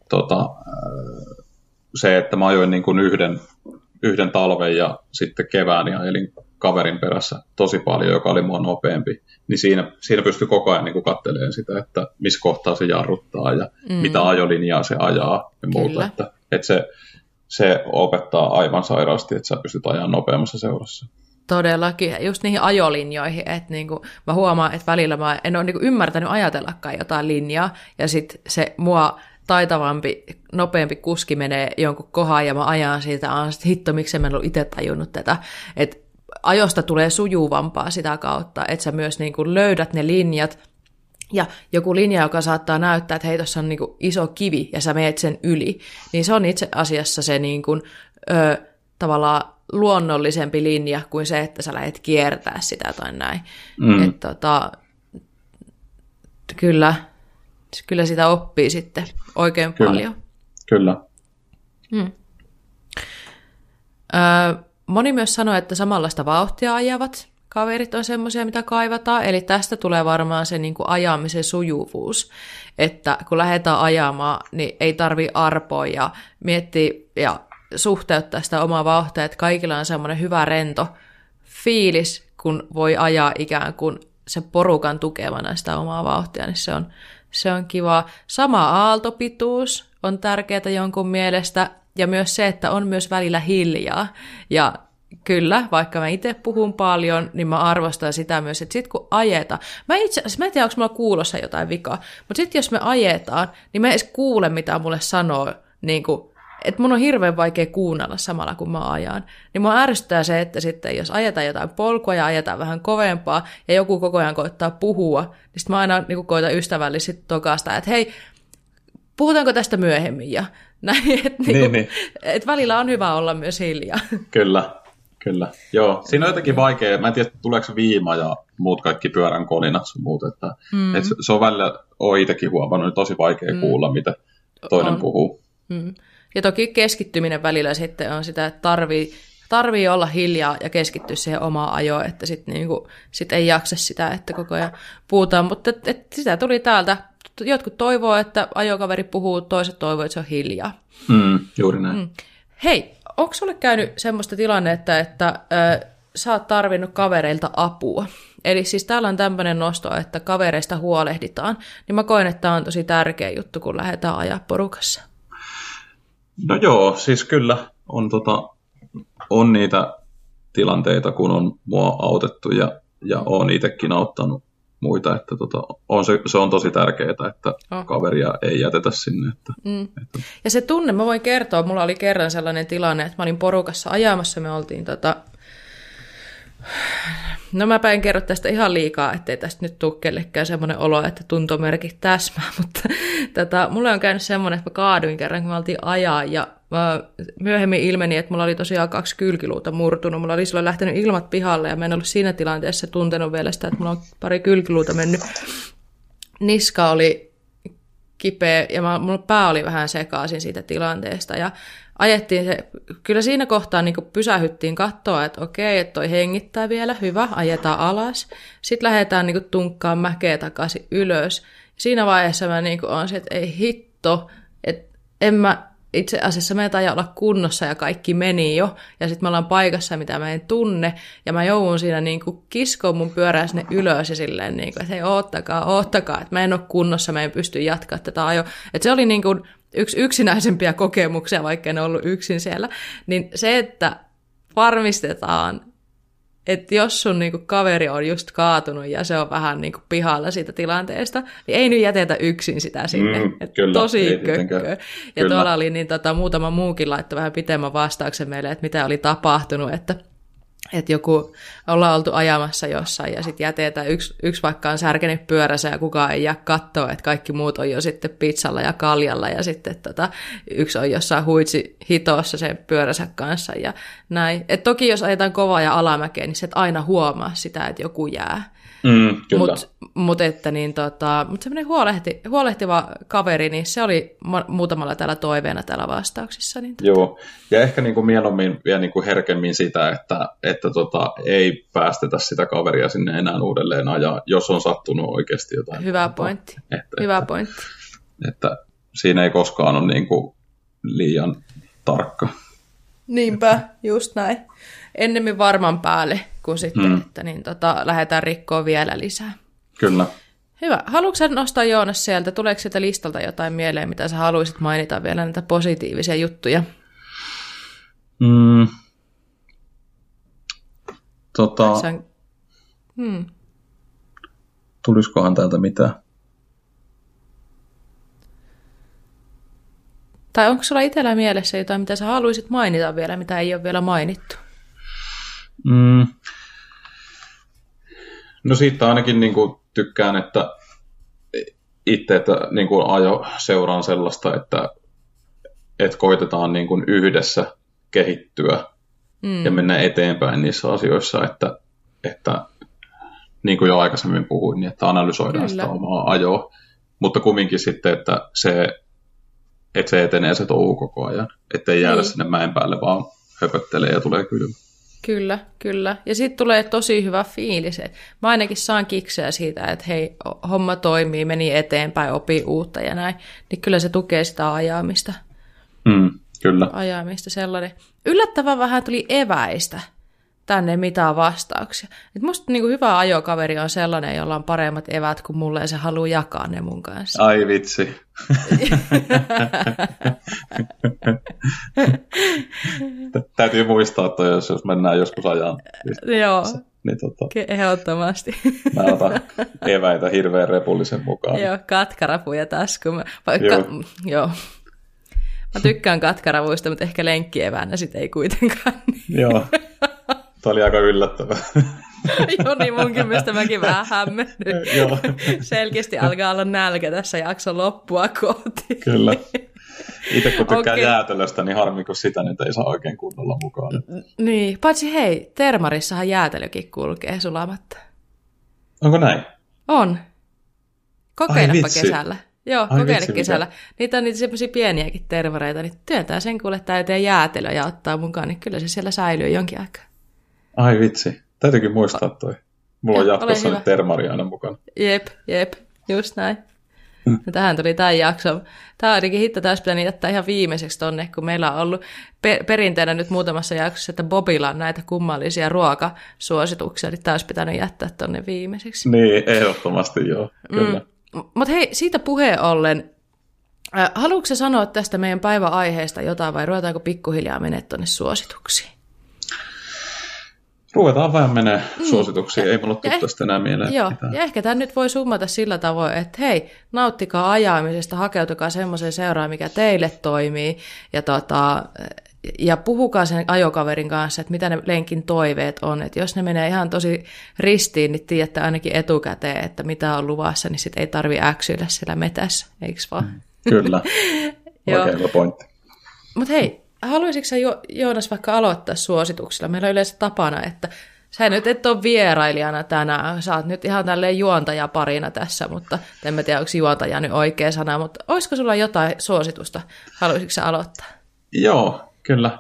se, että mä ajoin niin kuin yhden talven ja sitten kevään ja elin kaverin perässä tosi paljon, joka oli mua nopeampi, niin siinä pystyi koko ajan niin katselemaan sitä, että missä kohtaa se jarruttaa ja mitä ajolinjaa se ajaa ja muuta. Että se opettaa aivan sairaasti, että sä pystyt ajamaan nopeammassa seurassa. Todellakin, just niihin ajolinjoihin, että mä huomaan, että välillä mä en ole ymmärtänyt ajatellakaan jotain linjaa, ja sitten se mua taitavampi, nopeampi kuski menee jonkun kohan ja mä ajan siitä, hitto, miksi mä en ollut itse tajunnut tätä, että ajosta tulee sujuvampaa sitä kautta, että sä myös löydät ne linjat, ja joku linja, joka saattaa näyttää, että hei, tuossa on iso kivi ja sä meet sen yli, niin se on itse asiassa se tavallaan luonnollisempi linja kuin se, että sä lähdet kiertää sitä tai näin. Että Kyllä sitä oppii sitten oikein paljon. Kyllä. Moni myös sanoo, että samanlaista vauhtia ajavat kaverit on semmoisia, mitä kaivataan. Eli tästä tulee varmaan se ajamisen sujuvuus. Että kun lähdetään ajamaan, niin ei tarvitse arpoa ja miettiä ja suhteuttaa sitä omaa vauhtia, että kaikilla on semmoinen hyvä rento fiilis, kun voi ajaa ikään kuin se porukan tukemana sitä omaa vauhtia, niin se on kiva. Sama aaltopituus on tärkeää jonkun mielestä, ja myös se, että on myös välillä hiljaa. Ja kyllä, vaikka mä itse puhun paljon, niin mä arvostan sitä myös, että sit kun ajetaan, mä en tiedä, onko mulla kuulossa jotain vikaa, mutta sitten jos me ajetaan, niin mä en edes kuule, mitä mulle sanoo, että mun on hirveän vaikea kuunnella samalla, kun mä ajan. Niin mua ärsyttää se, että sitten jos ajetaan jotain polkua ja ajetaan vähän kovempaa, ja joku koko ajan koittaa puhua, niin sitten mä aina koitan ystävällisesti tokaista, että hei, puhutaanko tästä myöhemmin? Ja näin, että et välillä on hyvä olla myös hiljaa. Kyllä. Joo, siinä on jotenkin vaikea. Mä en tiedä, tuleeko se viima ja muut kaikki pyörän kolinat sun muut. Että se on välillä, oon itsekin huomannut, niin tosi vaikea kuulla, mitä toinen puhuu. Ja toki keskittyminen välillä sitten on sitä, että tarvii olla hiljaa ja keskittyä siihen omaan ajoon, että sitten sit ei jaksa sitä, että koko ajan puhutaan. Mutta sitä tuli täältä. Jotkut toivoo, että ajokaveri puhuu, toiset toivoo, että se on hiljaa. Juuri näin. Hei, onko sulle käynyt semmoista tilannetta, että sä oot tarvinnut kavereilta apua? Eli siis täällä on tämmöinen nosto, että kavereista huolehditaan. Niin mä koen, että tämä on tosi tärkeä juttu, kun lähdetään ajaa porukassa. No joo, siis kyllä on niitä tilanteita, kun on mua autettu ja on itsekin auttanut muita, että se on tosi tärkeää, että kaveria ei jätetä sinne. Että. Ja se tunne, mä voin kertoa, mulla oli kerran sellainen tilanne, että mä olin porukassa ajamassa, me oltiin No mäpä en kerro tästä ihan liikaa, ettei tästä nyt tule kellekään semmoinen olo, että tuntomerkit täsmää, mutta mulle on käynyt semmoinen, että mä kaaduin kerran, kun me oltiin ajaa, ja myöhemmin ilmeni, että mulla oli tosiaan 2 kylkiluuta murtunut. Mulla oli silloin lähtenyt ilmat pihalle, ja mä en ollut siinä tilanteessa tuntenut vielä sitä, että mulla on pari kylkiluuta mennyt. Niska oli kipeä, ja mulla pää oli vähän sekaisin siitä tilanteesta, ja ajettiin se, kyllä siinä kohtaa niin pysähyttiin katsoa, että okei, että toi hengittää vielä, hyvä, ajetaan alas. Sitten lähdetään niin tunkkaan mäkeä takaisin ylös. Siinä vaiheessa mä niin on se, että ei hitto, että en mä itse asiassa me taida olla kunnossa ja kaikki meni jo. Ja sitten me ollaan paikassa, mitä mä en tunne. Ja mä joudun siinä niin kiskoon mun pyörää sinne ylös ja silleen, niin kuin, että hei, oottakaa, että mä en ole kunnossa, mä en pysty jatkaa tätä ajoa. Että se oli niin kuin yksi yksinäisempiä kokemuksia, vaikka en ollut yksin siellä. Niin se, että varmistetaan, että jos sun niinku kaveri on just kaatunut ja se on vähän niinku pihalla siitä tilanteesta, niin ei nyt jätetä yksin sitä sinne. Kyllä, tosi kökkö. Ja tuolla oli niin muutama muukin laittoi vähän pitemmän vastauksen meille, että mitä oli tapahtunut, että joku ollaan oltu ajamassa jossain ja sitten jätetään yksi vaikka on särkenyt pyörässä ja kukaan ei jää katsoa, että kaikki muut on jo sitten pizzalla ja kaljalla ja sitten yksi on jossain huitsi hitossa sen pyöränsä kanssa ja näin. Et toki jos ajetaan kovaa ja alamäkeä, niin se et aina huomaa sitä, että joku jää. Mutta semmoinen huolehtiva kaveri, niin se oli muutamalla täällä toiveena täällä vastauksissa. Niin Joo, ja ehkä niinku mieluummin vielä niinku herkemmin sitä, että ei päästetä sitä kaveria sinne enää uudelleen ajaa, jos on sattunut oikeasti jotain. Hyvä pointti. Hyvä pointti. Että siinä ei koskaan ole niinku liian tarkka. Niinpä, just näin. Ennemmin varman päälle kuin sitten, että lähdetään rikkoa vielä lisää. Kyllä. Hyvä. Haluatko sä nostaa, Joonas, sieltä? Tuleeko sieltä listalta jotain mieleen, mitä sä haluaisit mainita vielä näitä positiivisia juttuja? Tulisikohan täältä mitään? Tai onko sulla itsellä mielessä jotain, mitä sä haluaisit mainita vielä, mitä ei ole vielä mainittu? No siitä ainakin niin kuin tykkään, että itse että niin kuin ajo seuraan sellaista, että koitetaan niin kuin yhdessä kehittyä ja mennä eteenpäin niissä asioissa, että niin kuin jo aikaisemmin puhuin, niin että analysoidaan sitä omaa ajoa, mutta kumminkin sitten, että se etenee se touhu koko ajan, ettei jäädä sinne mäen päälle, vaan höpöttelee ja tulee kylmä. Kyllä. Ja sitten tulee tosi hyvä fiilis. Mä ainakin saan kikseä siitä, että hei, homma toimii, meni eteenpäin, opii uutta ja näin. Niin kyllä se tukee sitä ajamista. Kyllä. Ajamista sellainen. Yllättävän vähän tuli eväistä tänne mitään vastauksia. Et musta niinku hyvä ajokaveri on sellainen, jolla on paremmat evät kuin mulle ja se haluaa jakaa ne mun kanssa. Ai vitsi. Täytyy muistaa toi, jos mennään joskus ajan. Joo, niin ehdottomasti. Mä otan eväitä hirveän repullisen mukaan. Joo, katkarapuja taskuun. Joo. Mä tykkään katkaravuista, mutta ehkä lenkkieväänä sit ei kuitenkaan. Joo, tämä oli aika yllättävää. Joo, niin munkin mielestä mäkin vähän hämmennyt. Joo. Selkeästi alkaa olla nälkä tässä jakson loppua kohti. Kyllä. Itse kun tykkään jäätelöstä, niin harmi, kun sitä nyt ei saa oikein kunnolla mukaan. Niin, paitsi hei, Termarissahan jäätelökin kulkee sulamatta. Onko näin? On. Kokeilepa kesällä. Joo, kokeile kesällä. Niitä on niitä semmoisia pieniäkin tervareita, niin työntää sen kuule täyteen jäätelöä ja ottaa mukaan, niin kyllä se siellä säilyy jonkin aikaa. Ai vitsi, täytyykin muistaa toi. Mulla on jatkossa nyt termari aina mukana. Jep, just näin. No, tähän tuli tämä jakso. Tämä on ainakin hitto, tämä olisi pitänyt jättää ihan viimeiseksi tonne, kun meillä on ollut perinteenä nyt muutamassa jaksossa, että Bobilla on näitä kummallisia ruokasuosituksia, niin tämä olisi pitänyt jättää tonne viimeiseksi. Niin, ehdottomasti joo, kyllä. Mutta hei, siitä puheen ollen, haluatko sä sanoa tästä meidän päivän aiheesta jotain vai ruvetaanko pikkuhiljaa menee tuonne suosituksiin? Ruvetaan vähän menee suosituksiin, ei mulla tule tästä enää mieleen. Joo, ja ehkä tämä nyt voi summata sillä tavoin, että hei, nauttikaa ajamisesta, hakeutukaa semmoiseen seuraan, mikä teille toimii, ja ja puhukaa sen ajokaverin kanssa, että mitä ne lenkin toiveet on. Että jos ne menee ihan tosi ristiin, niin tiedätte ainakin etukäteen, että mitä on luvassa, niin sitten ei tarvitse äksyillä siellä metässä, eikö vaan? Kyllä, oikein hyvä pointti. Mutta hei, haluaisitko sä Joonas vaikka aloittaa suosituksilla? Meillä on yleensä tapana, että sä nyt et ole vierailijana tänään, sä oot nyt ihan tälleen juontajaparina tässä, mutta en mä tiedä, onko juontaja nyt oikea sana, mutta olisiko sulla jotain suositusta? Haluaisitko sä aloittaa? Joo, kyllä.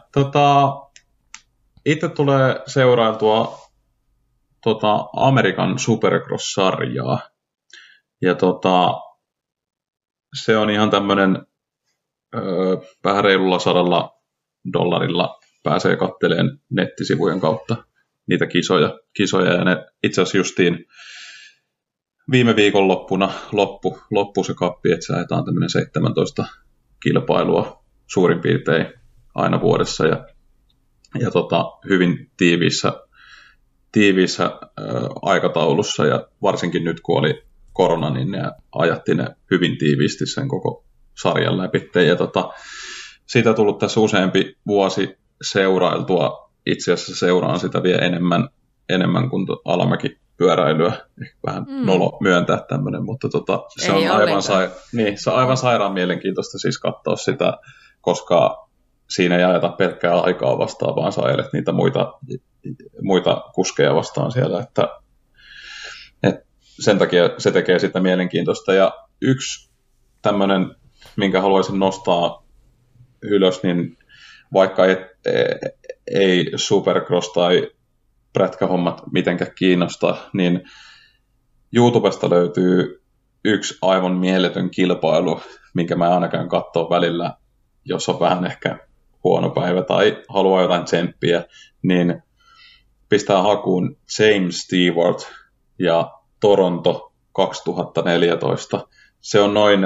Itse tulee seurailtua American Supercross-sarjaa, ja se on ihan tämmöinen vähän reilulla $100 pääsee katteleen nettisivujen kautta niitä kisoja, ja ne itse asiassa justiin viime viikonloppuna loppu se kappi, että säädetään tämmöinen 17 kilpailua suurin piirtein aina vuodessa, ja hyvin tiiviissä aikataulussa, ja varsinkin nyt kun oli korona, niin ne ajatti ne hyvin tiiviisti sen koko sarjan läpi, ja siitä on tullut tässä useampi vuosi seurailtua. Itse asiassa seuraan sitä vielä enemmän kuin alamäkipyöräilyä. Ehkä vähän nolo myöntää tämmöinen, mutta se on aivan sairaan mielenkiintoista siis katsoa sitä, koska siinä ei ajeta pelkkää aikaa vastaan, vaan sä ajelet niitä muita kuskeja vastaan siellä, että sen takia se tekee sitä mielenkiintoista. Ja yksi tämmöinen, minkä haluaisin nostaa ylös, niin vaikka ei Supercross tai prätkähommat mitenkään kiinnosta, niin YouTubesta löytyy yksi aivan mieletön kilpailu, minkä mä ainakaan katsoo välillä, jos on vähän ehkä huono päivä tai haluaa jotain tsemppiä, niin pistää hakuun James Stewart ja Toronto 2014. Se on noin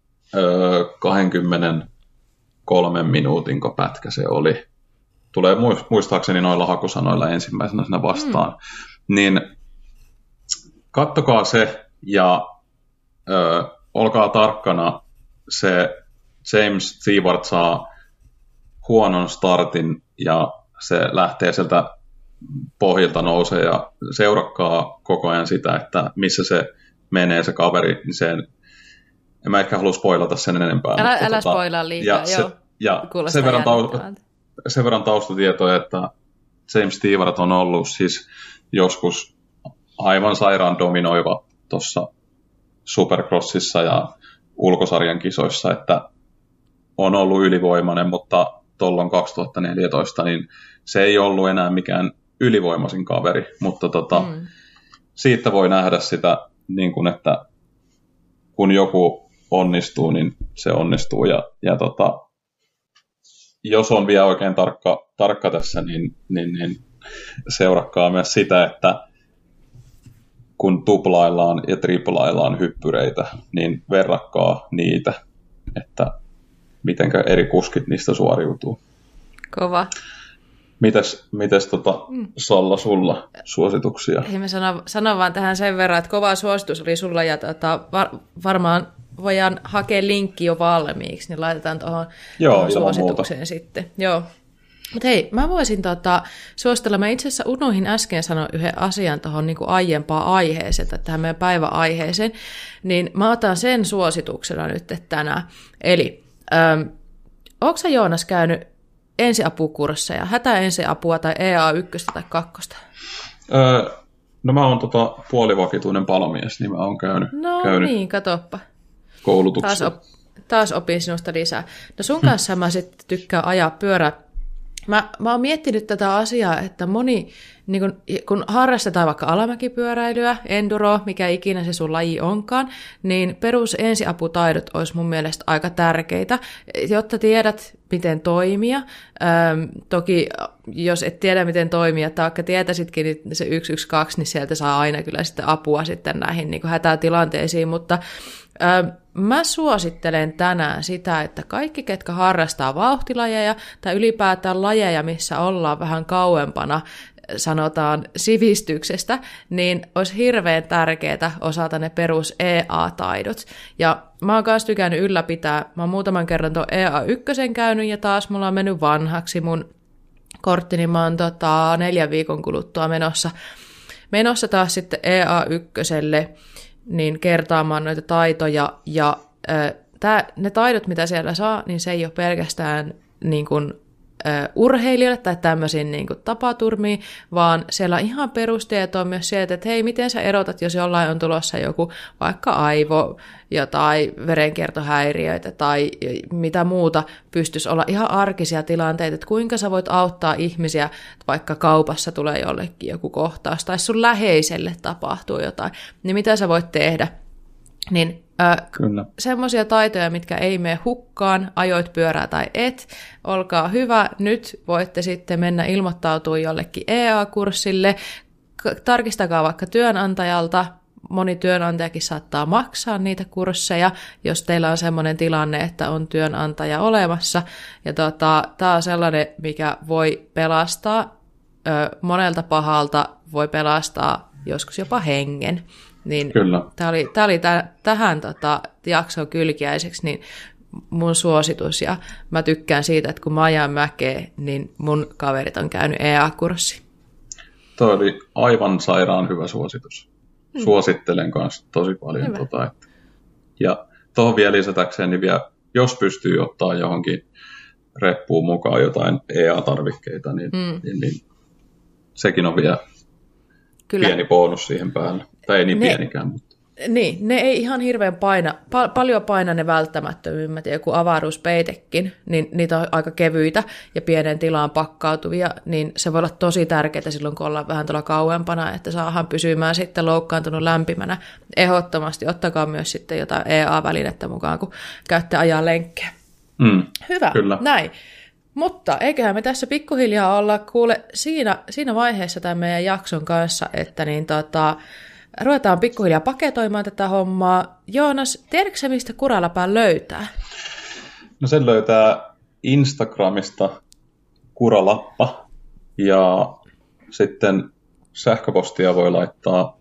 23 minuutin pätkä se oli. Tulee muistaakseni noilla hakusanoilla ensimmäisenä siinä vastaan. Niin kattokaa se ja olkaa tarkkana. Se James Stewart saa huonon startin ja se lähtee sieltä pohjilta nousee ja seurakkaa koko ajan sitä, että missä se menee se kaveri. Niin en mä ehkä halua spoilata sen enempää. Älä spoilaa liikaa, ja sen verran taustatietoja, että James Stewart on ollut siis joskus aivan sairaan dominoiva tuossa Supercrossissa ja ulkosarjan kisoissa, että on ollut ylivoimainen, mutta tuolloin 2014 niin se ei ollut enää mikään ylivoimaisin kaveri, mutta siitä voi nähdä sitä, niin kuin, että kun joku onnistuu, niin se onnistuu ja jos on vielä oikein tarkka tässä, niin seurakkaa myös sitä, että kun tuplaillaan ja triplaillaan hyppyreitä, niin verrakkaa niitä, että mitenkä eri kuskit niistä suoriutuu. Kova. Mites Salla, sulla suosituksia? Mä sanon vaan tähän sen verran, että kova suositus oli sulla, ja varmaan voidaan hakea linkki jo valmiiksi, niin laitetaan tuohon suositukseen sitten. Joo. Mutta hei, mä voisin suositella, mä itse asiassa unohin äsken sanoa yhden asian tuohon niin kuin aiempaan aiheeseen, tai tähän meidän päiväaiheeseen, niin mä otan sen suosituksena nyt tänään. Eli, ootko sä Joonas käynyt ensiapukursseja, hätäensiapua tai EA1 tai 2? No mä oon puolivakituinen palomies, niin mä oon käynyt niin, katoppa. Koulutuksessa. Taas opin sinusta lisää. No sun kanssa mä sitten tykkään ajaa pyörää. Mä oon miettinyt tätä asiaa, että moni, niin kun harrastetaan vaikka alamäkipyöräilyä, enduro, mikä ikinä se sun laji onkaan, niin perus ensiaputaidot olisi mun mielestä aika tärkeitä, jotta tiedät, miten toimia. Toki jos et tiedä, miten toimia, tai vaikka tietäisitkin niin se 112, niin sieltä saa aina kyllä sitten apua sitten näihin niin kuin hätätilanteisiin, mutta mä suosittelen tänään sitä, että kaikki, ketkä harrastaa vauhtilajeja tai ylipäätään lajeja, missä ollaan vähän kauempana sanotaan sivistyksestä, niin olisi hirveän tärkeää osata ne perus EA-taidot. Ja mä oon kanssa tykännyt ylläpitää, mä oon muutaman kerran tuon EA1 käynyt ja taas mulla on mennyt vanhaksi mun kortti, niin mä oon 4 viikon kuluttua menossa taas sitten EA1, niin kertaamaan noita taitoja ja ne taidot, mitä siellä saa, niin se ei ole pelkästään niin kuin urheilijoille tai tämmöisiin niin kuin tapaturmiin, vaan siellä on ihan perustietoa myös sieltä, että hei, miten sä erotat, jos jollain on tulossa joku vaikka tai verenkiertohäiriöitä tai mitä muuta pystyisi olla ihan arkisia tilanteita, että kuinka sä voit auttaa ihmisiä, että vaikka kaupassa tulee jollekin joku kohtaus tai sun läheiselle tapahtuu jotain, niin mitä sä voit tehdä, niin semmoisia taitoja, mitkä ei mene hukkaan, ajoit pyörää tai et, olkaa hyvä, nyt voitte sitten mennä ilmoittautua jollekin EA-kurssille, tarkistakaa vaikka työnantajalta, moni työnantajakin saattaa maksaa niitä kursseja, jos teillä on semmoinen tilanne, että on työnantaja olemassa, ja tämä on sellainen, mikä voi pelastaa monelta pahalta, voi pelastaa joskus jopa hengen. Niin tämä oli tähän jakson kylkiäiseksi niin mun suositus, ja mä tykkään siitä, että kun mä ajan mäkeä, niin mun kaverit on käynyt EA-kurssi. Toi oli aivan sairaan hyvä suositus. Suosittelen kanssa tosi paljon. Ja tuohon vielä lisätäkseen, niin vielä, jos pystyy ottaa johonkin reppuun mukaan jotain EA-tarvikkeita, niin sekin on vielä pieni bonus siihen päälle. Tai ei niin pienikään, mutta... Niin, ne ei ihan hirveän paljon paina ne välttämättömimmät, ja joku avaruuspeitekin, niin niitä on aika kevyitä ja pienen tilaan pakkautuvia, niin se voi olla tosi tärkeää silloin, kun ollaan vähän tuolla kauempana, että saadaan pysymään sitten loukkaantunut lämpimänä. Ehdottomasti ottakaa myös sitten jotain EA-välinettä mukaan, kun käytte ajaa lenkkejä. Hyvä, kyllä. Näin. Mutta eiköhän me tässä pikkuhiljaa olla kuule siinä vaiheessa tämän meidän jakson kanssa, että ruvetaan pikkuhiljaa paketoimaan tätä hommaa. Joonas, tiedätkö sä, mistä Kuraläpän löytää? No sen löytää Instagramista Kuralappa, ja sitten sähköpostia voi laittaa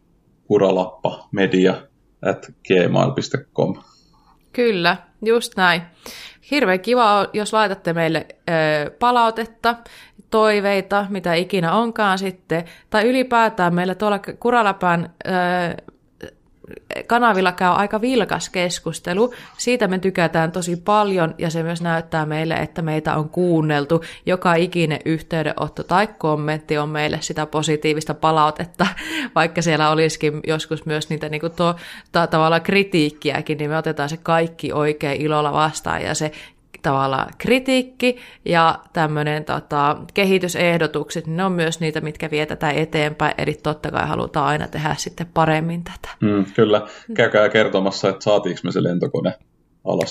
kuralappamedia@gmail.com. Kyllä, just näin. Hirveän kiva, jos laitatte meille palautetta, toiveita, mitä ikinä onkaan sitten, tai ylipäätään meillä tuolla Kuraläpän kanavilla käy aika vilkas keskustelu. Siitä me tykätään tosi paljon, ja se myös näyttää meille, että meitä on kuunneltu. Joka ikinen yhteydenotto tai kommentti on meille sitä positiivista palautetta, vaikka siellä olisikin joskus myös niitä niin kuin tavallaan kritiikkiäkin, niin me otetaan se kaikki oikein ilolla vastaan, ja se tavallaan kritiikki ja tämmöinen kehitysehdotukset, niin ne on myös niitä, mitkä vietetään eteenpäin, eli totta kai halutaan aina tehdä sitten paremmin tätä. Kyllä, käykää kertomassa, että saatiinko me se lentokone alas.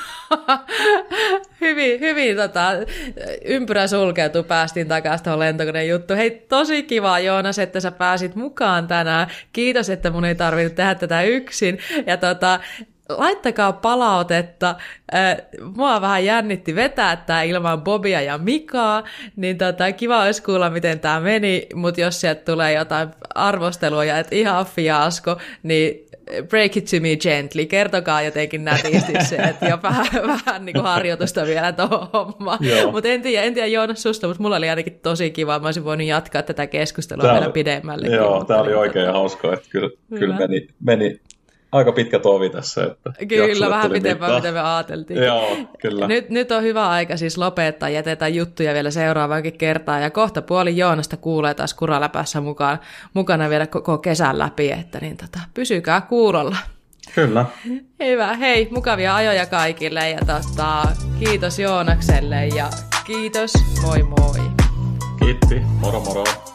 hyvin ympyrä sulkeutui, päästiin takaisin tuohon lentokoneen juttuun. Hei, tosi kiva, Joonas, että sä pääsit mukaan tänään. Kiitos, että mun ei tarvinnut tehdä tätä yksin. Ja laittakaa palautetta. Mua vähän jännitti vetää tää ilman Bobia ja Mikaa, niin kiva olisi kuulla, miten tää meni, mutta jos sieltä tulee jotain arvostelua ja et ihan fiasko, niin break it to me gently, kertokaa jotenkin nätisti se, että jo vähän niin kuin harjoitusta vielä tuohon hommaan. Mutta en tiedä Joonas susta, mutta mulla oli ainakin tosi kiva, mä olisin voinut jatkaa tätä keskustelua vielä pidemmälle. Joo, tämä oli oikein hauskaa, että kyllä meni aika pitkä tovi tässä. Että kyllä, vähän pitempään, mitä me ajateltiin. Joo, kyllä. Nyt on hyvä aika siis lopettaa, jätetään juttuja vielä seuraavaankin kertaan, ja kohta puoli Joonasta kuulee taas Kuraläpässä mukana vielä koko kesän läpi, että pysykää kuulolla. Kyllä. Hyvä, hei, mukavia ajoja kaikille, ja kiitos Joonakselle, ja kiitos, moi moi. Kiitti, moro moro.